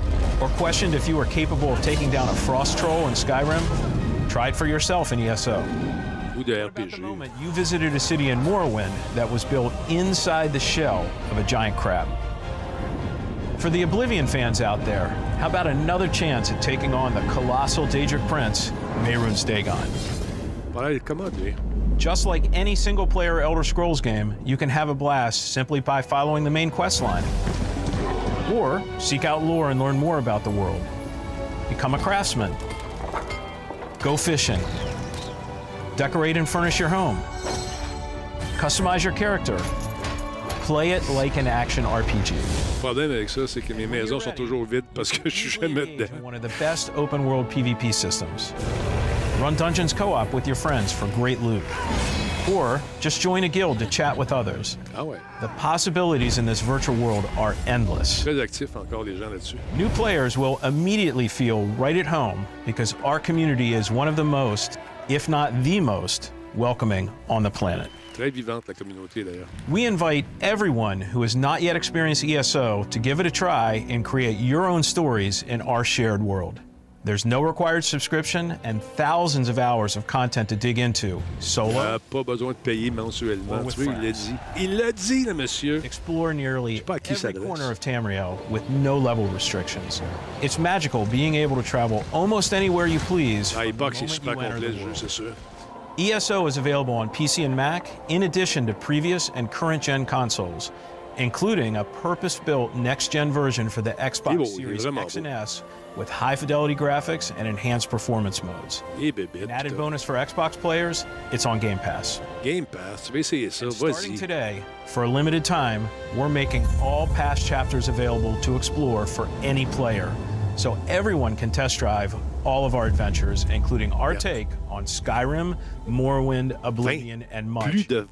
Or questioned if you were capable of taking down a frost troll in Skyrim? Try it for yourself in ESO. Ou de At the moment, you visited a city in Morrowind that was built inside the shell of a giant crab. For the Oblivion fans out there, how about another chance at taking on the colossal Daedric Prince, Mehrunes Dagon? Just like any single-player Elder Scrolls game, you can have a blast simply by following the main quest line. Or seek out lore and learn more about the world. Become a craftsman. Go fishing. Decorate and furnish your home. Customize your character. Play it like an action RPG. Le problème avec ça, c'est que mes maisons sont toujours vides parce que je suis jamais dedans. One of the best open-world PvP systems. Run dungeons co-op with your friends for great loot. Or just join a guild to chat with others. Ah ouais. The possibilities in this virtual world are endless. Très actifs encore les gens là-dessus. New players will immediately feel right at home because our community is one of the most, if not the most, welcoming on the planet. Très vivante la communauté d'ailleurs. We invite everyone who has not yet experienced ESO to give it a try and create your own stories in our shared world. There's no required subscription and thousands of hours of content to dig into. Solo. Pas besoin de payer mensuellement. Tu vois, il l'a dit. Il l'a dit, le monsieur. Explore nearly every corner of Tamriel with no level restrictions. It's magical being able to travel almost anywhere you please. Ah, il paraît que c'est super complet le jeu, c'est sûr. ESO is available on PC and Mac, in addition to previous and current-gen consoles, including a purpose-built next-gen version for the Xbox Series X and S with high-fidelity graphics and enhanced performance modes. An added bonus for Xbox players, it's on Game Pass. Game Pass, tu vas essayer ça, vas-y. Starting today, for a limited time, we're making all past chapters available to explore for any player, so everyone can test drive all of our adventures, including our take on Skyrim, Morrowind, Oblivion, and much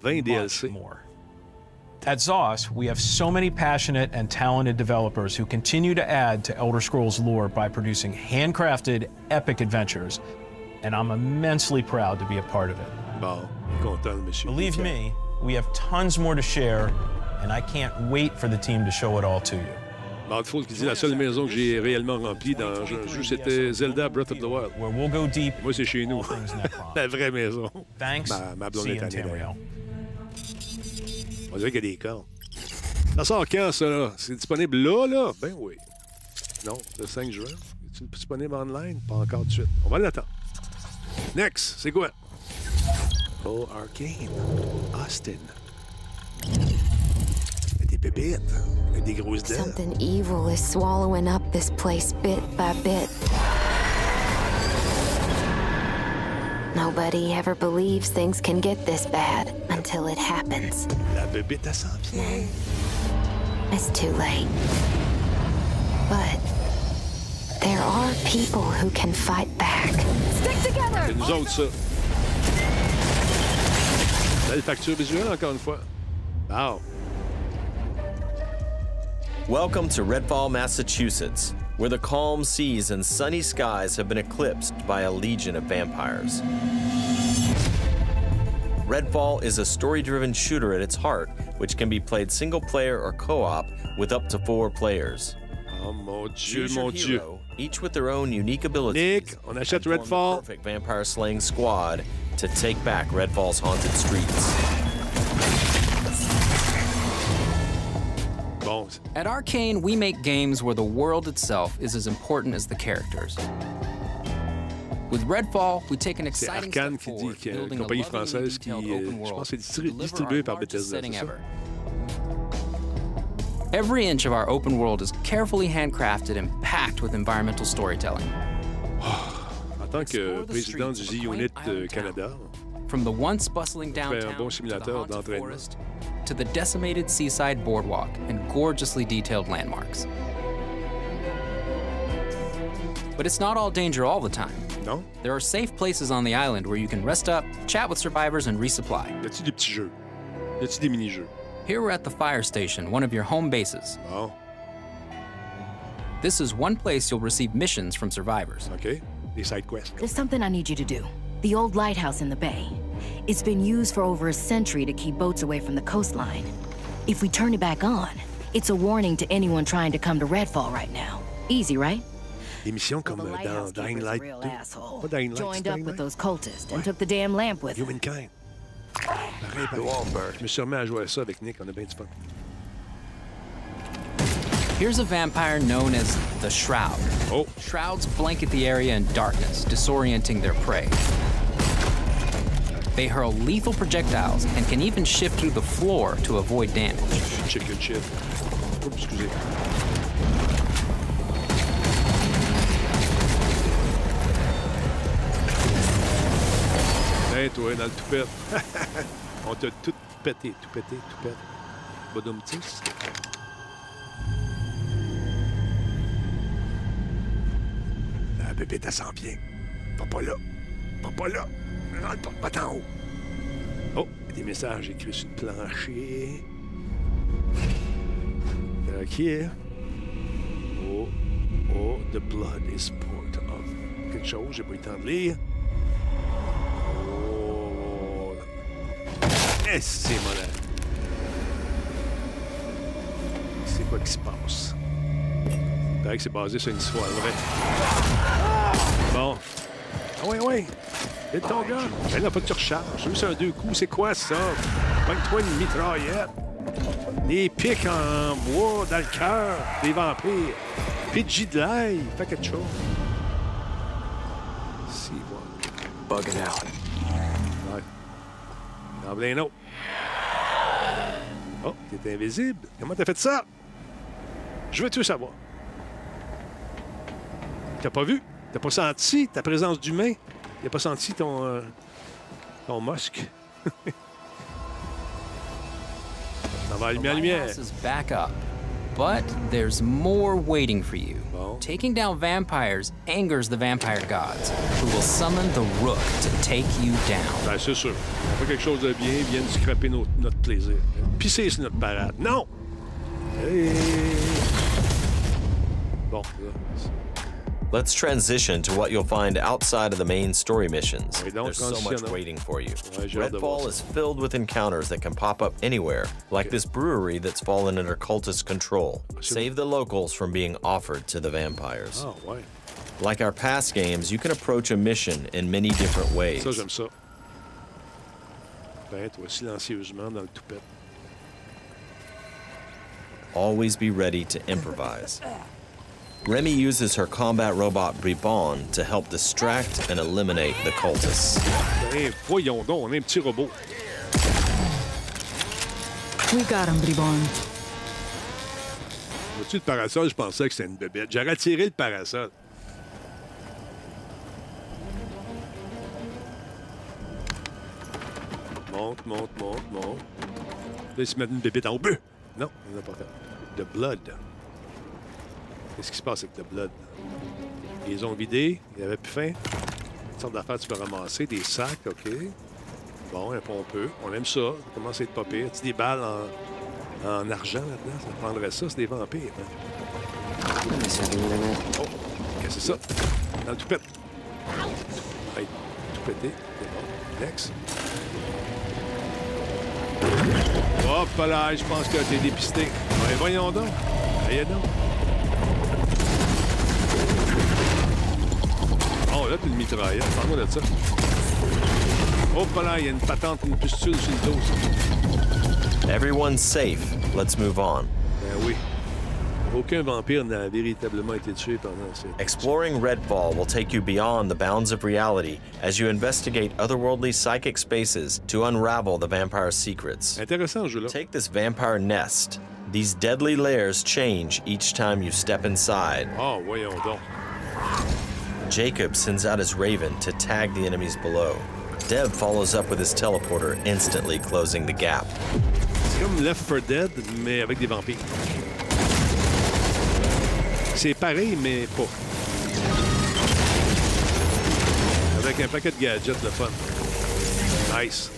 more. At ZOS, we have so many passionate and talented developers who continue to add to Elder Scrolls lore by producing handcrafted, epic adventures, and I'm immensely proud to be a part of it. Bon, content, monsieur. Believe me, we have tons more to share, and I can't wait for the team to show it all to you. Par défaut, qui dit la seule maison que j'ai réellement remplie dans un jeu, c'était Zelda Breath of the Wild. Where we'll go deep. Moi, c'est chez nous. La vraie maison. Thanks. Ma blonde est année d'ailleurs. On dirait qu'il y a des cornes. Ça sort quand, ça, là? C'est disponible là, là? Ben oui. Non, le 5 juin. Est-il disponible online? Pas encore tout de suite. On va l'attendre. Next, c'est quoi? Oh, Arcane. Austin. Des bébites. Des grosses dents. Something evil is swallowing up this place bit by bit. Nobody ever believes things can get this bad until it happens. La bébite, elle s'en vient. It's too late. But there are people who can fight back. Stick together! C'est nous autres, ça. Belle facture visuelle, encore une fois. Wow. Welcome to Redfall, Massachusetts, where the calm seas and sunny skies have been eclipsed by a legion of vampires. Redfall is a story-driven shooter at its heart, which can be played single-player or co-op with up to 4 players. Oh mon Dieu, Choose mon your Dieu. hero, each with their own unique abilities. Nick, on achète and form Redfall. the perfect vampire-slaying squad to take back Redfall's haunted streets. At Arcane, we make games where the world itself is as important as the characters. With Redfall, we take an exciting Arcane step qui forward, dit que building une a compagnie loving and française qui, detailed open je world pense, c'est to deliver distribué our par largest Bethesda, setting c'est ça? ever. Every inch of our open world is carefully handcrafted and packed with environmental storytelling. En tant que président du Z-Unit Canada, From the once bustling fait un downtown bon to the simulateur haunted d'entraînement. forest to the decimated seaside boardwalk and gorgeously detailed landmarks. But it's not all danger all the time. No? There are safe places on the island where you can rest up, chat with survivors, and resupply. Y a-t-il des petits jeux? Y a-t-il des mini-jeux? Here we're at the fire station, one of your home bases. Oh. This is one place you'll receive missions from survivors. Okay. Des side quests. There's something I need you to do. The old lighthouse in the bay. It's been used for over a century to keep boats away from the coastline. If we turn it back on, it's a warning to anyone trying to come to Redfall right now. Easy, right? Des missions comme dans Dying Light 2. Pas Dying Light, joined up with those cultists and took the damn lamp with him. Humankind. Pareil. Je me suis remis à jouer à ça avec Nick, on a bien du fun. Here's a vampire known as the Shroud. Oh. Shrouds blanket the area in darkness, disorienting their prey. They hurl lethal projectiles and can even shift through the floor to avoid damage. Chicken shit. Oups, excusez. Hey, toi, dans le toupette. On t'a tout pété. Bodoum-tis. La bébête, elle sent bien. Va pas là. Rentre pas en haut. Oh, il y a des messages écrits sur le plancher. OK. Oh, the blood is poured of quelque chose, j'ai pas eu le temps de lire. Oh. C'est malade. C'est quoi qui se passe? Il paraît que c'est basé sur une histoire vraie. Bon. Ah oui. Et ton gars? Ben là, faut que tu recharges. Juste un 2 coups, c'est quoi ça? Pogne-toi une mitraillette. Des pics en bois dans le cœur des vampires. Pidgey de l'ail. Fais quelque chose. Si, voilà. Bugging out. Ouais. En plein autre. Oh, t'es invisible. Comment t'as fait ça? Je veux tout savoir. T'as pas vu? T'as pas senti ta présence d'humain? T'as pas senti ton muscle? Ça va allumer la lumière. Is back up, but there's more waiting for you. Bon. Taking down vampires angers the vampire gods, who will summon the Rook to take you down. Ben, c'est sûr. On fait quelque chose de bien, viennent scraper notre plaisir. Pisser sur notre parade. Non! Hey. Bon, là. Let's transition to what you'll find outside of the main story missions. There's so much waiting for you. Redfall is filled with encounters that can pop up anywhere, like this brewery that's fallen under cultist control. Save the locals from being offered to the vampires. Oh, ouais. Like our past games, you can approach a mission in many different ways. Ça, j'aime ça. Ben, toi, silencieusement dans le toupette. Always be ready to improvise. Remy uses her combat robot Bribon to help distract and eliminate the cultists. Ben, voyons donc, on est un petit robot. We got him, Bribon. Vois-tu le parasol? Je pensais que c'était une bébête. J'ai retiré le parasol. Monte. Là, ils se mettent une bébête en haut. Non, il n'a pas fait. The blood. Qu'est-ce qui se passe avec le blood? Ils ont vidé, il n'y avait plus faim. Une sorte d'affaires tu peux ramasser, des sacs, OK. Bon, un pompeux, on aime ça, ça commence à être pas pire. Tu des balles en argent là-dedans, ça prendrait ça, c'est des vampires. Hein? Oh, qu'est-ce que c'est ça? Dans le toupette. Hey, tout pété, c'est bon. Next. Hop là, je pense que t'es dépisté. Ouais, voyons donc. Voyons donc. Oh, là, t'as une mitraillette. Parle-moi de ça. Oh, là, il y a une patente, une pustule sur le dos. Everyone's safe. Let's move on. Ben oui. Aucun vampire n'a véritablement été tué pendant cette... Exploring Redfall will take you beyond the bounds of reality as you investigate otherworldly psychic spaces to unravel the vampire's secrets. Intéressant, ce jeu-là. Take this vampire nest. These deadly layers change each time you step inside. Oh, voyons donc. Jacob sends out his raven to tag the enemies below. Dev follows up with his teleporter, instantly closing the gap. C'est comme Left 4 Dead, mais avec des vampires. C'est pareil, mais pas. Avec un paquet de gadgets, le fun. Nice.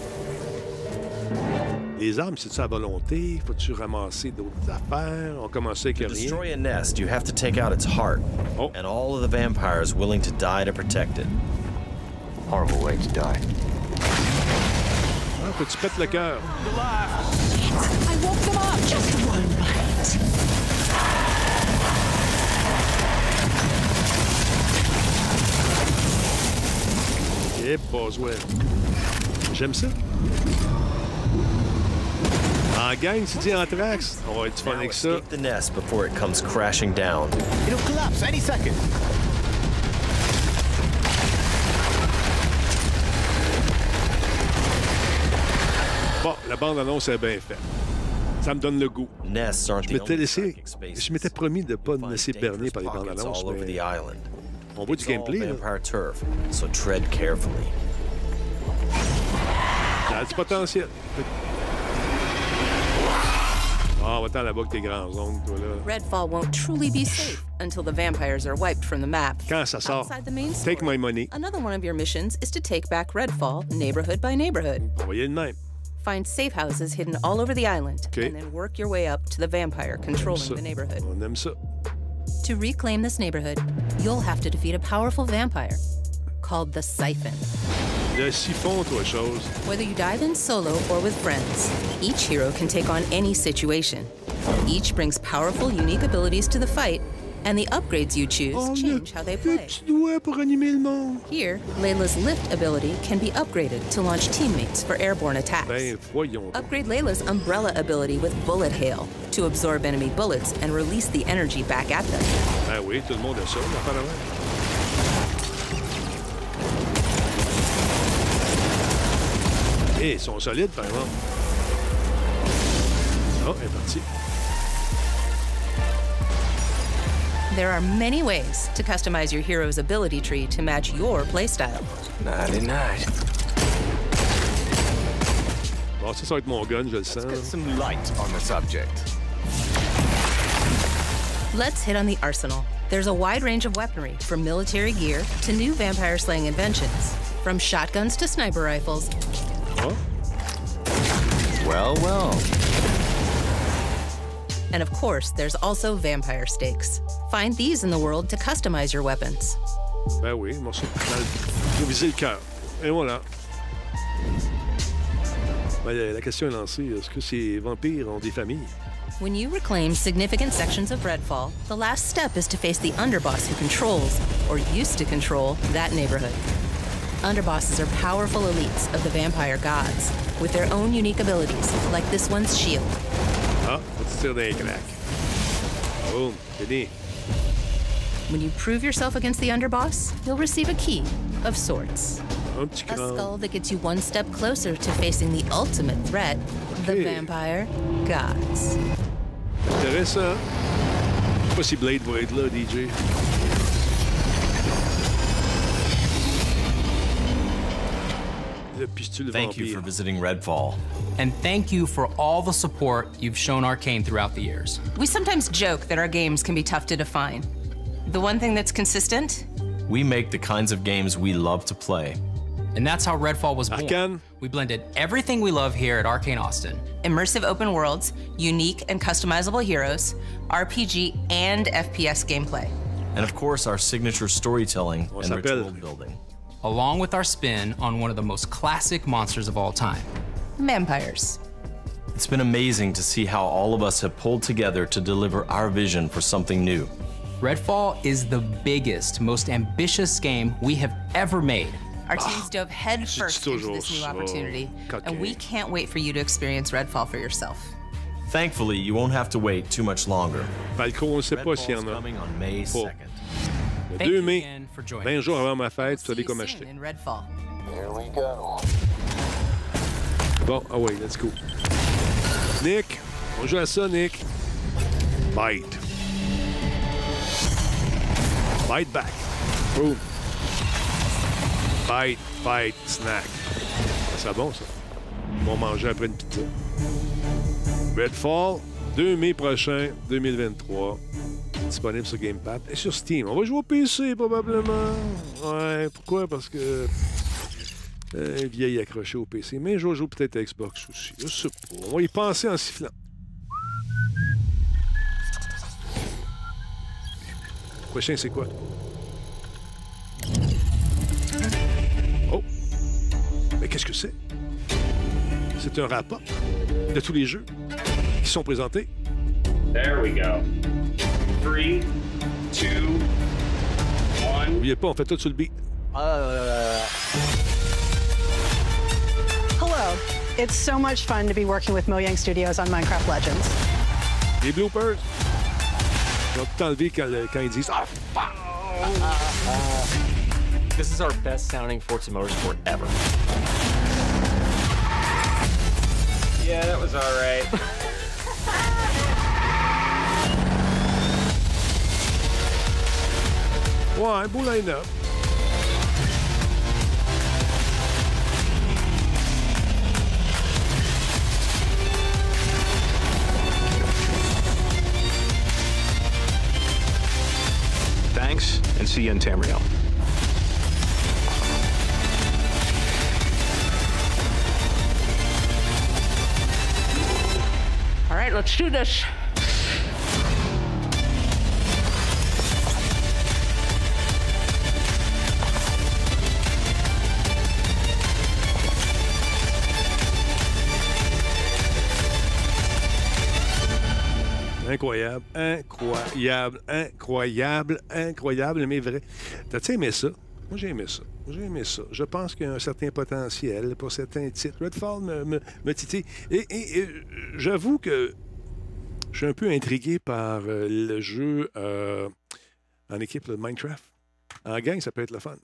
Les armes, c'est-tu à volonté? Faut-tu ramasser d'autres affaires? On commence avec rien. To destroy a nest, you have to take out its heart. Oh. And all of the vampires willing to die to protect it. Horrible way to die. Ah, faut que tu pètes le cœur. I woke them up. Just one bite. Et Boswell. J'aime ça. En gang, tu dis Anthrax, on va être fun avec ça. Escape the nest before it comes crashing down. It'll collapse any second. Bon, la bande-annonce est bien faite. Ça me donne le goût. Nests aren't the only psychic spaces. Je m'étais promis de ne pas me laisser berner par les bandes-annonces, mais on voit du gameplay. Vampire turf, so tread carefully. Ça a du potentiel. Ah, va-t'en là-bas que tes grands ongles, toi, là. Redfall won't truly be safe until the vampires are wiped from the map. Quand ça sort, Outside the main story, take my money. Another one of your missions is to take back Redfall, neighborhood by neighborhood. Envoyez le même. Find safe houses hidden all over the island, okay. and then work your way up to the vampire controlling the neighborhood. On aime ça. To reclaim this neighborhood, you'll have to defeat a powerful vampire called the Siphon. Le siphon, toi, chose. Whether you dive in solo or with friends, each hero can take on any situation. Each brings powerful, unique abilities to the fight, and the upgrades you choose change how they play. Pour animer le monde. Here, Layla's lift ability can be upgraded to launch teammates for airborne attacks. Ben, voyons. Upgrade Layla's umbrella ability with bullet hail to absorb enemy bullets and release the energy back at them. Ben oui, tout le monde a ça, apparemment. Ils sont solides, par exemple. Oh, elle est partie. There are many ways to customize your hero's ability tree to match your playstyle. Nighty-night. Bon, ça va être mon gun, je le sens. Let's get some light on the subject. Let's hit on the arsenal. There's a wide range of weaponry, from military gear to new vampire-slaying inventions. From shotguns to sniper rifles. Oh. Well, well. And of course, there's also vampire stakes. Find these in the world to customize your weapons. Ben oui, morceau pour viser le cœur. Et voilà. Ben, la question est lancée. Est-ce que ces vampires ont des familles? When you reclaim significant sections of Redfall, the last step is to face the underboss who controls, or used to control, that neighborhood. Underbosses are powerful elites of the vampire gods, with their own unique abilities, like this one's shield. Ah, on te tire d'un crack. Boom, fini. When you prove yourself against the underboss, you'll receive a key of sorts. Un petit a skull that gets you one step closer to facing the ultimate threat, the vampire gods. Intéressant. Je sais pas si Blade va être là, DJ. Thank you for visiting Redfall. And thank you for all the support you've shown Arcane throughout the years. We sometimes joke that our games can be tough to define. The one thing that's consistent? We make the kinds of games we love to play. And that's how Redfall was born. We blended everything we love here at Arcane Austin. Immersive open worlds, unique and customizable heroes, RPG and FPS gameplay. And of course, our signature storytelling and rich world building. Along with our spin on one of the most classic monsters of all time. Vampires. It's been amazing to see how all of us have pulled together to deliver our vision for something new. Redfall is the biggest, most ambitious game we have ever made. Our teams dove headfirst into this new opportunity, and we can't wait for you to experience Redfall for yourself. Thankfully, you won't have to wait too much longer. Balcon, on ne sait pas s'il y en a. Coming on May 2nd. Le 2 mai, 20 jours avant ma fête, vous savez comment acheter. Here we go. Bon, ah ouais, let's go. Nick, on joue à ça, Nick. Bite. Bite back. Boom. Bite, bite, snack. Ça sera bon, ça. On va manger après une pizza. Redfall, 2 mai prochain, 2023. Disponible sur Game Pass et sur Steam. On va jouer au PC, probablement. Ouais, pourquoi? Parce que... vieille accroché au PC. Mais je vais jouer peut-être à Xbox aussi. Je sais pas. On va y penser en sifflant. Le prochain, c'est quoi? Oh! Mais qu'est-ce que c'est? C'est un wrap-up de tous les jeux qui sont présentés. There we go. 3, 2, 1. N'oubliez pas, on fait tout sur le beat. It's so much fun to be working with Mojang Studios on Minecraft Legends. Les bloopers. Ils ont tout enlevé quand ils disent This is our best sounding Forza Motorsport ever. Yeah, that was all right. Ouais, beau line-up. Thanks, and see you in Tamriel. All right, let's do this. Incroyable, incroyable, incroyable, incroyable, mais vrai. T'as-tu aimé ça? Moi, j'ai aimé ça. J'ai aimé ça. Je pense qu'il y a un certain potentiel pour certains titres. Redfall me titille. Et j'avoue que je suis un peu intrigué par le jeu en équipe de Minecraft. En gang, ça peut être le fun.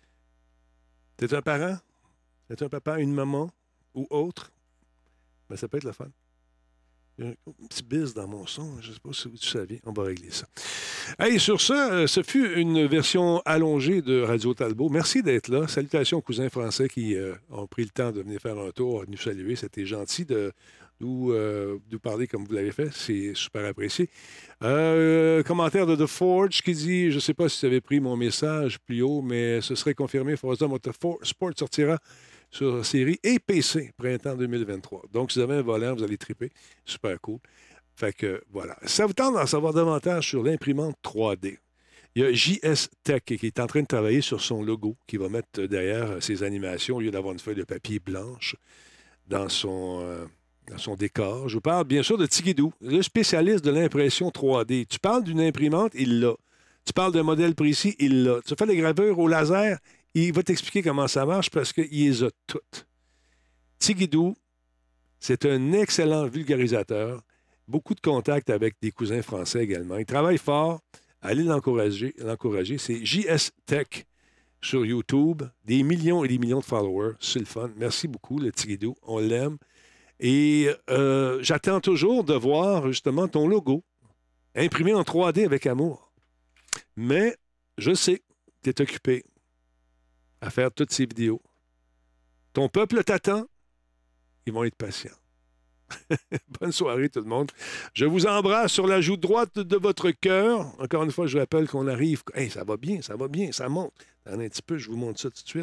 T'es un parent, t'es un papa, une maman ou autre, ben ça peut être le fun. Il y a un petit buzz dans mon son. Je ne sais pas si vous saviez. On va régler ça. Hey, sur ça, ce fut une version allongée de Radio Talbot. Merci d'être là. Salutations aux cousins français qui ont pris le temps de venir faire un tour, de nous saluer. C'était gentil de nous parler comme vous l'avez fait. C'est super apprécié. Commentaire de The Forge qui dit « Je ne sais pas si vous avez pris mon message plus haut, mais ce serait confirmé. Forza Motorsport sortira sur série et PC, printemps 2023. Donc, si vous avez un volant, vous allez triper. Super cool. Fait que, voilà. Ça vous tente d'en savoir davantage sur l'imprimante 3D. Il y a JS Tech qui est en train de travailler sur son logo, qui va mettre derrière ses animations, au lieu d'avoir une feuille de papier blanche dans son décor. Je vous parle, bien sûr, de Tigidou, le spécialiste de l'impression 3D. Tu parles d'une imprimante, il l'a. Tu parles d'un modèle précis, il l'a. Tu fais des gravures au laser, il va t'expliquer comment ça marche parce qu'il les a toutes. Tigidou, c'est un excellent vulgarisateur. Beaucoup de contacts avec des cousins français également. Il travaille fort. Allez l'encourager. C'est JS Tech sur YouTube. Des millions et des millions de followers. C'est le fun. Merci beaucoup, le Tigidou. On l'aime. Et j'attends toujours de voir justement ton logo imprimé en 3D avec amour. Mais je sais, tu es occupé à faire toutes ces vidéos. Ton peuple t'attend. Ils vont être patients. Bonne soirée, tout le monde. Je vous embrasse sur la joue droite de votre cœur. Encore une fois, je vous rappelle qu'on arrive. Hey, ça va bien, ça monte. Attendez un petit peu, je vous montre ça tout de suite.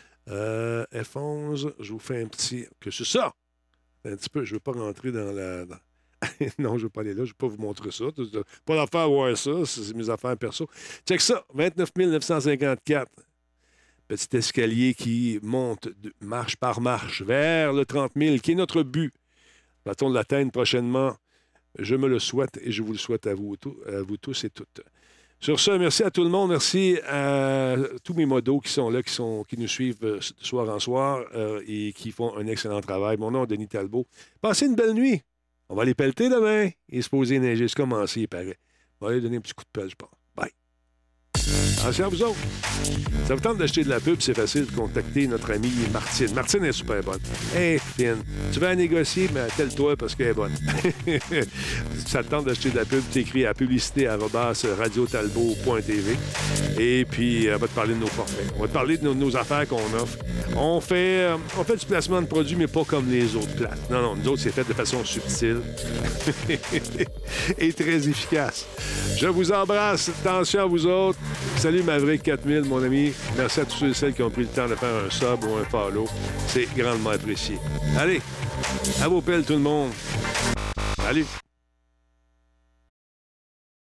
F11, je vous fais un petit... Que c'est ça? Un petit peu, je ne veux pas rentrer dans la... Non, je ne veux pas aller là, je ne vais pas vous montrer ça. Pas d'affaire à voir ça, c'est mes affaires perso. Check ça, 29 954. Petit escalier qui monte marche par marche vers le 30 000, qui est notre but. Va-t-on l'atteindre prochainement? Je me le souhaite et je vous le souhaite à vous tous et toutes. Sur ce, merci à tout le monde. Merci à tous mes modos qui sont là, qui nous suivent de soir en soir et qui font un excellent travail. Mon nom est Denis Talbot. Passez une belle nuit. On va les pelleter demain. Il est supposé neiger. C'est commencé, il paraît. On va aller donner un petit coup de pelle, je pense. Bye. Attention à vous autres. Ça vous tente d'acheter de la pub, c'est facile de contacter notre amie Martine. Martine est super bonne. Elle est fine. Tu vas négocier, mais attelle-toi parce qu'elle est bonne. Ça te tente d'acheter de la pub, tu écris à publicité@radiotalbot.tv et puis on va te parler de nos forfaits. On va te parler de nos affaires qu'on offre. On fait du placement de produits, mais pas comme les autres places. Non, nous autres, c'est fait de façon subtile et très efficace. Je vous embrasse. Attention à vous autres. Salut Maverick 4000, mon ami. Merci à tous ceux et celles qui ont pris le temps de faire un sub ou un follow. C'est grandement apprécié. Allez, à vos pelles tout le monde. Salut.